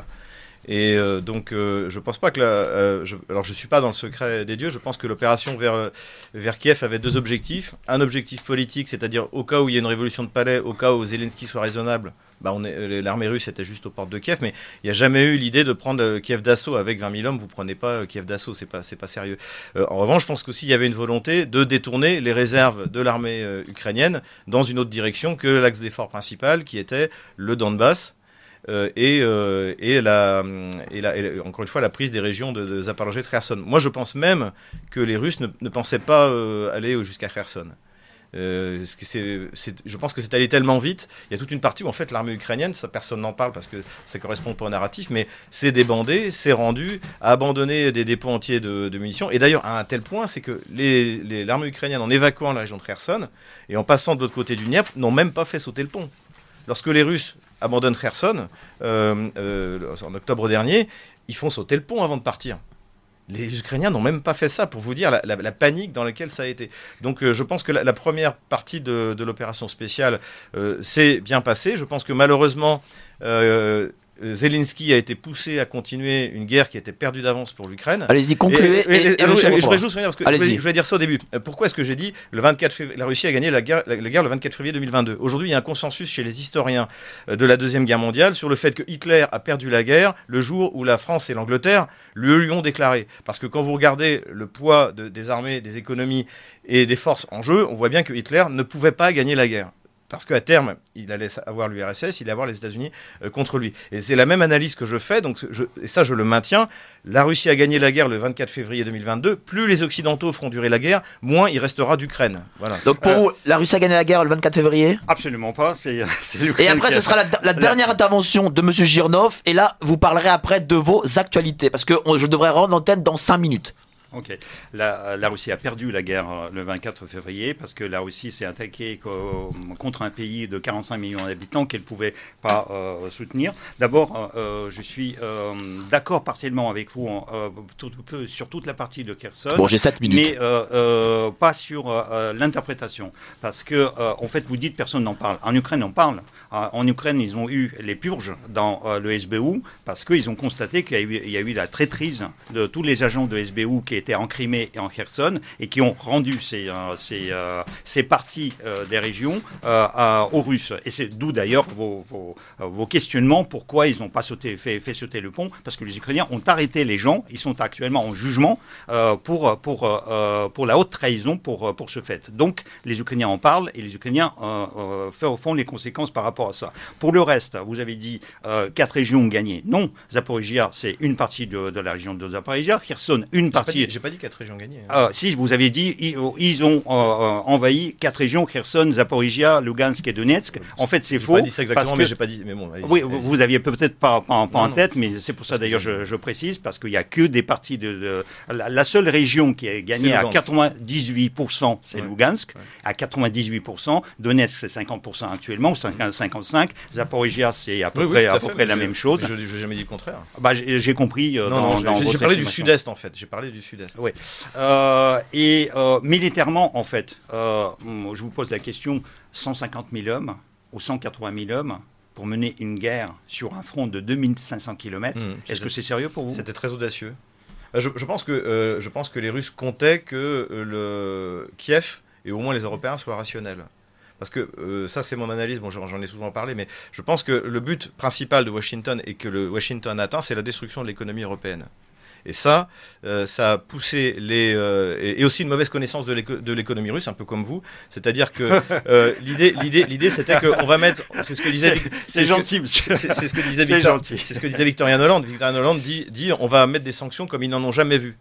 Et euh, donc, euh, je pense pas que la, euh, je, alors je suis pas dans le secret des dieux. Je pense que l'opération vers vers Kiev avait deux objectifs. Un objectif politique, c'est-à-dire au cas où il y a une révolution de palais, au cas où Zelensky soit raisonnable, bah on est, l'armée russe était juste aux portes de Kiev. Mais il n'y a jamais eu l'idée de prendre Kiev d'assaut avec vingt mille hommes. Vous prenez pas Kiev d'assaut, c'est pas c'est pas sérieux. Euh, en revanche, je pense qu'aussi il y avait une volonté de détourner les réserves de l'armée euh, ukrainienne dans une autre direction que l'axe d'effort principal, qui était le Donbass. Euh, et, euh, et, la, et, la, et encore une fois la prise des régions de, de Zaporozhye et de Kherson. Moi je pense même que les Russes ne, ne pensaient pas euh, aller jusqu'à Kherson. Euh, c'est, c'est, je pense que c'est allé tellement vite. Il y a toute une partie où en fait l'armée ukrainienne, ça, personne n'en parle parce que ça correspond pas au narratif, mais c'est débandé, c'est rendu, a abandonné des dépôts entiers de, de munitions. Et d'ailleurs à un tel point, c'est que les, les, l'armée ukrainienne, en évacuant la région de Kherson et en passant de l'autre côté du Dniepr, n'ont même pas fait sauter le pont. Lorsque les Russes abandonnent Kherson euh, euh, en octobre dernier, ils font sauter le pont avant de partir. Les Ukrainiens n'ont même pas fait ça, pour vous dire la, la, la panique dans laquelle ça a été. Donc euh, je pense que la, la première partie de, de l'opération spéciale euh, s'est bien passée. Je pense que malheureusement, euh, Zelensky a été poussé à continuer une guerre qui était perdue d'avance pour l'Ukraine. Allez-y, concluez. Et, et, et, et, et je voudrais juste revenir parce que je voulais, je voulais dire ça au début. Pourquoi est-ce que j'ai dit le vingt-quatre février, la Russie a gagné la guerre, la, la guerre le vingt-quatre février deux mille vingt-deux. Aujourd'hui, il y a un consensus chez les historiens de la Deuxième Guerre mondiale sur le fait que Hitler a perdu la guerre le jour où la France et l'Angleterre le lui ont déclaré. Parce que quand vous regardez le poids de, des armées, des économies et des forces en jeu, on voit bien que Hitler ne pouvait pas gagner la guerre. Parce qu'à terme, il allait avoir l'U R S S, il allait avoir les États-Unis euh, contre lui. Et c'est la même analyse que je fais, donc je, et ça je le maintiens. La Russie a gagné la guerre le vingt-quatre février deux mille vingt-deux. Plus les Occidentaux feront durer la guerre, moins il restera d'Ukraine. Voilà. Donc pour euh, vous, la Russie a gagné la guerre le vingt-quatre février ? Absolument pas. C'est, c'est l'Ukraine. Et après, ce sera la, la dernière intervention de M. Girnov. Et là, vous parlerez après de vos actualités. Parce que on, je devrais rendre l'antenne dans cinq minutes. Ok. La, la Russie a perdu la guerre le vingt-quatre février parce que la Russie s'est attaquée co- contre un pays de quarante-cinq millions d'habitants qu'elle ne pouvait pas euh, soutenir. D'abord, euh, je suis euh, d'accord partiellement avec vous en, euh, tout, tout, sur toute la partie de Kherson. Bon, j'ai sept minutes. Mais euh, euh, pas sur euh, l'interprétation. Parce que, euh, en fait, vous dites personne n'en parle. En Ukraine, on parle. Euh, en Ukraine, ils ont eu les purges dans euh, le S B U parce qu'ils ont constaté qu'il y a, eu, il y a eu la traîtrise de tous les agents de S B U qui étaient en Crimée et en Kherson et qui ont rendu ces, euh, ces, euh, ces parties euh, des régions euh, à, aux Russes. Et c'est d'où d'ailleurs vos, vos, vos questionnements, pourquoi ils n'ont pas sauté, fait, fait sauter le pont, parce que les Ukrainiens ont arrêté les gens, ils sont actuellement en jugement euh, pour, pour, euh, pour la haute trahison pour, pour ce fait. Donc les Ukrainiens en parlent et les Ukrainiens euh, euh, font les conséquences par rapport à ça. Pour le reste, vous avez dit euh, quatre régions gagnées. Non, Zaporizhia, c'est une partie de, de la région de Zaporizhia, Kherson, une j'ai partie... Pas dit, j'ai pas dit quatre régions gagnées. Euh, si, vous avez dit, ils, ils ont euh, envahi quatre régions, Kherson, Zaporizhia, Lugansk et Donetsk. En fait, c'est j'ai faux. J'ai pas dit ça exactement, que, mais j'ai pas dit. Mais bon, allez-y, oui, allez-y. vous aviez peut-être pas, pas, pas non, en tête, mais c'est pour ça d'ailleurs je, je précise, parce qu'il y a que des parties de... de la, la seule région qui a gagné à quatre-vingt-dix-huit pour cent, c'est ouais. Lugansk, ouais. À quatre-vingt-dix-huit pour cent. Donetsk, c'est cinquante pour cent actuellement, ou cinquante-cinq pour cent. Zaporizhia, c'est à peu oui, près, oui, à à peu fait, près la je, même chose. Je n'ai jamais dit le contraire. Bah, j'ai, j'ai compris euh, non, dans, non, dans j'ai, votre j'ai parlé du estimation. sud-est, en fait. J'ai parlé du sud-est. Oui. Euh, et euh, militairement, en fait, euh, je vous pose la question, cent cinquante mille hommes ou cent quatre-vingt mille hommes pour mener une guerre sur un front de deux mille cinq cents kilomètres, mmh, est-ce que c'est sérieux pour vous ? C'était très audacieux. Je, je, pense que, euh, je pense que les Russes comptaient que euh, le Kiev et au moins les Européens soient rationnels. Parce que euh, ça, c'est mon analyse, bon, j'en, j'en ai souvent parlé, mais je pense que le but principal de Washington et que le Washington atteint, c'est la destruction de l'économie européenne. Et ça, euh, ça a poussé les... Euh, et, et aussi une mauvaise connaissance de, l'éco- de l'économie russe, un peu comme vous. C'est-à-dire que euh, l'idée, l'idée, l'idée, c'était qu'on va mettre... C'est ce que disait... C'est, c'est gentil, monsieur. C'est, c'est ce que disait c'est Victor, gentil. C'est ce que disait Victorien Hollande. Victorien Hollande dit, dit on va mettre des sanctions comme ils n'en ont jamais vu.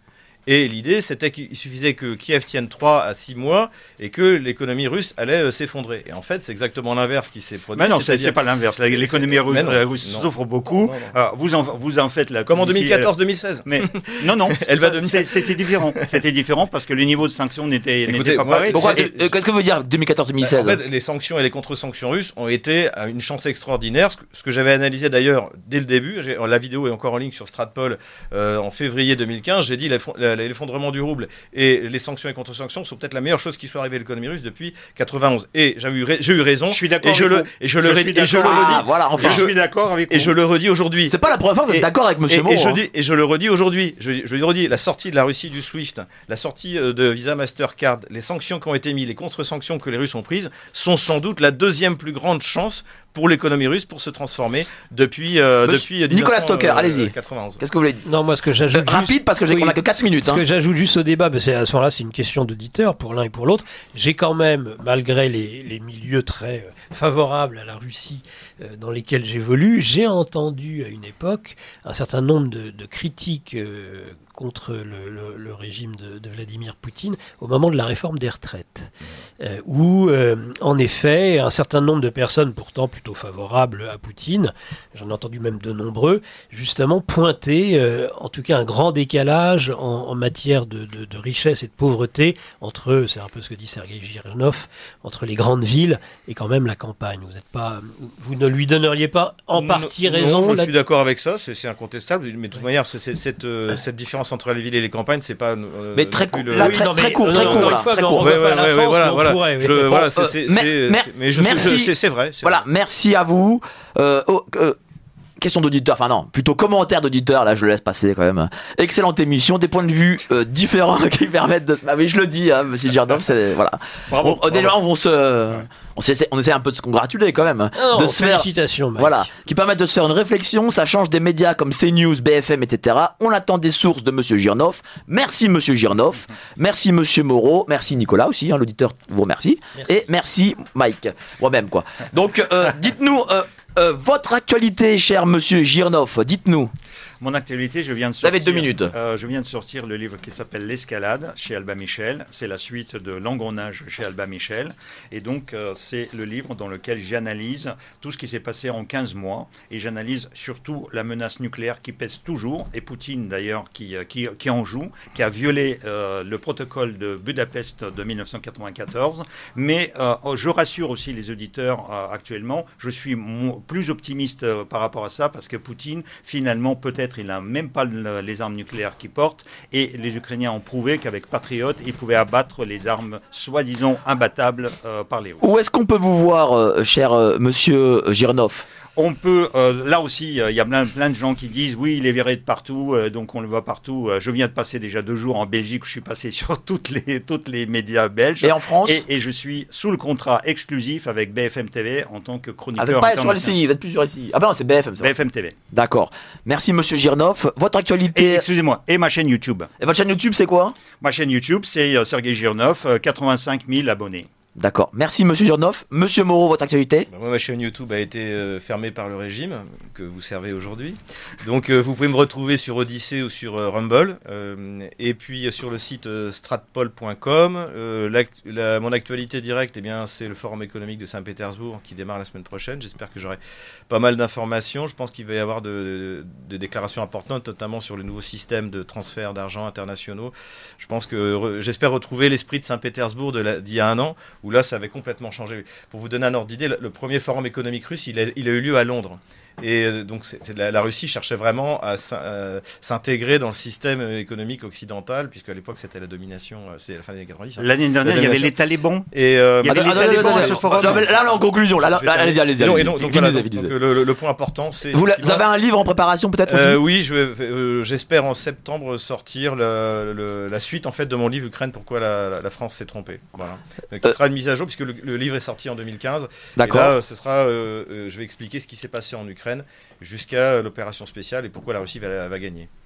Et l'idée, c'était qu'il suffisait que Kiev tienne trois à six mois et que l'économie russe allait euh, s'effondrer. Et en fait, c'est exactement l'inverse qui s'est produit. Mais non, c'est, c'est pas l'inverse. La- L'économie russe, non, euh, russe non. souffre beaucoup. Non, non, non. Euh, vous, en, vous en faites la Comme en deux mille publicité, quatorze deux mille seize. euh, Mais non, non, Elle va ça, devenir- c'est- c'était différent. C'était différent parce que le niveau de sanction n'était, Écoutez, n'était pas moi, pareil. Pourquoi, j'ai- euh, Qu'est-ce que veut dire deux mille quatorze deux mille seize? En fait, les sanctions et les contre-sanctions russes ont été euh, une chance extraordinaire. Ce que, ce que j'avais analysé d'ailleurs dès le début, j'ai- la vidéo est encore en ligne sur Stratpol euh, en février deux mille quinze. J'ai dit l'effon- la- l'effondrement du rouble et les sanctions et contre-sanctions sont peut-être la meilleure chose qui soit arrivée à l'économie russe depuis quatre-vingt-onze. Et j'ai eu, ra- j'ai eu raison. Je suis d'accord Et je avec le, vous. et je le, Je ré- suis et je le d'accord. redis. Ah, voilà, enfin. Je suis d'accord avec Et vous. je le redis aujourd'hui. C'est pas la première fois que vous êtes Et- d'accord avec Monsieur Et, Moreau. et je hein. dis, et je le redis aujourd'hui, je, je le redis, la sortie de la Russie du SWIFT, la sortie euh, de Visa Mastercard, les sanctions qui ont été mises, les contre-sanctions que les Russes ont prises, sont sans doute la deuxième plus grande chance pour l'économie russe pour se transformer depuis, euh, Monsieur depuis Nicolas Stocker, allez-y. quatre-vingt-onze. Qu'est-ce que vous voulez dire? Non, moi, ce que j'ajoute. Euh, Rapide, juste- parce que j'ai Oui, qu'on a que quatre minutes. Ce hein. que j'ajoute juste au débat, mais c'est à ce moment-là, c'est une question d'auditeur pour l'un et pour l'autre. J'ai quand même, malgré les, les milieux très euh, favorables à la Russie euh, dans lesquels j'évolue, j'ai entendu à une époque un certain nombre de, de critiques euh, contre le, le- le régime de, de Vladimir Poutine au moment de la réforme des retraites, euh, où, euh, en effet, un certain nombre de personnes, pourtant plutôt favorables à Poutine, j'en ai entendu même de nombreux, justement pointer, euh, en tout cas, un grand décalage en, en matière de, de- de richesse et de pauvreté entre, c'est un peu ce que dit Sergei Girnov, entre les grandes villes et quand même la campagne. Vous êtes pas, vous ne lui donneriez pas en partie Non, raison Non, je là- suis d'accord avec ça, c'est, c'est incontestable, mais de toute manière, c'est, c'est- cette, euh, cette différence entre les villes et les campagnes, c'est pas. euh, Mais non très plus court, le- là, Oui, très- non, mais- très court, non, très non, court, encore là, une fois, très mais on court. va Ouais, pas ouais, à la ouais, France, voilà, mais on voilà. pourrait, oui. Je, Bon, voilà, euh, c'est, c'est, mer- c'est- mer- c'est- mais je, merci. je- c'est, c'est vrai. c'est Voilà, vrai. merci à vous. Euh, oh, euh, question d'auditeur, enfin non, plutôt commentaire d'auditeur, là je le laisse passer quand même. Excellente émission, des points de vue euh, différents qui permettent de... Ah oui, je le dis, hein, monsieur Girnov, c'est... Voilà. Bravo. On, déjà, on, se, on, essaie, on essaie un peu de se congratuler quand même. Ah non, de se faire... félicitations, Mike. Voilà, qui permettent de se faire une réflexion, ça change des médias comme CNews, B F M, et cetera. On attend des sources de monsieur Girnov. Merci monsieur Girnov, merci monsieur Moreau, merci Nicolas aussi, hein, l'auditeur vous remercie. Merci. Et merci Mike, moi-même quoi. Donc euh, dites-nous euh, euh, votre actualité, cher monsieur Girnov, dites-nous. Mon actualité, je viens de Vous sortir. avez deux minutes. euh, je viens de sortir le livre qui s'appelle L'Escalade chez Albin Michel. C'est la suite de L'Engrenage chez Albin Michel. Et donc, euh, c'est le livre dans lequel j'analyse tout ce qui s'est passé en quinze mois. Et j'analyse surtout la menace nucléaire qui pèse toujours. Et Poutine, d'ailleurs, qui, euh, qui, qui en joue, qui a violé euh, le protocole de Budapest de mille neuf cent quatre-vingt-quatorze. Mais euh, je rassure aussi les auditeurs euh, actuellement. Je suis mo- plus optimiste euh, par rapport à ça parce que Poutine, finalement, peut-être, il n'a même pas le- les armes nucléaires qu'il porte. Et les Ukrainiens ont prouvé qu'avec Patriot, ils pouvaient abattre les armes soi-disant imbattables euh, par les Russes. Où est-ce qu'on peut vous voir, euh, cher euh, monsieur Girnov? On peut, euh, là aussi, euh, il y a plein, plein de gens qui disent oui, il est viré de partout, euh, donc on le voit partout. Euh, je viens de passer déjà deux jours en Belgique, je suis passé sur toutes les, toutes les médias belges. Et en France? Et, et je suis sous le contrat exclusif avec B F M T V en tant que Ah, vous chroniqueur n'êtes pas sur international. L C I, vous êtes plus sur L C I. Ah ben non, c'est B F M, ça. B F M T V. D'accord. Merci monsieur Girnov. Votre Et actualité... excusez-moi, et ma chaîne YouTube. Et votre chaîne YouTube, c'est quoi? Ma chaîne YouTube, c'est euh, Sergei Girnov, euh, quatre-vingt-cinq mille abonnés. D'accord. Merci monsieur Girnov. Monsieur Moreau, votre actualité? Bah, moi, ma chaîne YouTube a été euh, fermée par le régime que vous servez aujourd'hui. Donc, euh, vous pouvez me retrouver sur Odyssée ou sur euh, Rumble. Euh, et puis, euh, sur le site euh, stratpol point com. Euh, l'ac- la- mon actualité directe, eh bien, c'est le Forum économique de Saint-Pétersbourg qui démarre la semaine prochaine. J'espère que j'aurai pas mal d'informations. Je pense qu'il va y avoir de, de- de déclarations importantes, notamment sur le nouveau système de transfert d'argent internationaux. Je pense que re- j'espère retrouver l'esprit de Saint-Pétersbourg de la- d'il y a un an, où là, ça avait complètement changé. Pour vous donner un ordre d'idée, le, le premier forum économique russe, il a, il a eu lieu à Londres. Et euh, donc, c'est, c'est la, la Russie cherchait vraiment à s'in- euh, s'intégrer dans le système économique occidental, puisque à l'époque, c'était la domination, euh, c'était la fin des années quatre-vingt-dix. hein. L'année dernière, il y avait les talibans. Et euh, Il y avait bah, les Attends, talibans attends, à ce attends, forum. attends, Là, là, en conclusion, là, là, je vais allez-y, terminer. allez-y. Et donc, allez-y. et donc, donc, Finissez, voilà, donc, finissez. donc, le, le point important, c'est... Vous, la- vous effectivement- avez un livre en préparation peut-être aussi? Euh, oui, je vais, euh, j'espère en septembre sortir le- le- la suite en fait de mon livre Ukraine, pourquoi la, la- la France s'est trompée. Voilà. Euh, qui Euh, sera une mise à jour puisque le, le livre est sorti en deux mille quinze. D'accord. Et là, euh, ce sera, euh, euh, je vais expliquer ce qui s'est passé en Ukraine jusqu'à euh, l'opération spéciale et pourquoi la Russie va, va gagner.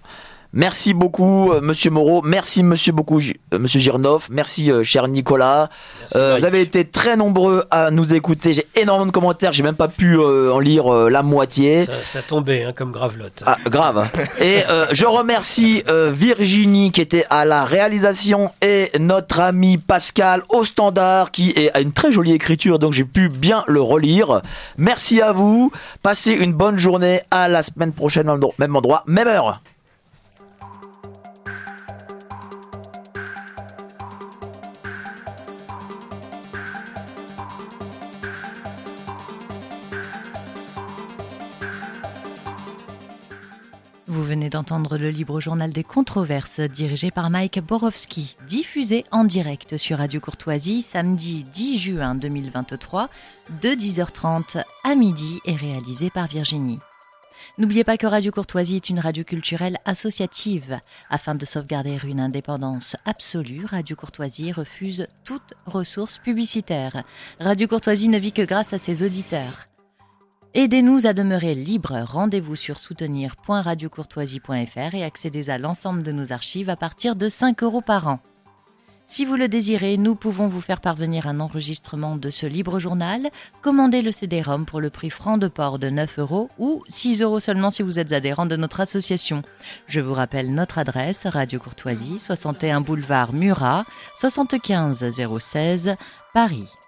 Merci beaucoup, euh, Monsieur Moreau. Merci, Monsieur beaucoup, G- euh, Monsieur Girnoff. Merci, euh, cher Nicolas. Merci, Euh, Mike. vous avez été très nombreux à nous écouter. J'ai énormément de commentaires. J'ai même pas pu euh, en lire euh, la moitié. Ça, ça tombait hein, comme gravelotte. Ah, grave. Et euh, je remercie euh, Virginie qui était à la réalisation et notre ami Pascal au standard qui est, a une très jolie écriture, donc j'ai pu bien le relire. Merci à vous. Passez une bonne journée. À la semaine prochaine, même endroit, même heure. Vous venez d'entendre le libre journal des controverses dirigé par Mike Borowski, diffusé en direct sur Radio Courtoisie samedi dix juin deux mille vingt-trois de dix heures trente à midi et réalisé par Virginie. N'oubliez pas que Radio Courtoisie est une radio culturelle associative. Afin de sauvegarder une indépendance absolue, Radio Courtoisie refuse toute ressource publicitaire. Radio Courtoisie ne vit que grâce à ses auditeurs. Aidez-nous à demeurer libres. Rendez-vous sur soutenir point radio courtoisie point f r et accédez à l'ensemble de nos archives à partir de cinq euros par an. Si vous le désirez, nous pouvons vous faire parvenir un enregistrement de ce libre journal. Commandez le C D-ROM pour le prix franc de port de neuf euros ou six euros seulement si vous êtes adhérent de notre association. Je vous rappelle notre adresse, Radio Courtoisie, soixante et un boulevard Murat, soixante-quinze zéro seize, Paris.